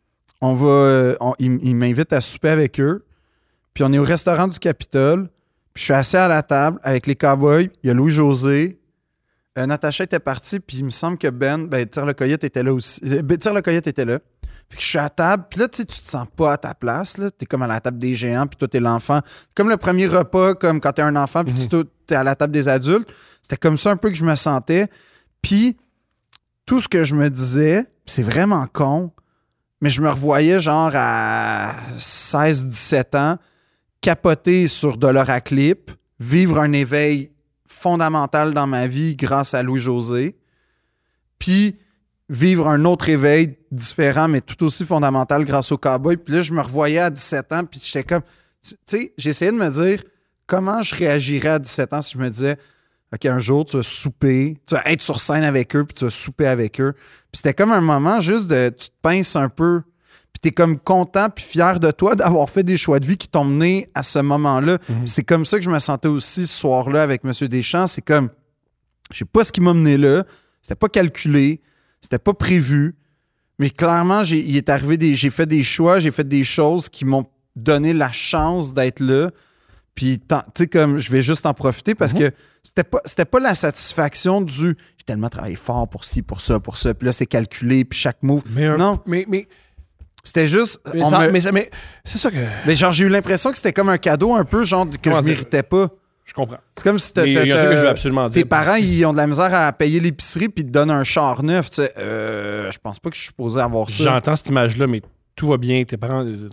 on va, euh, on- ils, ils m'invitent à souper avec eux. Puis on est au restaurant du Capitole. Puis je suis assis à la table avec les cowboys. Il y a Louis-José. Euh, Natacha était partie. Puis il me semble que Ben, ben, Tire le Coyote était là aussi. Euh, Ben, Tire le Coyote était là. Fait que je suis à table. Puis là, tu sais, tu te sens pas à ta place. Là. T'es comme à la table des géants. Puis toi, t'es l'enfant. Comme le premier repas, comme quand t'es un enfant. Puis Mhm. tu t'es à la table des adultes. C'était comme ça un peu que je me sentais. Puis tout ce que je me disais, c'est vraiment con, mais je me revoyais genre à seize dix-sept ans, capoter sur de l'or à clip, vivre un éveil fondamental dans ma vie grâce à Louis-José, puis vivre un autre éveil différent, mais tout aussi fondamental grâce au cowboy. Puis là, je me revoyais à dix-sept ans, puis j'étais comme... Tu sais, j'essayais de me dire comment je réagirais à dix-sept ans si je me disais... OK, un jour, tu vas souper, tu vas être sur scène avec eux, puis tu vas souper avec eux. Puis c'était comme un moment juste de... Tu te pinces un peu, puis t'es comme content puis fier de toi d'avoir fait des choix de vie qui t'ont mené à ce moment-là. Mhm. Puis c'est comme ça que je me sentais aussi ce soir-là avec M. Deschamps. C'est comme... Je sais pas ce qui m'a mené là. C'était pas calculé. C'était pas prévu. Mais clairement, j'ai, il est arrivé des... J'ai fait des choix, j'ai fait des choses qui m'ont donné la chance d'être là. Puis, tu sais, comme, je vais juste en profiter parce Mhm. que c'était pas, c'était pas la satisfaction du j'ai tellement travaillé fort pour ci, pour ça, pour ça. Puis là, c'est calculé, puis chaque move. Mais un- Non. Mais, mais, C'était juste. mais, on ça- me- mais ça- mais c'est ça que. mais genre, j'ai eu l'impression que c'était comme un cadeau un peu, genre, que Comment je dire? méritais pas. Je comprends. C'est comme si t'as- Mais il y a un t'as- truc que je veux absolument dire. tes parents, ils ont de la misère à payer l'épicerie puis ils te donnent un char neuf. Tu sais, euh, je pense pas que je suis supposé avoir ça. J'entends cette image-là, mais tout va bien. Tes parents. euh,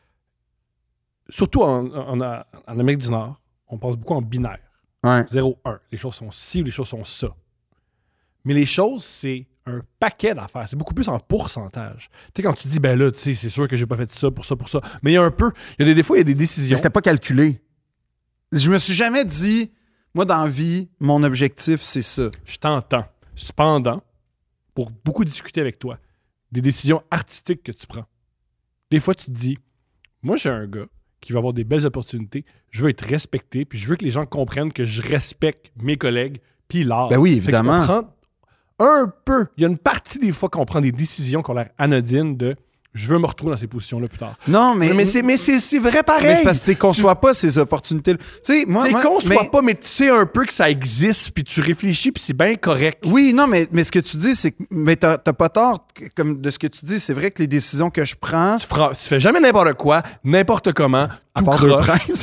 Surtout en, en, en Amérique du Nord, on pense beaucoup en binaire. Ouais. zéro un. Les choses sont ci ou les choses sont ça. Mais les choses, c'est un paquet d'affaires. C'est beaucoup plus en pourcentage. Tu sais, quand tu dis, ben là, tu sais, c'est sûr que j'ai pas fait ça pour ça, pour ça. Mais il y a un peu. Il y a des, des fois, il y a des décisions. Mais c'était pas calculé. Je me suis jamais dit, moi, dans la vie, mon objectif, c'est ça. Je t'entends. Cependant, pour beaucoup discuter avec toi, des décisions artistiques que tu prends. Des fois, tu te dis, moi, j'ai un gars qui va avoir des belles opportunités, je veux être respecté, puis je veux que les gens comprennent que je respecte mes collègues, puis l'art. Ben oui, Fait évidemment. qu'on prend un peu, il y a une partie des fois qu'on prend des décisions qui ont l'air anodines de je veux me retrouver dans ces positions-là plus tard. Non, mais. Mais, c'est, mais c'est, c'est vrai pareil. mais c'est parce que tu conçois pas ces opportunités-là. Tu sais, moi. Tu moi- conçois mais- pas, mais tu sais un peu que ça existe, puis tu réfléchis, puis c'est bien correct. Oui, non, mais, mais ce que tu dis, c'est que. Mais t'as, t'as pas tort, que- comme de ce que tu dis. C'est vrai que les décisions que je prends. Tu, prends, tu fais jamais n'importe quoi, n'importe comment, À tout part deux croche. princes.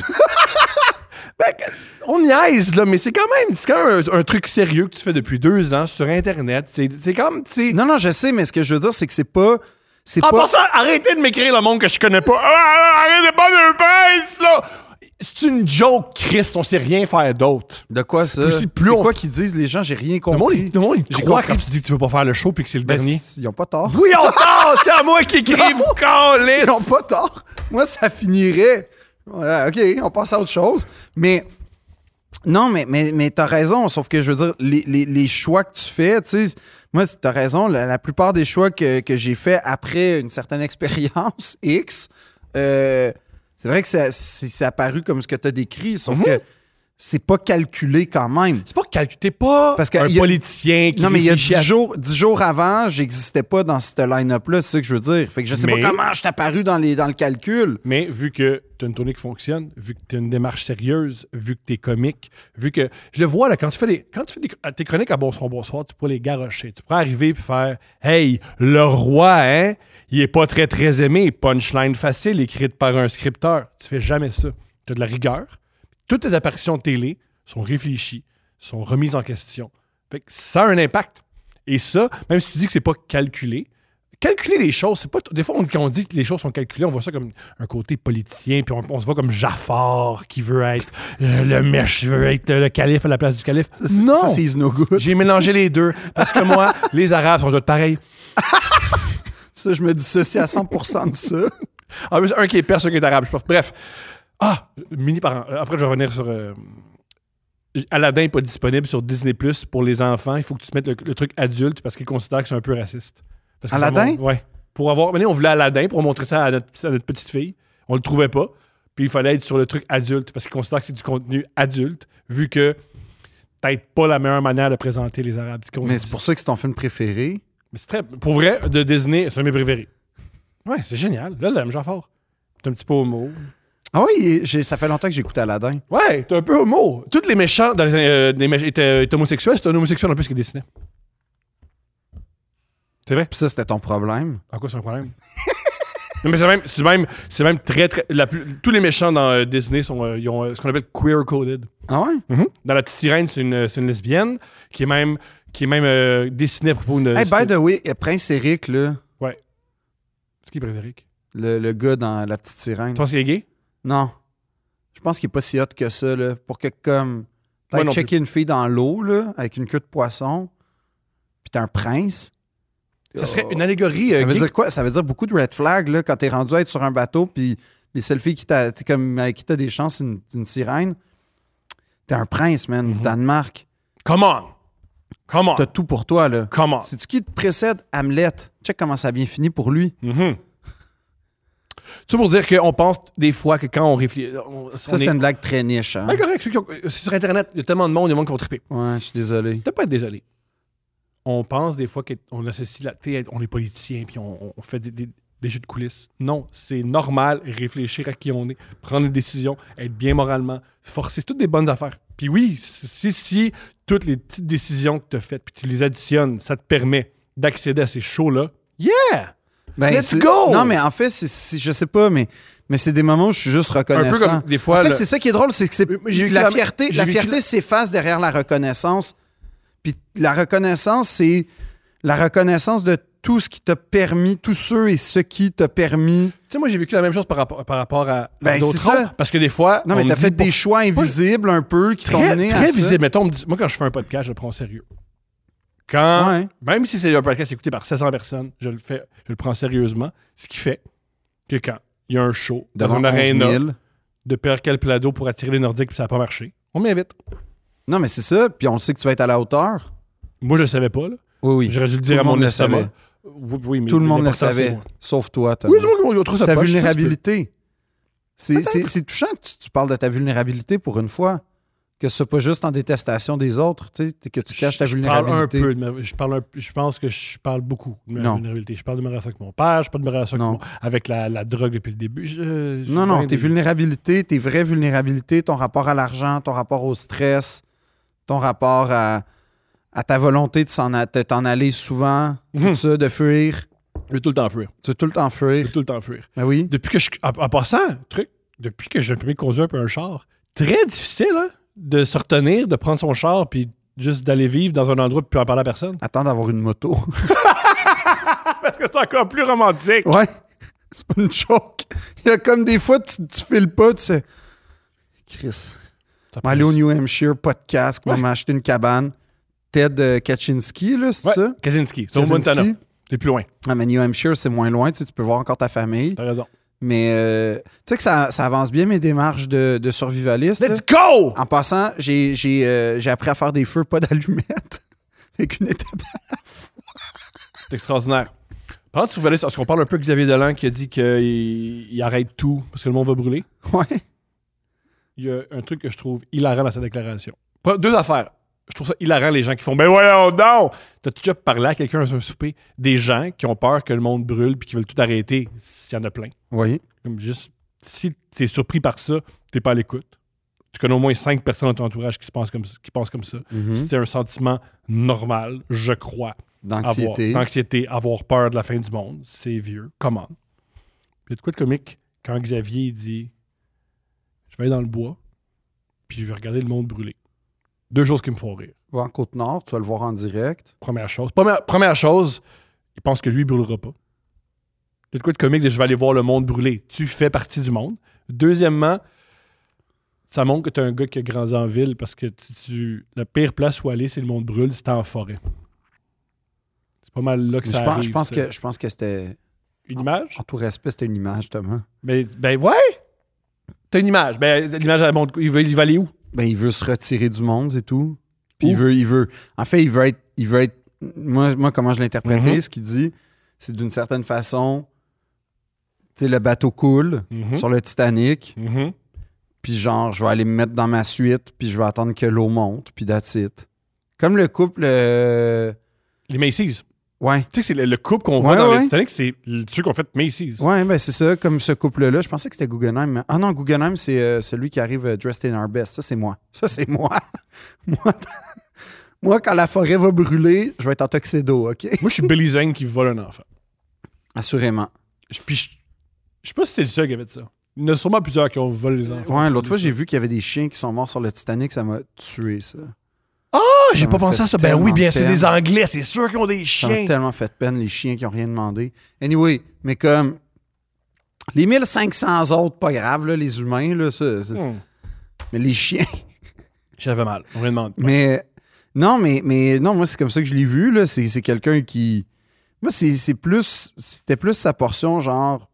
Ben, on niaise, là, mais c'est quand même, c'est quand même un, un truc sérieux que tu fais depuis deux ans sur Internet. C'est, c'est comme, tu sais... non, non, je sais, mais ce que je veux dire, c'est que c'est pas. C'est En pas. passant, arrêtez de m'écrire le monde que je connais pas. Ah, arrêtez pas de pince, là! C'est une joke, Chris, on sait rien faire d'autre. De quoi ça? Aussi, plus c'est on- quoi qu'ils disent, les gens? J'ai rien Le compris. monde, il- le monde, il te J'ai croit compris. quand tu dis que tu veux pas faire le show puis que c'est le Ben, dernier. c- ils ont pas tort. Oui, on tort! C'est à moi qui écrive, vous calez! Ils ont pas tort. Moi, ça finirait. Ouais, OK, on passe à autre chose. Mais non, mais, mais, mais t'as raison. Sauf que je veux dire, les, les, les choix que tu fais, tu sais, moi, t'as raison. La, la plupart des choix que, que j'ai faits après une certaine expérience X, euh, c'est vrai que ça, c'est, c'est apparu comme ce que t'as décrit, sauf Mhm. que c'est pas calculé quand même. C'est pas calculé, t'es pas Parce que un il y a- politicien qui Non, mais il y a réfléchit à- dix jours, dix jours avant, j'existais pas dans cette line-up-là, c'est ça que je veux dire. Fait que je sais Mais- pas comment je t'ai apparu dans, les, dans le calcul. Mais vu que tu as une tournée qui fonctionne, vu que tu as une démarche sérieuse, vu que tu es comique, vu que. Je le vois, là, quand tu fais des. Quand tu fais des, tes chroniques à Bonsoir, Bonsoir, tu pourrais les garrocher. Tu pourrais arriver et faire Hey, le roi, hein, il est pas très, très aimé. Punchline facile, écrite par un scripteur. Tu fais jamais ça. Tu as de la rigueur. Toutes tes apparitions de télé sont réfléchies, sont remises en question. Fait que ça a un impact. Et ça, même si tu dis que c'est pas calculé, calculer les choses, c'est pas. Des fois, on- quand on dit que les choses sont calculées, on voit ça comme un côté politicien, puis on, on se voit comme Jafar qui veut être euh, le mèche, qui veut être le calife à la place du calife. Ça, Non! Ça, c'est is no good. J'ai mélangé les deux. Parce que moi, les Arabes sont tous pareils. Ça, je me dissocie à cent pour cent de ça. En plus, un qui est perse, un qui est arabe, je pense. Bref. Ah! Mini parent. Après, je vais revenir sur. euh, Aladdin n'est pas disponible sur Disney Plus pour les enfants. Il faut que tu te mettes le, le truc adulte parce qu'ils considèrent que c'est un peu raciste. Parce que ça Aladdin? montre- Ouais. Pour avoir. Mais on voulait Aladdin pour montrer ça à notre, à notre petite fille. On le trouvait pas. Puis il fallait être sur le truc adulte parce qu'ils considèrent que c'est du contenu adulte, vu que peut-être pas la meilleure manière de présenter les Arabes. Mais c'est pour ça que c'est ton film préféré. Mais c'est très. Pour vrai, de Disney, c'est un de mes préférés. Ouais, c'est génial. Là, l'aime fort. T'es un petit peu homo. Ah oui, j'ai- ça fait longtemps que j'ai écouté Aladdin. Ouais, t'es un peu homo. Tous les méchants dans les, euh, des mé- étaient, étaient homosexuels, c'est un homosexuel en plus qui dessinait. C'est vrai? Puis ça, c'était ton problème. En quoi c'est un problème? Non, mais c'est même, c'est même, c'est même très, très. La plus- tous les méchants dans euh, Disney sont, euh, ils ont euh, ce qu'on appelle queer-coded. Ah ouais? Dans La Petite Sirène, c'est une, c'est une lesbienne qui est même, qui est même euh, dessinée à propos de. Hey, by the way, Prince Eric, là, C'est qui, Prince Eric? le, le gars dans La Petite Sirène. Tu penses qu'il est gay? Non. Je pense qu'il est pas si hot que ça, là. Pour que, comme, Moi t'as non checké une fille dans l'eau, là, avec une queue de poisson, puis t'es un prince. Ça serait une allégorie Ça euh, veut gay. dire quoi? Ça veut dire beaucoup de red flags, là, quand t'es rendu à être sur un bateau, puis les seules filles qui t'a, t'es comme, avec qui t'as des chances, c'est une, c'est une sirène. T'es un prince, man, du Mhm. Danemark. Come on! Come on! T'as tout pour toi, là. Come on! C'est-tu qui te précède? Hamlet. Check comment ça a bien fini pour lui. Mhm. C'est pour dire qu'on pense des fois que quand on réfléchit. On, Ça, on c'était est... une blague très niche, hein? Ben, correct. Ceux qui ont- sur Internet, il y a tellement de monde, il y a monde qui vont triper. Ouais, je suis désolé. Peut-être pas être désolé. On pense des fois qu'on associe la. Tu sais, on est politicien puis on, on fait des, des, des jeux de coulisses. Non, c'est normal réfléchir à qui on est, prendre une décision, être bien moralement, forcer. C'est toutes des bonnes affaires. Puis oui, si, si toutes les petites décisions que tu as faites puis tu les additionnes, ça te permet d'accéder à ces shows-là, yeah! Ben, Let's c'est- go! Non, mais en fait, c'est, c'est- je sais pas, mais, mais c'est des moments où je suis juste reconnaissant. Un peu comme des fois. En fait, le- c'est ça qui est drôle, c'est que c'est, Euh, j'ai vécu la la- fierté, j'ai la vécu fierté la- s'efface derrière la reconnaissance. Puis la reconnaissance, c'est la reconnaissance de tout ce qui t'a permis, tous ceux et ce qui t'a permis. Tu sais, moi, j'ai vécu la même chose par rapport, par rapport à Ben, d'autres c'est ça. hommes, parce que des fois. Non, mais on t'as me fait dit des pour- choix invisibles un peu qui t'ont Très, mené très à ça. visible. Mettons, on me dit- moi, quand je fais un podcast, je le prends au sérieux. Quand, Ouais. même si c'est un podcast écouté par sept cents personnes, je le fais, je le prends sérieusement. Ce qui fait que quand il y a un show dans Devant un onze aréna mille. de Perkel Plado pour attirer les Nordiques puis ça n'a pas marché, on m'invite. Non, mais c'est ça. Puis on sait que tu vas être à la hauteur. Moi, je le savais pas. Là. Oui, oui. J'aurais dû le Tout dire le à mon monde le estomac. savait. Oui, oui, mais Tout le monde le l'important, c'est savait. moi. Sauf toi, Thomas. Oui, c'est moi qui trouve ça ta poche, ça se peut. vulnérabilité. C'est, c'est, c'est touchant que tu, tu parles de ta vulnérabilité pour une fois. Que ce soit pas juste en détestation des autres, tu sais, que tu caches ta Je parle un vulnérabilité. peu. de ma- je, parle un- je pense que je parle beaucoup de ma Non. vulnérabilité. Je parle de ma relation avec mon père, je parle de ma relation avec, Non. mon- avec la, la drogue depuis le début. Je- je- Non, non, ben tes des- vulnérabilités, tes vraies vulnérabilités, ton rapport à l'argent, ton rapport au stress, ton rapport à, à ta volonté de s'en a- de t'en aller souvent, Mhm. tout ça, de fuir. Je veux tout le temps fuir. Tu veux tout le temps Je fuir. veux tout le temps fuir. Ben oui. Depuis que je. En, en passant, truc, depuis que j'ai un permis de conduire un peu un char, très difficile, hein, de se retenir, de prendre son char, puis juste d'aller vivre dans un endroit, puis plus en parler à personne. Attends d'avoir une moto. Parce que c'est encore plus romantique. Ouais. C'est pas une joke. Il y a comme des fois, tu, tu files pas, tu sais. Chris. Ça On va aller au New Hampshire podcast, on va Ouais. m'acheter une cabane. Ted euh, Kaczynski, là, c'est Ouais, ça? Kaczynski. C'est au Kaczynski. Montana. C'est plus loin. Ah, mais New Hampshire, c'est moins loin, tu sais, tu peux voir encore ta famille. T'as raison. Mais euh, tu sais que ça, ça avance bien mes démarches de, de survivaliste. là. Let's go! En passant, j'ai, j'ai, euh, j'ai appris à faire des feux, pas d'allumettes. Avec une étape. C'est extraordinaire. Pendant que tu voulais, est-ce qu'on parle un peu de Xavier Dolan qui a dit qu'il il arrête tout parce que le monde va brûler? Ouais. Il y a un truc que je trouve hilarant dans sa déclaration. Pre- Deux affaires. Je trouve ça hilarant, les gens qui font « Ben voyons donc! » T'as-tu déjà parlé à quelqu'un dans un souper? Des gens qui ont peur que le monde brûle puis qui veulent tout arrêter, s'il y en a plein. Oui. Comme juste, si t'es surpris par ça, t'es pas à l'écoute. Tu connais au moins cinq personnes dans ton entourage qui, se pensent, comme, qui pensent comme ça. Mhm. C'est un sentiment normal, je crois. D'anxiété. Avoir, d'anxiété, avoir peur de la fin du monde. C'est vieux. Comment? Puis il y a de quoi de comique quand Xavier il dit « Je vais aller dans le bois, puis je vais regarder le monde brûler. » Deux choses qui me font rire. Va en Côte-Nord, tu vas le voir en direct. Première chose. Première, première chose, il pense que lui, il brûlera pas. Il y a de quoi de comique de « Je vais aller voir le monde brûler. » Tu fais partie du monde. Deuxièmement, ça montre que tu es un gars qui a grandi en ville parce que tu, tu- la pire place où aller, c'est le monde brûle, c'est en forêt. C'est pas mal là que Mais ça je pense, arrive. je pense ça. que, je pense que c'était. Une image? En tout respect, c'était une image, Thomas. Ben, ben ouais! T'as une image. Ben, l'image, elle montre. Il va, il va aller où? Ben, il veut se retirer du monde, c'est tout. Puis Où? il veut, il veut. En fait, il veut être. Il veut être. Moi, moi comment je l'ai interprété, Mhm. ce qu'il dit, c'est d'une certaine façon. Tu sais, le bateau coule Mhm. sur le Titanic. Mhm. Puis genre, je vais aller me mettre dans ma suite, puis je vais attendre que l'eau monte, puis that's it. Comme le couple. euh, Les Macy's. Ouais. Tu sais que c'est le, le couple qu'on voit Ouais, dans ouais. le Titanic, c'est le- ceux qu'on fait Macy's. Ouais, ben c'est ça, comme ce couple-là. Je pensais que c'était Guggenheim. mais- Ah non, Guggenheim, c'est euh, celui qui arrive euh, dressed in our best. Ça, c'est moi. Ça, c'est moi. moi, moi, quand la forêt va brûler, je vais être en tuxedo, OK? Moi, je suis Billy Zane qui vole un enfant. Assurément. Je- Puis je, je sais pas si c'est le seul qui avait dit ça. Il y en a sûrement plusieurs qui ont volé les enfants. Ouais, l'autre fois, j'ai vu qu'il y avait des chiens qui sont morts sur le Titanic. Ça m'a tué, ça. Ah, j'ai Ça pas m'a pensé fait à ça. Ben oui, tellement bien, c'est peine. des Anglais, c'est sûr qu'ils ont des Ça m'a chiens. tellement fait peine, les chiens qui ont rien demandé. Anyway, mais comme... Les mille cinq cents autres, pas grave, là, les humains, là, ça... ça- Hmm. Mais les chiens... J'avais mal. On rien demande. Mais non, mais, mais non, moi, c'est comme ça que je l'ai vu. Là. C'est, c'est quelqu'un qui. Moi, c'est, c'est plus. C'était plus sa portion, genre.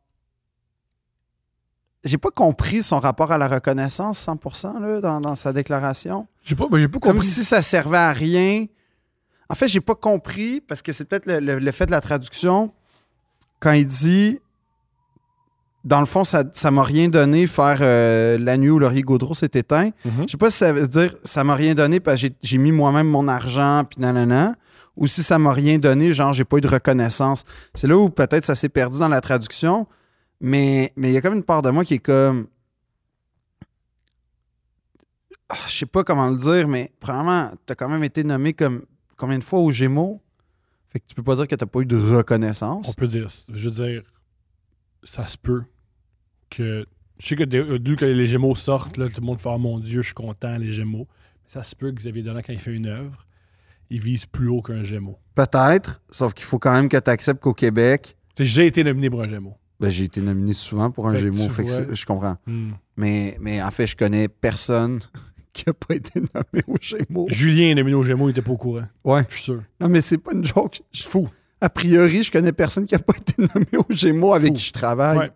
J'ai pas compris son rapport à la reconnaissance cent pour cent là, dans, dans sa déclaration. J'ai pas, ben, j'ai pas Comme compris. si ça servait à rien. En fait, j'ai pas compris parce que c'est peut-être le, le- le fait de la traduction. Quand il dit. Dans le fond, ça, ça m'a rien donné faire euh, la nuit où Laurier Gaudreau s'est éteint. Mhm. Je sais pas si ça veut dire ça m'a rien donné parce que j'ai, j'ai mis moi-même mon argent puis nanana, ou si ça m'a rien donné, genre j'ai pas eu de reconnaissance. C'est là où peut-être ça s'est perdu dans la traduction, mais mais il y a comme une part de moi qui est comme ah, je sais pas comment le dire, mais probablement t'as quand même été nommé comme combien de fois aux Gémeaux? Fait que tu peux pas dire que t'as pas eu de reconnaissance. On peut dire. Je veux dire, ça se peut que. Je sais que dès dès que les Gémeaux sortent, là, tout le monde fait « Oh mon Dieu, je suis content, les Gémeaux ». Ça se peut que Xavier Dolan, quand il fait une œuvre, il vise plus haut qu'un Gémeaux. Peut-être, sauf qu'il faut quand même que tu acceptes qu'au Québec, Tu sais, j'ai été nominé pour un Gémeaux. ben, j'ai été nominé souvent pour un Fait que Gémeaux, tu fait que vois. c'est- je comprends. Hmm. Mais, mais en fait, je connais personne qui a pas été nommé aux Gémeaux. Julien est nominé au Gémeaux, il était pas au courant. Ouais. Je suis sûr. Non, mais c'est pas une joke. C'est fou. A priori, je connais personne qui a pas été nommé aux Gémeaux avec Fou. qui je travaille. Ouais.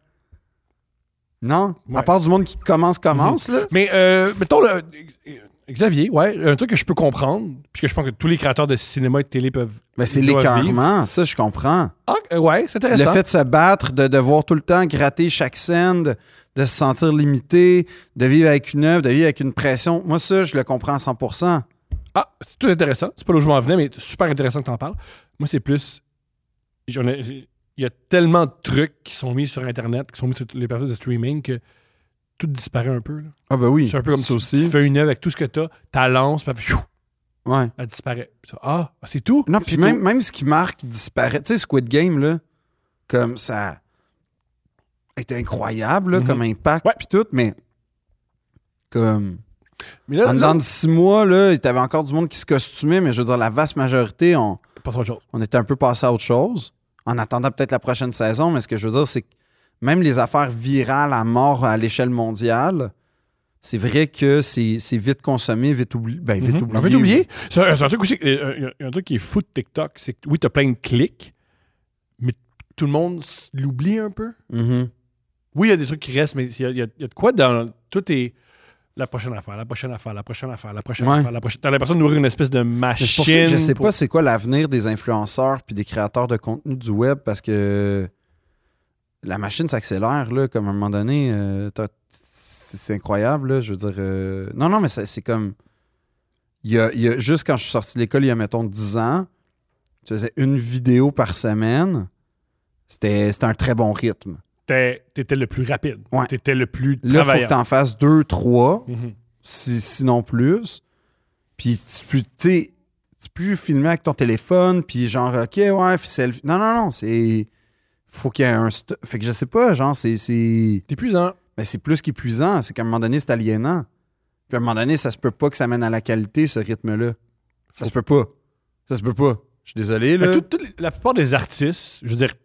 Non? Ouais. À part du monde qui commence, commence, là. Mais, euh, mettons, le, Xavier, ouais, un truc que je peux comprendre, puis que je pense que tous les créateurs de cinéma et de télé peuvent. Ben, c'est doivent vivre. l'écœurement. Ça, je comprends. Ah, euh, ouais, c'est Le intéressant. fait de se battre, de devoir tout le temps gratter chaque scène, de, de se sentir limité, de vivre avec une œuvre, de vivre avec une pression. Moi, ça, je le comprends à cent pour cent. Ah, c'est tout intéressant. C'est pas là où je m'en venais, mais super intéressant que t'en parles. Moi, c'est plus. j'en ai- j'ai- Il y a tellement de trucs qui sont mis sur Internet, qui sont mis sur les plateformes de streaming, que tout disparaît un peu. Là. Ah, ben oui. C'est un peu comme ça tu, aussi. tu fais une œuvre avec tout ce que t'as, t'as lance, puis pfiou, Ouais. elle disparaît. Puis ça, ah, c'est tout? Non, C'est puis tout. même, même ce qui marque disparaît. Tu sais, Squid Game, là, comme ça était incroyable, là, Mhm. comme impact, Ouais. puis tout, mais comme Mais là, en là, dedans de six mois, là, il y avait encore du monde qui se costumait, mais je veux dire, la vaste majorité, on, passe à autre chose. on était un peu passé à autre chose, en attendant peut-être la prochaine saison, mais ce que je veux dire, c'est que même les affaires virales à mort à l'échelle mondiale, c'est vrai que c'est, c'est vite consommé, vite oublié. Ben, vite Mhm. oublié. En fait, oublié. C'est un, c'est un truc aussi. euh, Il y a- il y a un truc qui est fou de TikTok, c'est que oui, t'as plein de clics, mais tout le monde s- l'oublie un peu. Mhm. Oui, il y a des trucs qui restent, mais il y a, il y a- il y a de quoi dans. Tout est. La prochaine affaire, la prochaine affaire, la prochaine affaire, la prochaine Ouais. affaire, la prochaine. T'as l'impression de nourrir une espèce de Mais machine. c'est pour ça que je sais pour- pas c'est quoi l'avenir des influenceurs puis des créateurs de contenu du web parce que la machine s'accélère, là, comme à un moment donné. euh, t'as- c'est c'est incroyable, là, je veux dire. euh, Non, non, mais ça- c'est comme. Il y a, il y a- juste quand je suis sorti de l'école, il y a, mettons, dix ans, tu faisais une vidéo par semaine. C'était c'était un très bon rythme. T'es- T'étais le plus rapide. Ouais. T'étais le plus Là, il faut que travaillant. tu en fasses deux, trois, Mhm. si- sinon plus. Puis tu peux, tu sais, tu peux filmer avec ton téléphone, puis genre, OK, ouais, puis selfie. Non, non, non, c'est. Faut qu'il y ait un. st- Fait que je sais pas, genre, c'est. c'est... T'es épuisant. Ben, c'est plus qu'épuisant. C'est qu'à un moment donné, c'est aliénant. Puis à un moment donné, ça se peut pas que ça mène à la qualité, ce rythme-là. Ça se peut pas. Ça se peut pas. Je suis désolé, là. Mais tout- tout- la plupart des artistes, je veux dire,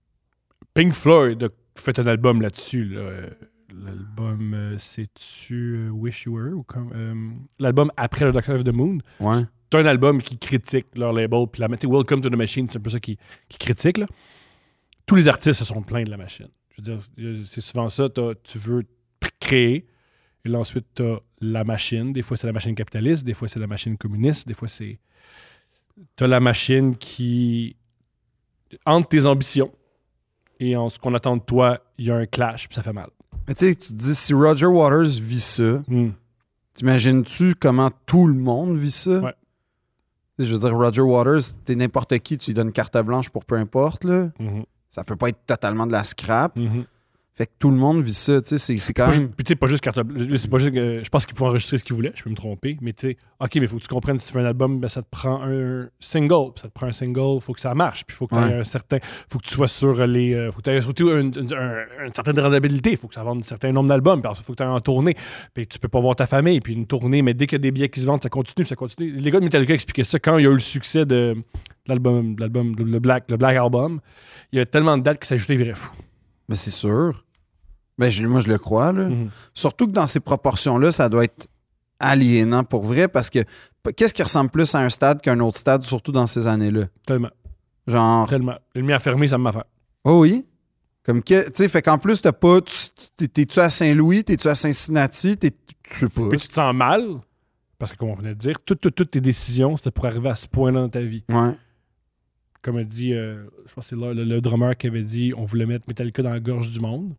Pink Floyd a fait un album là-dessus. Là. Euh, L'album, euh, c'est-tu euh, Wish You Were? Ou comme, euh, l'album après le Dark Side of the Moon. Ouais. C'est un album qui critique leur label. Puis la, tu sais, Welcome to the Machine, c'est un peu ça qui, qui critique. Là. Tous les artistes se sont plaints de la machine. Je veux dire, c'est souvent ça. t'as- Tu veux créer. Et là, ensuite, tu as la machine. Des fois, c'est la machine capitaliste. Des fois, c'est la machine communiste. Des fois, c'est. Tu as la machine qui. Entre tes ambitions et en ce qu'on attend de toi, il y a un clash, puis ça fait mal. Mais tu sais, tu te dis, si Roger Waters vit ça, Hmm. t'imagines-tu comment tout le monde vit ça? Ouais. Je veux dire, Roger Waters, t'es n'importe qui, tu lui donnes carte blanche pour peu importe, là. Mhm. Ça peut pas être totalement de la scrap. Mhm. Fait que tout le monde vit ça, tu sais, c'est, c'est quand Pas ju- même... Puis tu sais, pas juste carte blanche. C'est pas juste que- je pense qu'il pouvait enregistrer ce qu'il voulait, je peux me tromper, mais tu sais, ok, mais il faut que tu comprennes, si tu fais un album, ben, ça te prend un single. Puis ça te prend un single, faut que ça marche. Puis faut que tu Ouais. aies un certain. Faut que tu sois sur les. euh, faut que tu aies surtout une, une- un- une certaine rentabilité. Faut que ça vende un certain nombre d'albums. Puis ensuite, faut que tu ailles en tournée. Puis tu peux pas voir ta famille. Puis une tournée, mais dès qu'il y a des billets qui se vendent, ça continue, ça continue. Les gars de Metallica expliquaient ça quand il y a eu le succès de l'album, de l'album, le Black, le Black Album. Il y avait tellement de dates que ça ajoutait vrai fou. Mais c'est sûr. Ben, je- moi, je le crois, là. Mhm. Surtout que dans ces proportions-là, ça doit être aliénant pour vrai, parce que p- qu'est-ce qui ressemble plus à un stade qu'un autre stade, surtout dans ces années-là? Tellement. Genre... Tellement. Les lumières fermées, ça me fait. Oh oui? Comme que, tu sais, fait qu'en plus, t'as pas... tu- t'es- T'es-tu à Saint-Louis? T'es-tu à Cincinnati? T'es... Tu sais pas. Puis tu te sens mal, parce que comme on venait de dire, toutes, toutes, toutes tes décisions, c'était pour arriver à ce point-là dans ta vie. Ouais. Comme a dit, euh, je pense que c'est le, le- le drummer qui avait dit on voulait mettre Metallica dans la gorge du monde.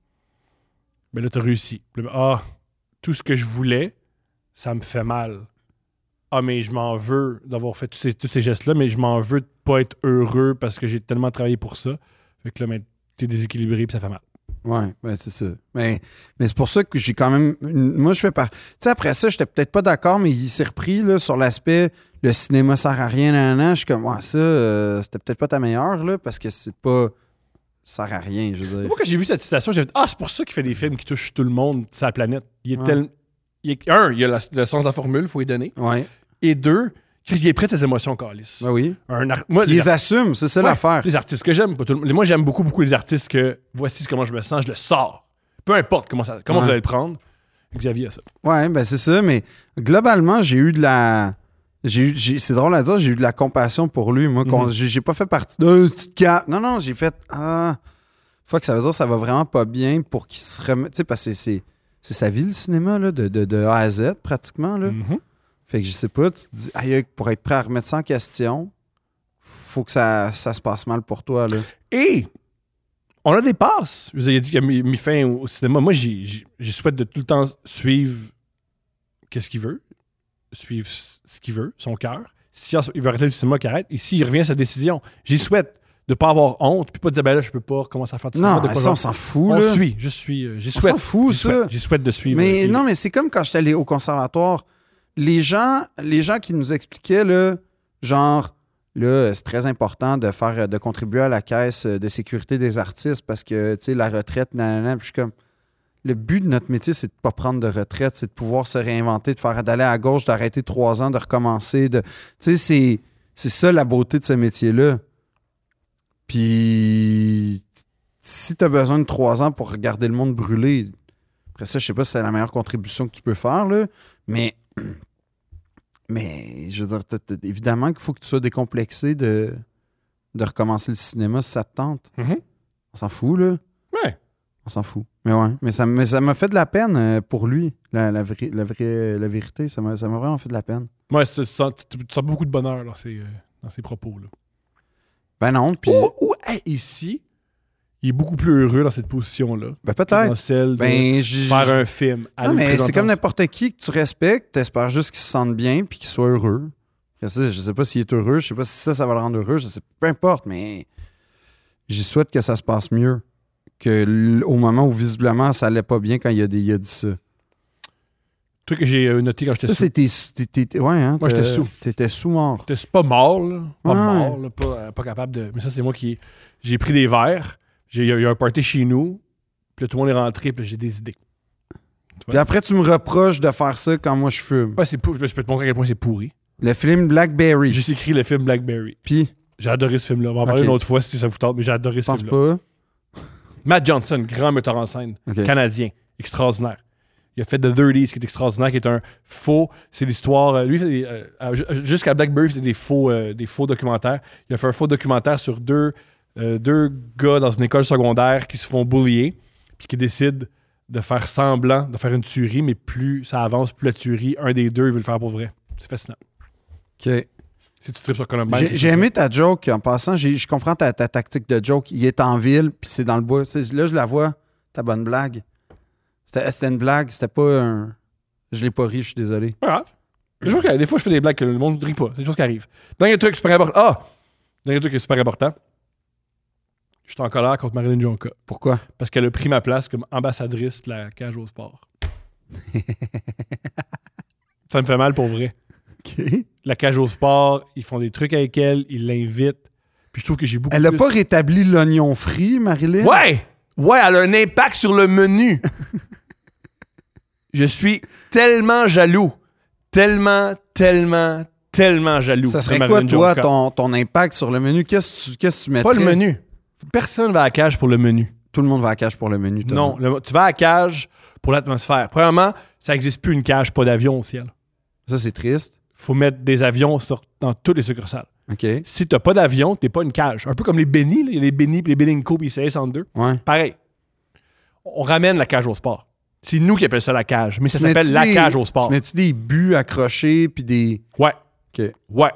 Mais là, t'as réussi. Puis là, ah, tout ce que je voulais, ça me fait mal. Ah, mais je m'en veux d'avoir fait tous ces, tous ces gestes-là, mais je m'en veux de pas être heureux parce que j'ai tellement travaillé pour ça. Fait que là, ben, t'es déséquilibré puis ça fait mal. Ouais, ben c'est ça. Mais, mais c'est pour ça que j'ai quand même... une- Moi, je fais pas... Tu sais, après ça, j'étais peut-être pas d'accord, mais il s'est repris là, sur l'aspect le cinéma sert à rien, nan, nan, nan. Je suis comme, ouais, ça, euh, c'était peut-être pas ta meilleure, là, parce que c'est pas... Ça sert à rien, je veux dire. Moi, quand j'ai vu cette citation, j'ai fait ah, c'est pour ça qu'il fait des films qui touchent tout le monde sur la planète. Il est Ouais. tel... il est- Un, il y a la- le sens de la formule, il faut y donner. Ouais, Et deux, Chris, il est prêt à tes émotions, Calis. ben oui. Un ar- Moi, Ils les, les assument, c'est ça Ouais, l'affaire. les artistes que j'aime, pas tout le monde. Moi, j'aime beaucoup, beaucoup les artistes que voici comment je me sens, je le sors. Peu importe comment, ça, comment Ouais. vous allez le prendre. Xavier a ça. Ouais, ben c'est ça, mais globalement, j'ai eu de la... J'ai eu, j'ai- c'est drôle à dire, j'ai eu de la compassion pour lui. Moi, qu'on- Mhm. j'ai, j'ai pas fait partie de tu te calmes. Non, non, j'ai fait ah, fuck, ça veut dire que ça va vraiment pas bien pour qu'il se remette. Tu sais, parce que c'est, c'est, c'est sa vie, le cinéma, là, de, de, de A à Z, pratiquement. Là. Mhm. Fait que je sais pas, tu te dis, aïe, pour être prêt à remettre ça en question, faut que ça, ça se passe mal pour toi. Là. Et on a des passes. Je veux dire, il a dit qu'il a mis, mis fin au, au cinéma. Moi, j'ai, j'ai, j'ai souhaite de tout le temps suivre qu'est-ce qu'il veut, suivre ce qu'il veut, son cœur. Si il veut arrêter le cinéma, qu'il arrête. Et s'il revient à sa décision, j'y souhaite de pas avoir honte, puis pas dire, ben là, je peux pas recommencer à faire du cinéma. Non, de pas ça, genre- on s'en fout. On là. suit, je suis, euh, j'y On souhaite. s'en fout, J'y ça. souhaite, j'y souhaite de suivre. Mais euh, non, mais c'est comme quand j'étais allé au conservatoire. Les gens, les gens qui nous expliquaient, là, genre, là, c'est très important de faire, de contribuer à la caisse de sécurité des artistes parce que, tu sais, la retraite, nanana, puis je suis comme, le but de notre métier, c'est de pas prendre de retraite, c'est de pouvoir se réinventer, de faire, d'aller à gauche, d'arrêter trois ans, de recommencer, de, tu sais, c'est, c'est ça la beauté de ce métier-là. Puis, si tu as besoin de trois ans pour regarder le monde brûler, après ça, je sais pas si c'est la meilleure contribution que tu peux faire, là, mais, mais je veux dire, t'as- t'as- évidemment qu'il faut que tu sois décomplexé de, de recommencer le cinéma si ça te tente. mhm. On s'en fout, là. Ouais. On s'en fout. Mais ouais, mais ça, mais ça m'a fait de la peine euh, pour lui, la, la, vraie- la, vraie- la vérité. Ça m'a, ça m'a vraiment fait de la peine. Ouais, c'est- tu sens, tu- tu sens beaucoup de bonheur dans ces, euh, dans ces propos-là. Ben non, puis... Ou, ou, hey, ici, il est beaucoup plus heureux dans cette position-là. Ben que dans peut-être. celle de Ben, j'ai- faire un film. Non, aller mais présenter c'est comme en- n'importe qui que tu respectes, t'espères juste qu'il se sente bien puis qu'il soit heureux. Après ça, je sais pas s'il est heureux, je sais pas si ça, ça va le rendre heureux, je sais peu importe, mais j'y souhaite que ça se passe mieux que l- au moment où visiblement ça allait pas bien quand il a, des- il a dit ça. Le truc que j'ai euh, noté quand j'étais Ça, sous. c'était... t'étais- t'étais- Ouais, hein? Moi, j'étais t'as- sous. T'étais sous-mort. J'étais pas mort, là. Pas Ouais. mort, là, pas, euh, pas capable de... Mais ça, c'est moi qui... J'ai pris des verres, j'ai- il y, a- il y a un party chez nous, puis là, tout le monde est rentré, puis là, j'ai des idées. Puis après, tu me reproches de faire ça quand moi je fume. Ouais, c'est pour... Je peux te montrer à quel point c'est pourri. Le film Blackberry. J'ai juste écrit le film Blackberry. Puis, J'ai adoré ce film-là. On va en parler Ok. une autre fois si ça vous tente, mais j'ai adoré je ce pense film-là. pas. Matt Johnson, grand metteur en scène, Ok. canadien, extraordinaire. Il a fait The Dirties, qui est extraordinaire, qui est un faux. C'est l'histoire. euh, lui, il fait des, euh, euh, ju- jusqu'à Blackberry, c'est des faux, euh, des faux documentaires. Il a fait un faux documentaire sur deux, euh, deux gars dans une école secondaire qui se font bullier, puis qui décident de faire semblant de faire une tuerie, mais plus ça avance, plus la tuerie, un des deux, il veut le faire pour vrai. C'est fascinant. OK. Si tu tripes sur Columbine, J'ai c'est j'ai ça. aimé ta joke en passant. j'ai- Je comprends ta, ta tactique de joke. Il est en ville, puis c'est dans le bois. C'est- Là, je la vois. Ta bonne blague. C'était c'était une blague. C'était pas un. Je l'ai pas ri, je suis désolé. Pas grave. Des, choses qui- des fois, je fais des blagues que le monde ne rit pas. C'est des choses qui arrivent. Dernier truc super important. Ah! Dernier truc qui est super important. Je suis en colère contre Marilyn Jonka. Pourquoi? Parce qu'elle a pris ma place comme ambassadrice de la cage au sport. Ça me fait mal pour vrai. OK. La cage au sport, ils font des trucs avec elle, ils l'invitent. Puis je trouve que j'ai beaucoup Elle a plus... pas rétabli l'oignon frit, Marilyn? Ouais! Ouais, elle a un impact sur le menu. Je suis tellement jaloux. Tellement, tellement, tellement jaloux. Ça de serait Marilyn quoi, toi, Jonka. ton, ton impact sur le menu? Qu'est-ce que tu, qu'est-ce que tu mettrais? Pas le menu. Personne va à la cage pour le menu. Tout le monde va à la cage pour le menu, Thomas. Non, le- tu vas à la cage pour l'atmosphère. Premièrement, ça n'existe plus une cage, pas d'avion au ciel. Ça, c'est triste. Faut mettre des avions sur- dans toutes les succursales. OK. Si t'as pas d'avion, t'es pas une cage. Un peu comme les Benny, là. Il y a les Benny, puis les Beninco, puis les C S soixante-deux. Ouais. Pareil. On ramène la cage au sport. C'est nous qui appellent ça la cage, mais ça Tu mets-tu s'appelle la des- cage au sport. Tu mets-tu des buts accrochés puis des... Ouais, OK. ouais.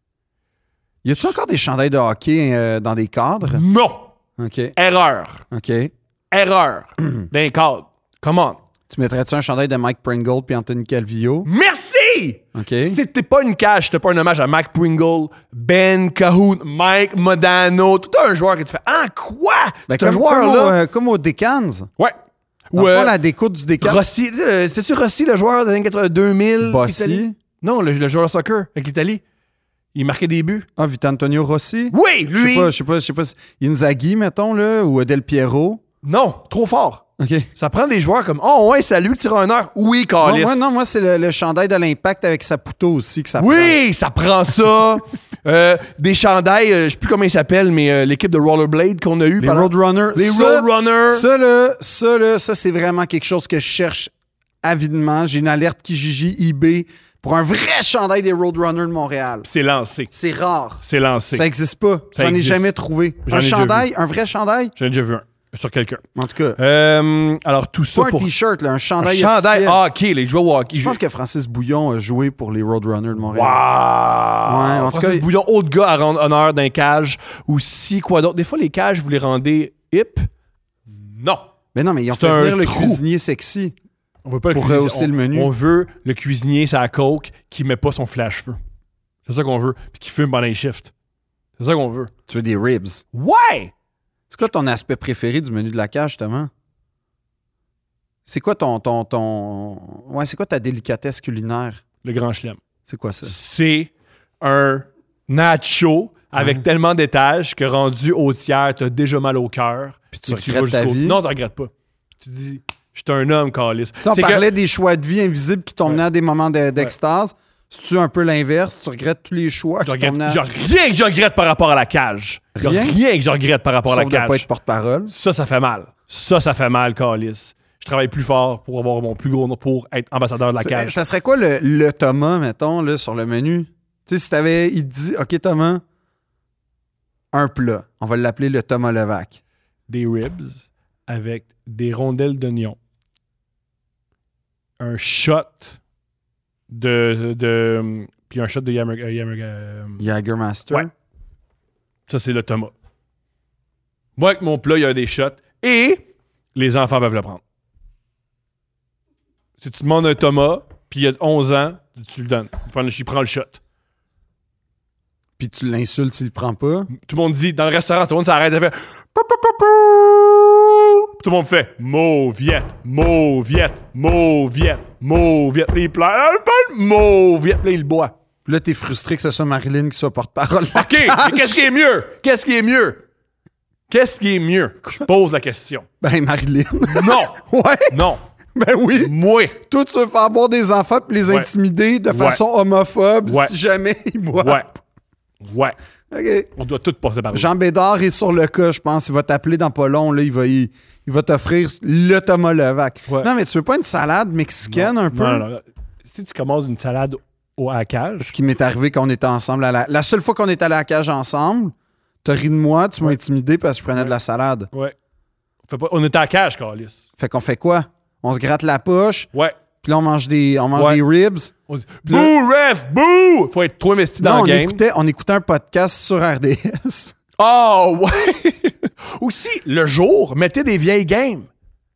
Y a-tu encore des chandails de hockey euh, dans des cadres? Non! OK. Erreur. OK. Erreur. D'un cadre. Come on. Tu mettrais-tu un chandail de Mike Pringle puis Anthony Calvillo? Merci! OK. C'était pas une cage, c'était pas un hommage à Mike Pringle, Ben Cahoon, Mike Modano, tout un joueur que tu fais. Ah, quoi? Ben, C'est un comme, joueur comme, là. au, euh, comme au Decans. Ouais. Ou Ou euh, la découpe du Decans. Rossi. euh, C'est-tu Rossi, le joueur des années quatre-vingt, deux mille? Bossy. Italie? Non, le, le joueur de soccer avec l'Italie. Il marquait des buts. Ah, Vitantonio Rossi? Oui, Je lui! sais pas, je sais pas, je sais pas. si- Inzaghi, mettons, là, ou Del Piero. Non, trop fort. OK. Ça prend des joueurs comme Oh ouais, c'est lui qui tire un heure. Oui, Moi, Calis. moi, non, moi, c'est le, le chandail de l'Impact avec Saputo aussi que ça Oui, ça prend ça. Euh, des chandails, euh, je sais plus comment ils s'appellent, mais euh, l'équipe de Rollerblade qu'on a eu. prend. Les pendant- Roadrunners. Les ça, Roadrunners. Ça, là, ça, là, ça, c'est vraiment quelque chose que je cherche avidement. J'ai une alerte Kijiji eBay pour un vrai chandail des Roadrunners de Montréal. C'est lancé. C'est rare. C'est lancé. Ça n'existe pas. Ça J'en ai existe. jamais trouvé. J'en Un ai déjà chandail, un vrai chandail? J'en ai déjà vu un sur quelqu'un. En tout cas, Euh, alors, tout ça pas un pour... t-shirt, là, un Un chandail. chandail officiel. hockey, les joueurs au hockey. Je pense que Francis Bouillon a joué pour les Roadrunners de Montréal. Wow! Ouais, en tout Francis cas- Bouillon, autre gars à rendre honneur d'un cage. Ou si, quoi d'autre. Des fois, les cages, vous les rendez hip. Non. Mais non, mais ils ont C'est fait un venir le trou. cuisinier sexy. On veut pas le Pour cuisinier. rehausser on, le menu. On veut le cuisinier, ça à coke, qui met pas son flash-feu. C'est ça qu'on veut. Puis qui fume pendant les shifts. C'est ça qu'on veut. Tu veux des ribs. Ouais! C'est quoi ton aspect préféré du menu de la cage, justement? C'est quoi ton, ton, ton... Ouais, c'est quoi ta délicatesse culinaire? Le grand chelem. C'est quoi ça? C'est un nacho avec tellement d'étages que rendu au tiers, t'as déjà mal au cœur. Puis tu Et regrettes vas ta jusqu'au- vie? Non, tu regrettes pas. Tu dis, je suis un homme, Calis. Tu sais, on C'est que- parlait des choix de vie invisibles qui t'ont Ouais. mené à des moments de- d'extase. C'est-tu un peu l'inverse? Tu regrettes tous les choix Je qui regrette, t'ont mené à... y a rien que je regrette par rapport à la cage. Y a Rien? rien que je regrette par rapport à Sauf la de cage. pas être porte-parole. Ça, ça fait mal. Ça, ça fait mal, Calis. Je travaille plus fort pour avoir mon plus gros nom pour être ambassadeur de la Ça, cage. ça serait quoi le, le Thomas, mettons, là, sur le menu? Tu sais, si t'avais... Il te dit, OK, Thomas, un plat. On va l'appeler le Thomas Levac. Des ribs avec des rondelles d'oignon. Un shot de... de puis un shot de Yammer... euh, Yammer- euh, Jagermaster. Ouais. ça, c'est le Thomas. Moi, avec mon plat, il y a des shots. Et les enfants peuvent le prendre. Si tu demandes un Thomas, puis il y a onze ans, tu le donnes. Il prend le, il prend le shot. Puis tu l'insultes s'il le prend pas. Tout le monde dit, dans le restaurant, tout le monde s'arrête et fait... Pou, pou, pou, pou. Tout le monde fait Mauviette, Mauviette, Mauviette, Mauviette. Puis il pleure, ah, je parle Mauviette. Puis là, il boit. Puis là, t'es frustré que ce soit Marilyn qui soit porte-parole. de la OK, mais qu'est-ce qui est mieux? Qu'est-ce qui est mieux? Qu'est-ce qui est mieux? Je pose la question. Ben, Marilyn. Non! Ouais! Non! Ben oui! Moi! Toi, tu veux faire boire des enfants puis les Ouais. intimider de Ouais. façon homophobe Ouais. si jamais ils boivent. Ouais. Ouais. OK. On doit tout passer par là. Jean Bédard est sur le cas, je pense. Il va t'appeler dans pas long. Là, il va, il, il va t'offrir le Thomas Levac. Ouais. Non, mais tu veux pas une salade mexicaine un peu? Non, non, non. Si tu commandes une salade au, à la cage, Ce qui m'est arrivé quand on était ensemble. À la... la seule fois qu'on était allé à la cage ensemble, t'as ri de moi, tu m'as Ouais. intimidé parce que je prenais Ouais. de la salade. ouais. Fait pas- on était à la cage, Carlis. Fait qu'on fait quoi? On se gratte la poche, Ouais. puis là, on mange des, on mange Ouais. des ribs. On dit, bouh, ref, bouh! Faut être trop investi Non, dans on le game. écoutait, on écoutait un podcast sur R D S. Oh, ouais! Aussi, le jour, mettez des vieilles games.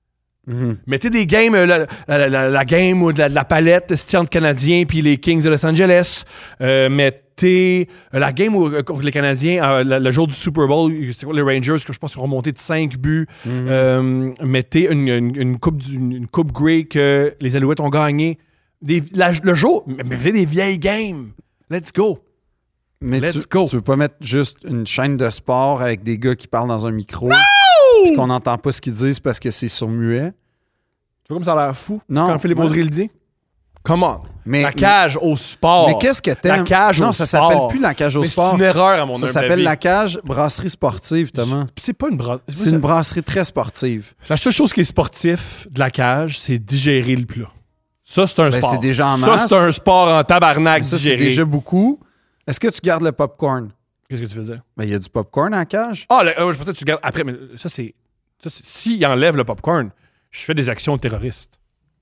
Mhm. Mettez des games, euh, la, la, la, la game ou de la, de la palette style entre Canadiens puis les Kings de Los Angeles. Euh, mettez euh, la game où, euh, contre les Canadiens, euh, le, le jour du Super Bowl, c'est quoi, les Rangers, que je pense qu'ils ont remonté de cinq buts. Mhm. Euh, mettez une, une, une coupe, du- une, une coupe Grey que les Alouettes ont gagné. Des, la- le jour, mais mais faites des vieilles games. Let's go. Mais Let's tu, go. tu veux pas mettre juste une chaîne de sport avec des gars qui parlent dans un micro puis qu'on n'entend pas ce qu'ils disent parce que c'est sur-muet? Tu vois comme ça a l'air fou Non, quand Philippe moi- Audrey le dit? Come on. Mais, La cage au sport. mais qu'est-ce que t'aimes? La cage non, au ça sport. s'appelle plus la cage au Mais sport. c'est une erreur à mon Ça humble s'appelle avis. la cage brasserie sportive, Thomas. C'est pas une brasserie. C'est une brasserie très sportive. La seule chose qui est sportif de la cage, c'est digérer le plat. Ça, c'est un Ben, sport. c'est déjà en Ça, masse. c'est un sport en tabarnak Ça, c'est digéré. déjà beaucoup. Est-ce que tu gardes le popcorn? Qu'est-ce que tu faisais? Ben, il y a du popcorn à la cage. Ah, le- euh, je pensais que tu gardes après, mais ça, c'est... ça, c'est- S'il enlève le popcorn, je fais des actions terroristes.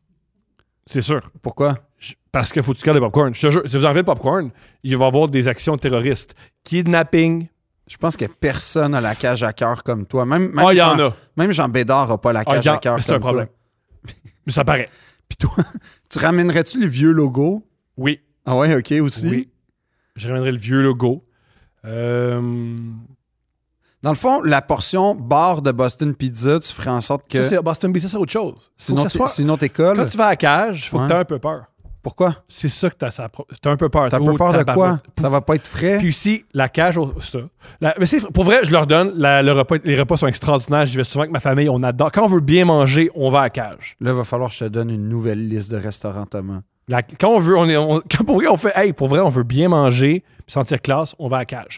C'est sûr. Pourquoi? Je- Parce qu'il faut que tu gardes le popcorn. Je te jure, si vous enlevez le popcorn, il va y avoir des actions terroristes. Kidnapping. Je pense que personne n'a la cage à cœur comme toi. Même, même Ah, il y Jean, en a. Même Jean Bédard n'a pas la Ah, cage il y en- à cœur mais comme c'est un problème. toi. Mais ça paraît. Puis toi, tu ramènerais-tu le vieux logo? Oui. Ah ouais, OK, aussi. Oui. Je ramènerai le vieux logo. Euh... Dans le fond, la portion bar de Boston Pizza, tu ferais en sorte que... Ça, c'est Boston Beat, ça, c'est autre chose. C'est Faut une, que autre- ça soit- c'est une autre école. Quand tu vas à la cage, il faut Ouais. que tu aies un peu peur. Pourquoi? C'est ça que tu as. Tu as un peu peur. T'as un Oh, peu peur de quoi? tabarouette. Ça va pas être frais? Puis aussi, la cage, au- ça. La- mais c'est, pour vrai, je leur donne. la- le repas, les repas sont extraordinaires. J'y vais souvent avec ma famille. On adore. Quand on veut bien manger, on va à la cage. Là, il va falloir que je te donne une nouvelle liste de restaurants, Thomas. La- quand on veut, on est, on- quand pour vrai, on fait, hey, pour vrai, on veut bien manger puis sentir classe, on va à la cage.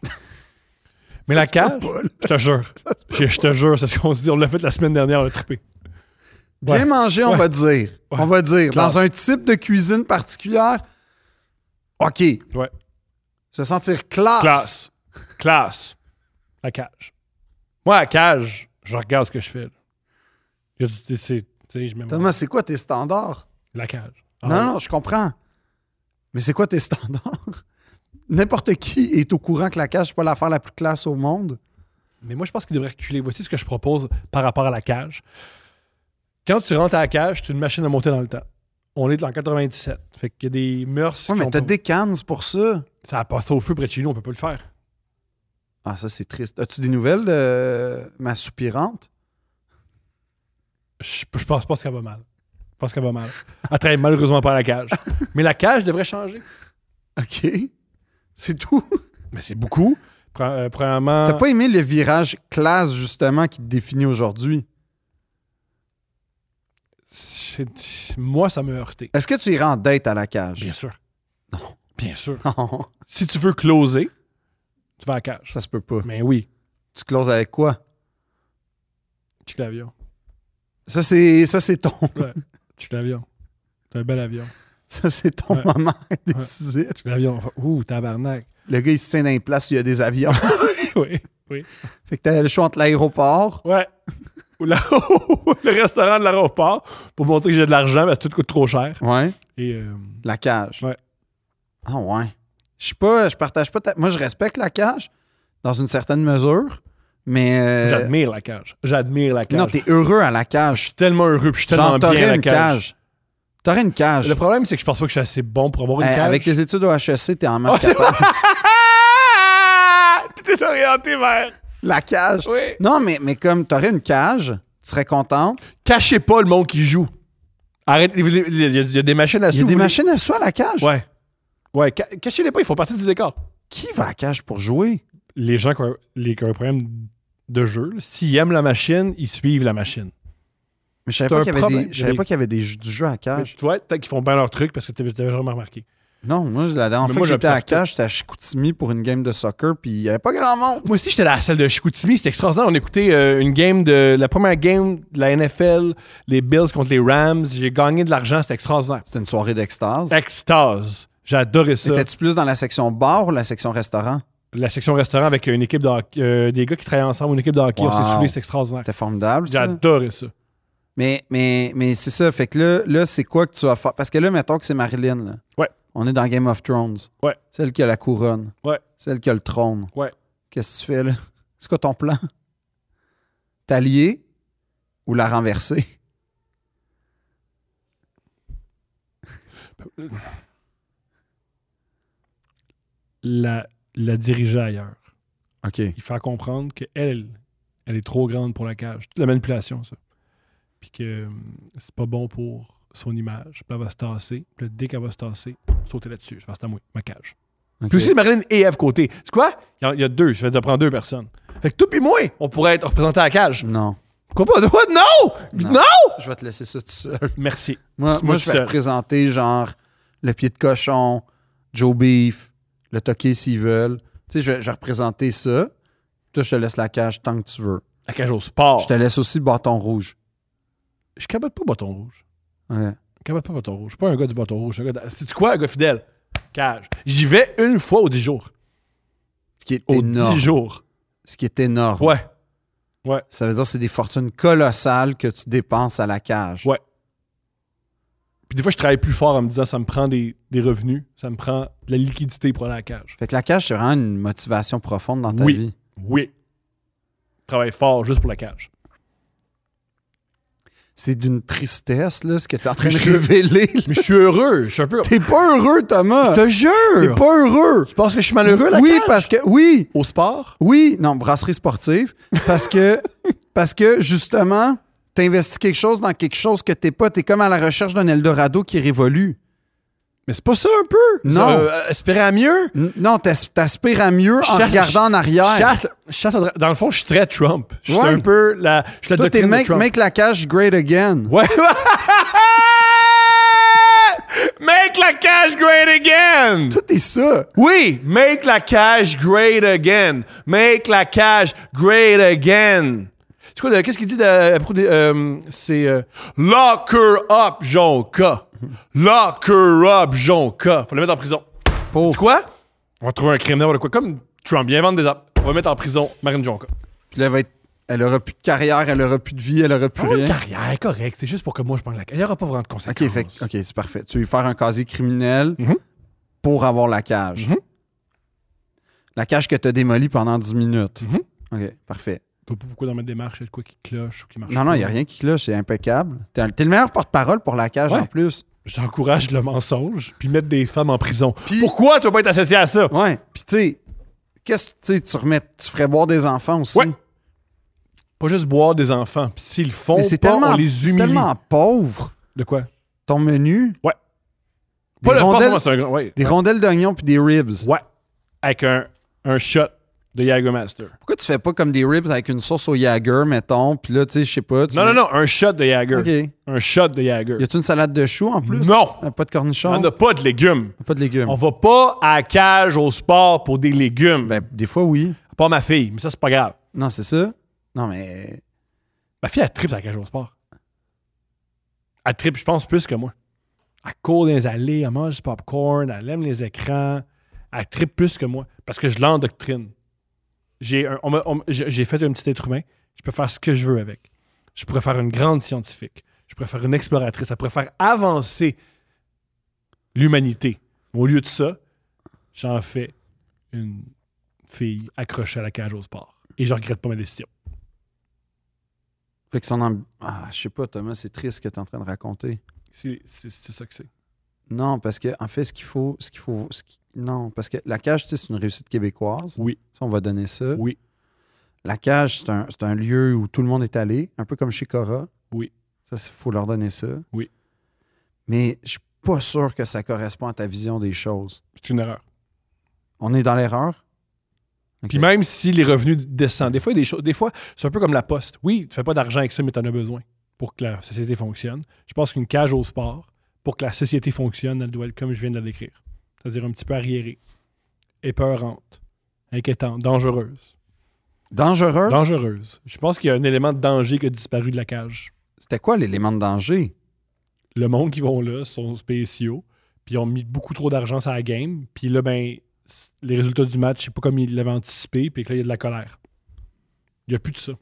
Mais la cage, je te jure, je, je te jure, c'est ce qu'on se dit. On l'a fait la semaine dernière, on a trippé. Bien Ouais. manger, on Ouais. va dire. Ouais. On va dire. Classe. Dans un type de cuisine particulière, OK. Ouais. Se sentir classe. Classe. Classe. La cage. Moi, à la cage, je regarde ce que je fais. là. Il y a du- c'est- c'est- tu sais, je mets mon- Thomas, c'est quoi tes standards? la cage. Ah, Non, non, je comprends. Mais c'est quoi tes standards? N'importe qui est au courant que la cage, c'est pas l'affaire la plus classe au monde. Mais moi, je pense qu'il devrait reculer. Voici ce que je propose par rapport à la cage. Quand tu rentres à la cage, tu as une machine à monter dans le temps. On est en quatre-vingt-dix-sept. Fait qu'il y a des mœurs. Ouais, qui mais ont t'as pas- des cannes pour ça. Ça a passé au feu près de chez nous, on peut pas le faire. Ah, ça, c'est triste. As-tu des nouvelles de ma soupirante? Je, je pense pas qu'elle va mal. Je pense qu'elle va mal. Elle travaille malheureusement pas à la cage. Mais la cage devrait changer. OK. C'est tout. Mais c'est beaucoup. Pre- euh, premièrement. T'as pas aimé le virage classe, justement, qui te définit aujourd'hui? c'est- Moi, ça m'a heurté. Est-ce que tu irais en date à la cage? Bien sûr. Non. Bien sûr. Non, Si tu veux closer, tu vas à la cage. ça se peut pas. Mais oui. Tu closes avec quoi? Chic l'avion. Ça, c'est ça, c'est ton, Ouais. Chic l'avion. C'est un bel avion. ça, c'est ton Ouais. moment décisif. Chic l'avion. Ouh, tabarnak. Le gars, il se tient dans les places où il y a des avions. oui. Oui. Fait que t'as le choix entre l'aéroport. Ouais. Ou la- le restaurant de l'aéroport pour montrer que j'ai de l'argent, parce que tout coûte trop cher. Ouais. Et euh, La cage. Ouais. Ah ouais. Je sais pas, je partage pas. ta- Moi, je respecte la cage dans une certaine mesure, mais. euh, j'admire la cage. J'admire la cage. Non, t'es heureux à la Je cage. suis tellement heureux, puis je suis tellement Genre, bien à t'aurais la une cage. cage. T'aurais une cage. Le problème, c'est que je pense pas que je suis assez bon pour avoir une Euh, cage. avec tes études au H E C, t'es en masse capable. Tu t'es orienté vers. La cage. Oui. Non, mais, mais comme t'aurais une cage, tu serais contente. Cachez pas le monde qui joue. Arrête. Il y a, il y a- il y a des machines à Il y a sous. des vous machines à soi à la cage. voulez- Ouais. Ouais. ca- Cachez-les pas, ils font partie du décor. Qui va à la cage pour jouer? Les gens qui ont, les, qui ont un problème de jeu, là, s'ils aiment la machine, ils suivent la machine. Mais je savais C'est pas un qu'il y avait, problème. des, je savais Mais- pas qu'il y avait des, jeux- du jeu à la Mais cage. tu vois, peut-être qu'ils font bien leur truc parce que tu avais jamais remarqué. Non, moi, la dernière Mais fois moi, que j'étais à la j'observe tout. cage, j'étais à Chicoutimi pour une game de soccer, puis il y avait pas grand monde. Moi aussi, j'étais à la salle de Chicoutimi. C'était extraordinaire. On écoutait euh, une game de. La première game de la N F L, les Bills contre les Rams. J'ai gagné de l'argent. C'était extraordinaire. C'était une soirée d'extase. Extase. J'ai adoré ça. Étais-tu plus dans la section bar ou la section restaurant? La section restaurant avec une équipe de hockey, euh, des gars qui travaillent ensemble, une équipe de hockey. On s'est Wow. saoulés, c'est extraordinaire. C'était formidable, J'ai ça. adoré ça. Mais, mais, mais c'est ça. Fait que là, là c'est quoi que tu vas faire? Parce que là, mettons que c'est Marilyn. Là. Ouais. On est dans Game of Thrones. Ouais. Celle qui a la couronne. Ouais. Celle qui a le trône. Ouais. Qu'est-ce que tu fais là? C'est quoi ton plan? T'allier ou la renverser? La, la diriger ailleurs. OK. Il fait comprendre qu'elle, elle est trop grande pour la cage. Toute la manipulation, ça. Puis que euh, c'est pas bon pour son image. Puis elle va se tasser. Puis là, dès qu'elle va se tasser, sauter là-dessus. Je vais c'est à moi, ma cage. OK. Puis aussi Marilyn et Eve côté. C'est quoi? Il y, a, il y a deux. Je vais te prendre deux personnes. Fait que toi puis moi, on pourrait être représentés à la cage. Non. Pourquoi pas? What? Non! Non. Non! Je vais te laisser ça tout seul. Merci. Moi, Moi, moi je tout vais seul. représenter genre le pied de cochon, Joe Beef, le toqué s'ils veulent. Tu sais, je vais, je vais représenter ça. Toi, je te laisse la cage tant que tu veux. La cage au sport. Je te laisse aussi le bâton rouge. Je cabote pas bâton rouge. Ouais. Je cabote pas bâton rouge. Je suis pas un gars du bâton rouge. C'est quoi, un gars fidèle? Cage. J'y vais une fois aux dix jours. Ce qui est Aux énorme. dix jours. Ce qui est énorme. Ouais. Ouais. Ça veut dire que c'est des fortunes colossales que tu dépenses à la cage. Ouais. Puis des fois, je travaille plus fort en me disant ça me prend des, des revenus, ça me prend de la liquidité pour aller à la cage. Fait que la cage, c'est vraiment une motivation profonde dans ta Oui. vie. Oui. Je travaille fort juste pour la cage. C'est d'une tristesse, là, ce que tu es en train Mais de je suis- révéler. là. Mais je suis heureux. Je suis un peu. T'es pas heureux, Thomas. Je te jure! T'es pas heureux. Tu penses que je suis malheureux, la Oui, cage? parce que... Oui, Au sport? oui. Non, brasserie sportive. Parce que, parce que justement, t'investis quelque chose dans quelque chose que t'es pas. T'es comme à la recherche d'un Eldorado qui révolue. Mais c'est pas ça un peu? Non. Euh, espérer à mieux? N- Non, t'as- t'aspires à mieux en Chasse- regardant en arrière. Chasse- chasse à dra- dans le fond, je suis très Trump. Je suis Ouais. un peu la, je suis la Toi, t'es doctrine de make, Trump. make la cage great again. Ouais. Make la cage great again! Tout est ça. Oui, make la cage great again. Make la cage great again. C'est quoi, le- qu'est-ce qu'il dit de, à propos des, euh, c'est euh, lock her up, Jonka. Lock her up, Jonka. Faut le mettre en prison. Pauvre. C'est quoi? On va trouver un criminel ou quoi. Comme Trump, il invente des apps. On va mettre en prison Marine Jonka. Puis là, elle va être- elle aura plus de carrière, elle aura plus de vie, elle aura plus Pas une rien. carrière, correct. C'est juste pour que moi je prenne la cage. Il n'y aura pas vraiment de conséquences. OK, fait, que- OK, c'est parfait. Tu veux lui faire un casier criminel Mhm. pour avoir la cage. Mhm. La cage que tu as démolie pendant dix minutes. Mhm. OK, parfait. Je sais pas pourquoi dans ma démarche, il y a de quoi qui cloche ou qui marche Non, pas. non, il n'y a rien qui cloche, c'est impeccable. T'es t'es le meilleur porte-parole pour la cage Ouais. en plus. J'encourage le mensonge puis mettre des femmes en prison. Puis- Pourquoi tu vas pas être associé à ça? Ouais. Puis tu sais, qu'est-ce que tu sais, tu remets, tu ferais boire des enfants aussi. Ouais. Pas juste boire des enfants. Puis s'ils le font Mais c'est pas, tellement, on les c'est humilie. tellement pauvre, De quoi? ton menu. Ouais. Des, Pas le pas rondelles, moi, c'est un gros- ouais. des rondelles d'oignon puis des ribs. Ouais. Avec un, un shot de Jagermaster. Pourquoi tu fais pas comme des ribs avec une sauce au Jager, mettons, puis là, tu sais, je sais pas. tu Non, mets- non, non, un shot de Jager. OK. Un shot de Jager. Y a-tu une salade de choux en plus? Non! Euh, Pas de cornichons? On n'a pas de légumes. Pas de légumes. On va pas à la cage au sport pour des légumes. Ben, des fois, oui. Pas ma fille, mais ça, c'est pas grave. Non, c'est ça. Non, mais... Ma fille, elle tripe à la cage au sport. Elle tripe, je pense, plus que moi. Elle court dans les allées, elle mange du popcorn, elle aime les écrans. Elle tripe plus que moi parce que je l'endoctrine. J'ai, un- on m'a- on m'a- j'ai j'ai fait un petit être humain. Je peux faire ce que je veux avec. Je pourrais faire une grande scientifique. Je pourrais faire une exploratrice. Ça pourrait faire avancer l'humanité. Au lieu de ça, j'en fais une fille accrochée à la cage au sport. Et je regrette pas ma décision. Fait que son amb- Ah, je sais pas, Thomas, c'est triste ce que tu es en train de raconter. C'est, c'est, c'est ça que c'est. Non, parce que en fait, ce qu'il faut... Ce qu'il faut ce qui- Non, parce que la cage, tu sais, c'est une réussite québécoise. Oui. Ça, on va donner ça. Oui. La cage, c'est un, c'est un lieu où tout le monde est allé, un peu comme chez Cora. Oui. Ça, il faut leur donner ça. Oui. Mais je suis pas sûr que ça correspond à ta vision des choses. C'est une erreur. On est dans l'erreur? Ok. Puis même si les revenus descendent, des fois, il y a des choses, des fois, c'est un peu comme la poste. Oui, tu fais pas d'argent avec ça, mais tu en as besoin pour que la société fonctionne. Je pense qu'une cage au sport, pour que la société fonctionne, elle doit être comme je viens de la décrire. C'est-à-dire un petit peu arriérée, épeurante, inquiétante, dangereuse. Dangereuse? Dangereuse. Je pense qu'il y a un élément de danger qui a disparu de la cage. C'était quoi l'élément de danger? Le monde qui vont là sont spéciaux, puis ils ont mis beaucoup trop d'argent sur la game, puis là, ben, c- les résultats du match, c'est pas comme ils l'avaient anticipé, puis que là, il y a de la colère. Il n'y a plus de ça.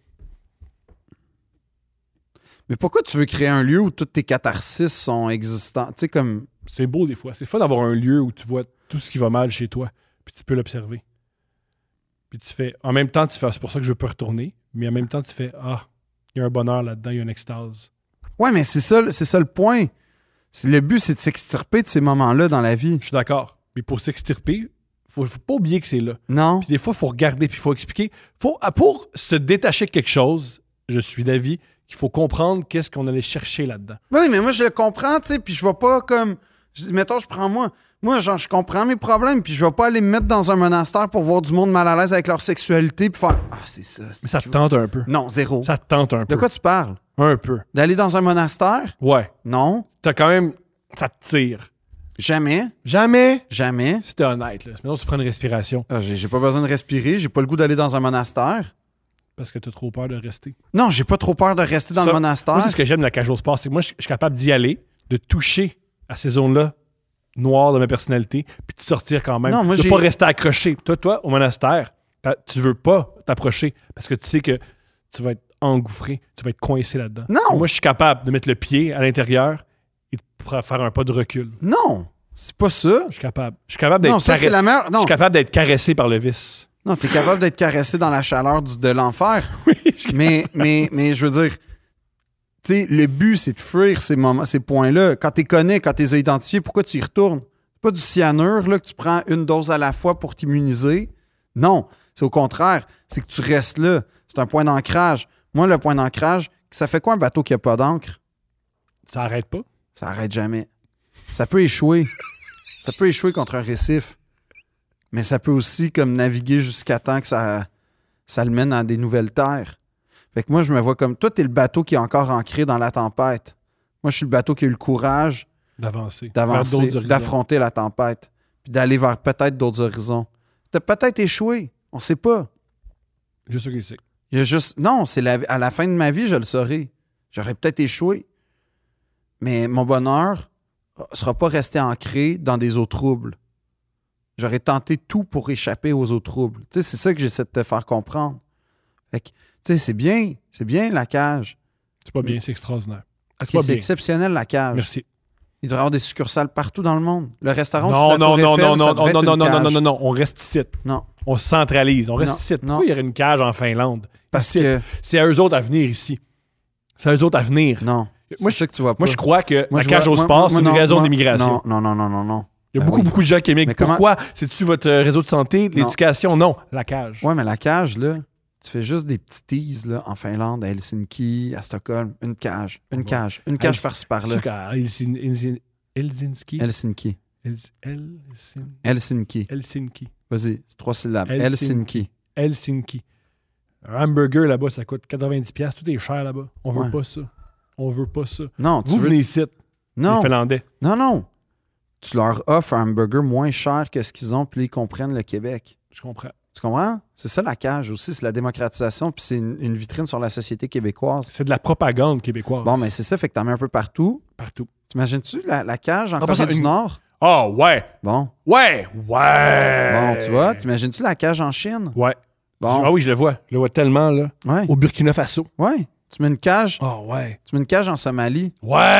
Mais pourquoi tu veux créer un lieu où toutes tes catharsis sont existants? Tu sais, comme... C'est beau des fois. C'est fun d'avoir un lieu où tu vois tout ce qui va mal chez toi, puis tu peux l'observer. Puis tu fais, en même temps, tu fais, c'est pour ça que je peux retourner, mais en même temps, tu fais, ah, il y a un bonheur là-dedans, il y a une extase. Ouais, mais c'est ça, c'est ça le point. C'est, le but, c'est de s'extirper de ces moments-là dans la vie. Je suis d'accord. Mais pour s'extirper, faut, faut pas oublier que c'est là. Non? Puis des fois, il faut regarder, puis il faut expliquer. Faut, ah, pour se détacher de quelque chose, je suis d'avis qu'il faut comprendre qu'est-ce qu'on allait chercher là-dedans. Oui, mais moi, je le comprends, tu sais, puis je vais pas comme... je- Mettons, je prends moi. Moi, genre, je comprends mes problèmes, puis je vais pas aller me mettre dans un monastère pour voir du monde mal à l'aise avec leur sexualité, puis faire « Ah, c'est ça. c'est Mais ça qui te va- tente un peu. Non, zéro. Ça te tente un peu. De quoi tu parles? Un peu. D'aller dans un monastère? Ouais. Non. T'as quand même... Ça te tire. Jamais. Jamais, Jamais. si t'es honnête, là. Maintenant, tu prends une respiration Ah, j'ai, j'ai pas besoin de respirer, j'ai pas le goût d'aller dans un monastère. parce que t'as trop peur de rester. Non, j'ai pas trop peur de rester dans Ça, le monastère. Moi, c'est ce que j'aime de la cage au sport. C'est que moi, je je suis capable d'y aller, de toucher à ces zones-là noires de ma personnalité, puis de sortir quand même. Non, moi, de j'ai- pas rester accroché. Toi, toi, au monastère, t'as- tu veux pas t'approcher parce que tu sais que tu vas être engouffré, tu vas être coincé là-dedans. Non. Moi, je suis capable de mettre le pied à l'intérieur et de pr- faire un pas de recul. Non, c'est pas ça. Je suis capable. Je suis capable d'être Non, ça, carré- c'est la meilleure... Je Non, suis capable d'être caressé par le vice. non t'es capable d'être caressé dans la chaleur du- de l'enfer. Oui, je- mais, mais, mais je veux dire, tu sais, le but, c'est de fuir ces, moments, ces points-là. Quand tu les connais, quand tu les as identifiés, pourquoi tu y retournes? C'est pas du cyanure là, que tu prends une dose à la fois pour t'immuniser. Non, c'est au contraire. C'est que tu restes là. C'est un point d'ancrage. Moi, le point d'ancrage, ça fait quoi un bateau qui n'a pas d'encre? Ça arrête pas. Ça arrête jamais. Ça peut échouer. Ça peut échouer contre un récif. Mais ça peut aussi comme naviguer jusqu'à temps que ça, ça le mène dans des nouvelles terres. Fait que moi, je me vois comme... Toi, t'es le bateau qui est encore ancré dans la tempête. Moi, je suis le bateau qui a eu le courage D'avancer. Vers d'avancer, d'autres horizons. d'affronter la tempête, puis d'aller vers peut-être d'autres horizons. T'as peut-être échoué. On sait pas. Juste ce qu'il sait. Il y a juste... Non, c'est la- à la fin de ma vie, je le saurai. J'aurais peut-être échoué. Mais mon bonheur ne sera pas resté ancré dans des eaux troubles. J'aurais tenté tout pour échapper aux eaux troubles. Tu sais, c'est ça que j'essaie de te faire comprendre. Fait que, tu sais, c'est bien. C'est bien, la cage. C'est pas bien, c'est extraordinaire. OK, pas c'est bien. exceptionnel, la cage. Merci. Il devrait y avoir des succursales partout dans le monde. Le restaurant Non, au-dessus de la non, Tour non, Eiffel, non, ça non, devrait non, être non, une non, non, non, cage. non, non, non, on reste ici. Non, On se centralise, on reste Non, ici. non. Pourquoi il y aurait une cage en Finlande? parce Ici. que... C'est à eux autres à venir ici. C'est à eux autres à venir. Non, c'est Moi, je- ça que tu vois pas. Moi, je crois que Moi, la je cage vois- au moi- sport, moi- c'est une non, raison moi- d'immigration. Non, non, non, non, non, non. Il y a Ben beaucoup, oui. beaucoup de gens qui Mais émigrent. comment- Pourquoi? C'est-tu votre euh, réseau de santé, l'éducation? Non, la cage. Ouais, mais la cage, là, tu fais juste des petits teases, là, en Finlande, à Helsinki, à Stockholm. Une cage, une Ouais. cage, une cage Hels- par-ci C'est par-là. sûr qu'à Helsin- Helsin- Helsinki. Helsinki. Hels- Helsin- Helsinki. Helsinki. Vas-y, c'est trois syllabes. Helsinki. Helsinki. Helsinki. Un hamburger là-bas, ça coûte quatre-vingt-dix dollars. Tout est cher là-bas. On veut Ouais. pas ça. On veut pas ça. Non, tu Vous veux... venez ici, les Non, Finlandais. non, non. Tu leur offres un hamburger moins cher que ce qu'ils ont, puis ils comprennent le Québec. Je comprends. Tu comprends? C'est ça la cage aussi, c'est la démocratisation, puis c'est une, une vitrine sur la société québécoise. C'est de la propagande québécoise. Bon, mais c'est ça, fait que t'en mets un peu partout. Partout. T'imagines-tu la, la cage en En Corée passant, du une- Nord? Ah, ouais. Bon. Ouais. Ouais. Bon, tu vois, t'imagines-tu la cage en Chine? Ouais. Bon. Ah oui, je le vois. Je le vois tellement, là. Ouais. Au Burkina Faso. Ouais. Tu mets une cage, Ah, ouais. tu mets une cage en Somalie.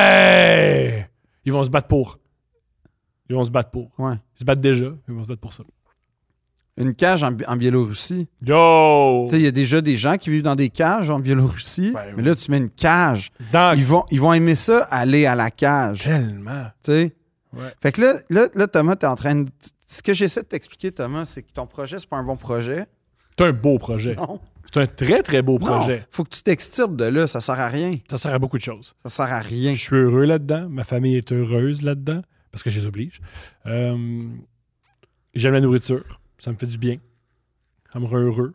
Ouais. Ils vont se battre pour. Ils vont se battre pour. Ouais. Ils se battent déjà. Ils vont se battre pour ça. Une cage en, en Biélorussie. Yo. Tu sais, il y a déjà des gens qui vivent dans des cages en Biélorussie. Ouais, mais là, tu mets une cage. Dans... Ils vont, ils vont aimer ça, aller à la cage. Tellement. Tu sais? Ouais. Fait que là, là, là Thomas, t'es en train de. Ce que j'essaie de t'expliquer, Thomas, c'est que ton projet, c'est pas un bon projet. C'est un beau projet. Non. C'est un très, très beau projet. Non. Faut que tu t'extirpes de là. Ça sert à rien. Ça sert à beaucoup de choses. Ça sert à rien. Je suis heureux là-dedans. Ma famille est heureuse là-dedans. Parce que je les oblige. Euh, J'aime la nourriture. Ça me fait du bien. Ça me rend heureux.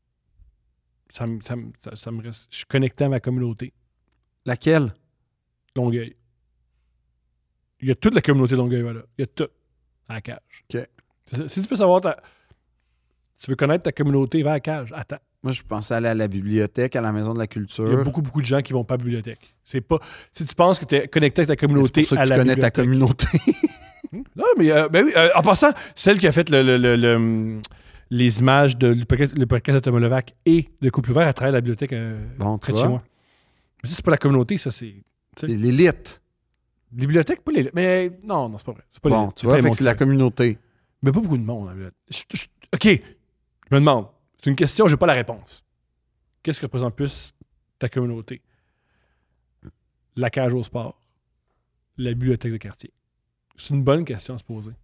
Ça me, ça me- ça- ça me reste... Je suis connecté à ma communauté. Laquelle? Longueuil. Il y a toute la communauté de Longueuil, voilà. Il y a tout à la cage. OK. C'est ça. Si tu veux savoir ta... Si tu veux connaître ta communauté, va à la cage. Attends. Moi, je pensais aller à la bibliothèque, à la Maison de la Il y a Culture. beaucoup, beaucoup de gens qui vont pas à la bibliothèque. C'est pas... Si tu penses que tu es connecté avec ta C'est communauté pour ça que à tu la connais ta bibliothèque. communauté. Non, mais euh, ben oui, euh, en passant, celle qui a fait le, le- le- le, hum, les images de le podcast, le podcast de Thomas Levac et de Couple Ouvert à travers la bibliothèque euh, Bon, tu près de vois. chez moi. Mais ça, c'est pas la communauté, ça, c'est... tu sais. L'élite. Les bibliothèques, pas les... Mais non, non, c'est pas vrai. C'est pas Bon, les, tu vois, pas les fait que c'est la montres. communauté. Mais pas beaucoup de monde. Là. Je- je- OK, je me demande. C'est une question, j'ai pas la réponse. Qu'est-ce que représente plus ta communauté? La cage au sport, la bibliothèque de quartier? C'est une bonne question à se poser.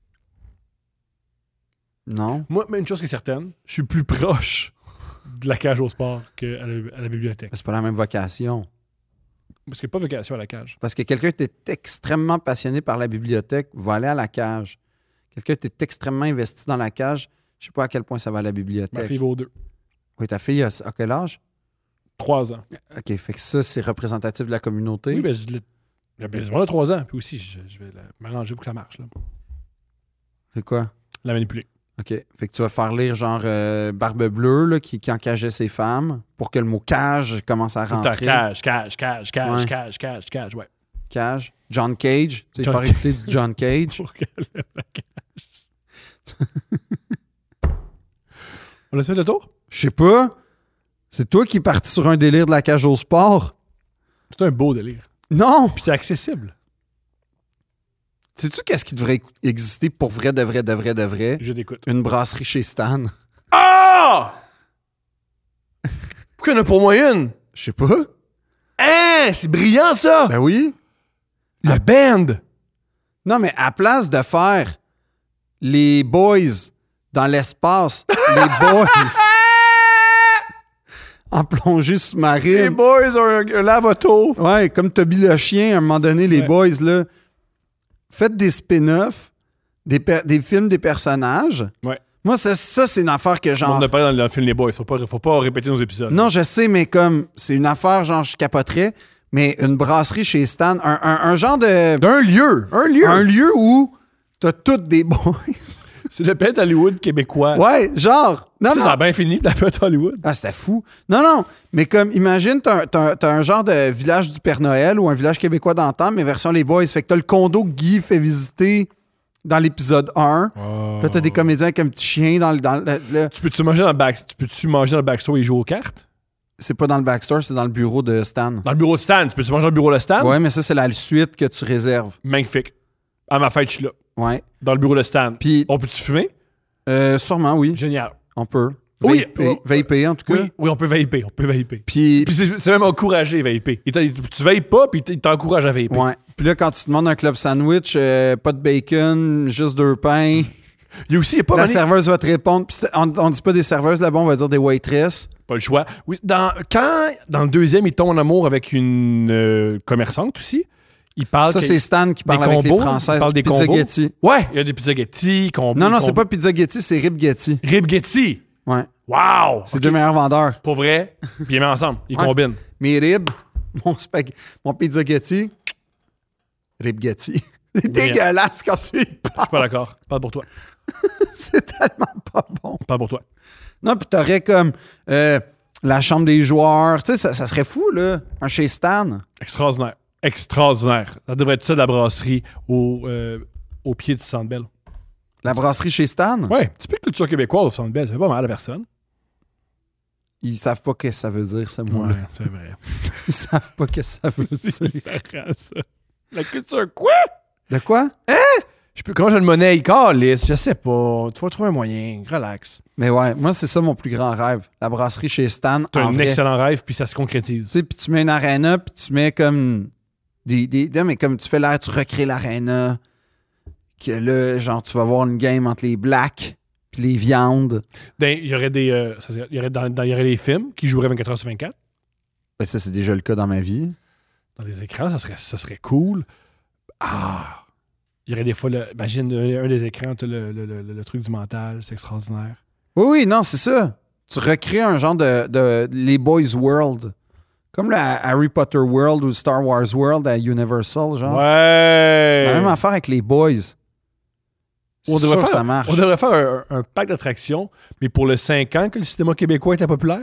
Non. Moi, mais une chose qui est certaine, je suis plus proche de la cage au sport qu'à la, à la bibliothèque. C'est pas la même vocation. Parce qu'il n'y a pas de vocation à la cage. Parce que quelqu'un qui est extrêmement passionné par la bibliothèque va aller à la cage. Quelqu'un qui est extrêmement investi dans la cage, je sais pas à quel point ça va à la bibliothèque. Ma fille vaut deux. Oui, ta fille a, a quel âge? Trois ans. OK, fait que ça, c'est représentatif de la communauté. Oui, ben, je l'ai. On a trois ans. Puis aussi, je, je vais la- m'arranger pour que ça marche. Là. C'est quoi? La manipuler. OK. Fait que tu vas faire lire genre euh, Barbe Bleue là, qui, qui encageait ses femmes pour que le mot cage commence à Tout le temps, rentrer. cage, cage, cage, cage, Ouais. cage, cage, cage, ouais. Cage. John Cage. Tu sais, John faire Cage. écouter du John Cage. Pour qu'elle lève la cage. On a fait le tour? Je sais pas. C'est toi qui es parti sur un délire de la cage au sport. C'est un beau délire. Non! Puis c'est accessible. Sais-tu qu'est-ce qui devrait écou- exister pour vrai, de vrai, de vrai, de vrai? Je t'écoute. Une brasserie chez Stan. Ah! Pourquoi il y en a pour moi une? Je sais pas. Hein? C'est brillant, ça! Ben oui. Le band! Non, mais à place de faire les boys dans l'espace, les boys en plongée Les sous-marine. boys ont un, un lave-auto. Ouais, comme Toby le chien, à un moment donné, les Ouais. boys, là. Faites des spin-offs, des, per- des films des personnages. Ouais. Moi, c'est- ça, c'est une affaire que On genre. en a parlé dans le, dans le film Les Boys. Faut pas, faut pas répéter nos épisodes. Non, je sais, mais comme c'est une affaire, genre, je capoterais, mais une brasserie chez Stan, un, un- un genre de. D'un lieu. Un lieu. Un lieu où t'as toutes des boys. C'est le Pet Hollywood québécois. Ouais, genre. Non, Ça, non. ça a bien fini, la Pet Hollywood. Ah, c'était fou. Non, non. Mais comme, imagine, t'as un, t'as un- t'as un genre de village du Père Noël ou un village québécois d'antan, mais version les boys. Fait que t'as le condo que Guy fait visiter dans l'épisode un. Puis là, t'as des comédiens avec un petit chien dans le. Dans le- le- Tu peux-tu manger dans le back... tu peux-tu manger dans le backstore et jouer aux cartes? C'est pas dans le backstore, c'est dans le bureau de Stan. Dans le bureau de Stan. Tu peux-tu manger dans le bureau de Stan? Ouais, mais ça, c'est la suite que tu réserves. Magnifique. À ma fête, je suis là. Ouais. Dans le bureau de Stan. Puis, On peut-tu fumer? euh, sûrement, oui. Génial. On peut. Oui. Vaper, Oh. vaper, en tout cas. Oui, oui, on peut vaper. On peut vaper. Puis, Puis c'est c'est même encouragé, vaper. Il t'a- Tu vapes pas, puis il t'encourage à vaper. ouais. Puis là, quand tu demandes un club sandwich, euh, pas de bacon, juste deux pains. Il y a aussi, il y a pas, La mal- serveuse va te répondre. Puis c'est- on, on dit pas des serveuses là-bas, on va dire des waitresses. pas le choix. Oui, dans, quand, dans le deuxième, il tombe en amour avec une euh, commerçante aussi, il parle... Ça, que- c'est Stan qui parle des avec les combos, Françaises. il parle des Pizza combos. Getty. Ouais, il y a des pizzas Getty, combos. Non, non, c'est combos. pas Pizza Getty, c'est Rib Getty. Rib Getty. Ouais. Wow! C'est Ok. deux meilleurs vendeurs. Pour vrai. Puis ils les mettent ensemble. Ils Ouais. combinent. Mes ribs, mon, spag- mon Pizza Getty, Rib Getty. C'est Brillant. dégueulasse quand tu y Je suis penses. pas d'accord. Parle pour toi. C'est tellement pas bon. Parle pour toi. Non, puis t'aurais comme euh, la chambre des joueurs. Tu sais, ça, ça serait fou, là. Un chez Stan. Extraordinaire. Extraordinaire. Ça devrait être ça de la brasserie au, euh, au pied du Centre Bell. La brasserie chez Stan. Ouais, un petit peu de culture québécoise au Centre Bell. Ça fait pas mal à personne. Ils savent pas ce que ça veut dire, ce mot-là. Ouais, c'est vrai. Ils savent pas ce que ça veut C'est dire. hilarant, ça. La culture quoi? De quoi? Je peux, comment je le monnaie? Calice, je sais pas. Tu vas trouver un moyen. Relax. Mais ouais, moi, c'est ça mon plus grand rêve. La brasserie chez Stan. T'as en un vrai. excellent rêve, puis ça se concrétise. Tu sais, puis tu mets une arena, puis tu mets comme des, des, non, mais comme tu fais l'air, tu recrées l'arena, que là, genre, tu vas voir une game entre les blacks puis les viandes. Ben, Il y aurait des, euh, ça serait- il y aurait dans- dans- il y aurait des films qui joueraient vingt-quatre heures sur vingt-quatre. Ben, ça, c'est déjà le cas dans ma vie. Dans les écrans, ça serait, ça serait cool. Ah! Il y aurait des fois, le, imagine euh, un des écrans, t'as le, le, le, le truc du mental, c'est extraordinaire. Oui, oui, non, c'est ça. Tu recrées un genre de, de les Boys World. Comme le Harry Potter World ou Star Wars World à Universal, genre. Ouais! La même affaire avec les Boys. On C'est devrait, sûr que faire, ça marche. on devrait faire un, un pack d'attractions, mais pour le cinq ans que le cinéma québécois était populaire.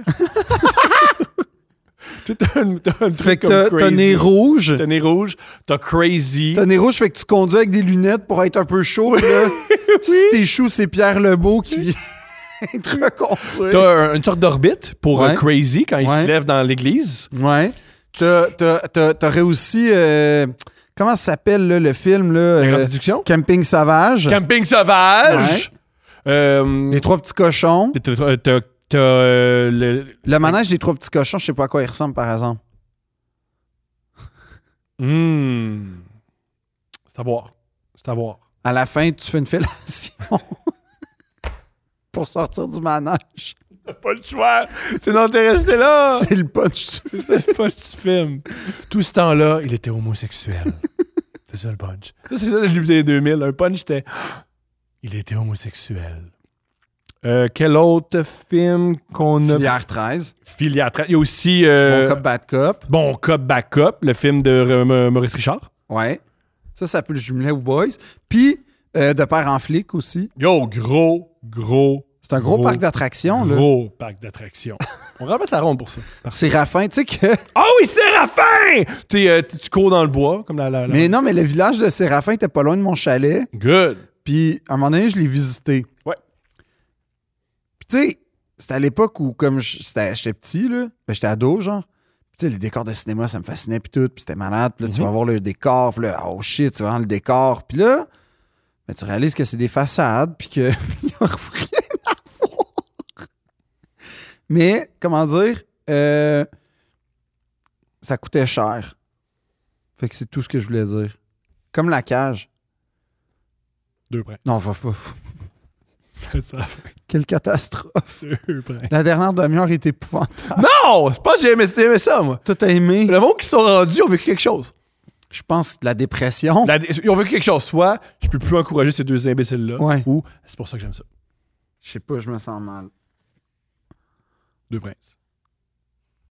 Tu sais, t'as un, t'as un Fait truc que comme t'as- t'as Crazy. nez rouge. T'as nez rouge, t'as Crazy. T'as nez rouge, fait que tu conduis avec des lunettes pour être un peu chaud. puis Là, si t'échoues, c'est Pierre Lebeau qui vient te reconduire. T'as un- une sorte d'orbite pour euh, Ouais. Crazy quand il Ouais. se lève dans l'église. Ouais. T'as- t'as- t'as- T'aurais aussi... euh, comment ça s'appelle, là, le film, là? La grande euh, séduction. Camping Sauvage. Camping sauvage. Euh, Les Trois Petits Cochons. t'as- t'as- t'as- t'as, euh, le- Le manège des Trois Petits Cochons, je sais pas à quoi il ressemble, par exemple. Hmm. C'est à voir. C'est à voir. À la fin, tu fais une fellation pour sortir du manège. T'as pas le choix. Sinon, t'es resté là. C'est le punch. C'est le punch du film. Tout ce temps-là, il était homosexuel. C'est ça le punch. Ça, c'est ça le début des années deux mille. Un punch, c'était... Il était homosexuel. Euh, quel autre film qu'on a... Filière treize. Filière treize. Il y a aussi... Euh... Bon cop, bad cop. Bon Cop, Bad Cop, le film de euh, Maurice Richard. Ouais. Ça, ça peut le jumeler aux boys. Puis, euh, de père en flic aussi. Yo, gros, gros... C'est un gros, parc d'attractions, là. Gros parc d'attractions. On remette la ronde pour ça. Séraphin, tu sais que... Ah oui, Séraphin! T'es, euh, tu cours dans le bois, comme la... la, la... Mais non, mais le village de Séraphin était pas loin de mon chalet. Good. Puis, à un moment donné, je l'ai visité. Ouais. Puis, tu sais, c'était à l'époque où, comme je- c'était- j'étais petit, là, ben, j'étais ado, genre. Puis, tu sais, les décors de cinéma, ça me fascinait, puis tout. Puis, c'était malade. Puis là, tu Mhm. vas voir le décor. Puis là, oh shit, tu vas voir le décor. Puis là, ben, tu réalises que c'est des façades, puis qu'il n'y a rien à voir. Mais, comment dire, euh, ça coûtait cher. Fait que c'est tout ce que je voulais dire. Comme la cage. Deux près. Non, va, va, va. C'est la fin. Quelle catastrophe. Deux près. La dernière demi-heure est épouvantable. Non! C'est pas que j'ai aimé, j'ai aimé ça, moi. Tout a aimé. Le monde qui sont rendus ont vécu quelque chose. Je pense que la dépression. La- ils ont vécu quelque chose. Soit je peux plus encourager ces deux imbéciles-là, Ouais. ou c'est pour ça que j'aime ça. Je sais pas, je me sens mal. Deux princes.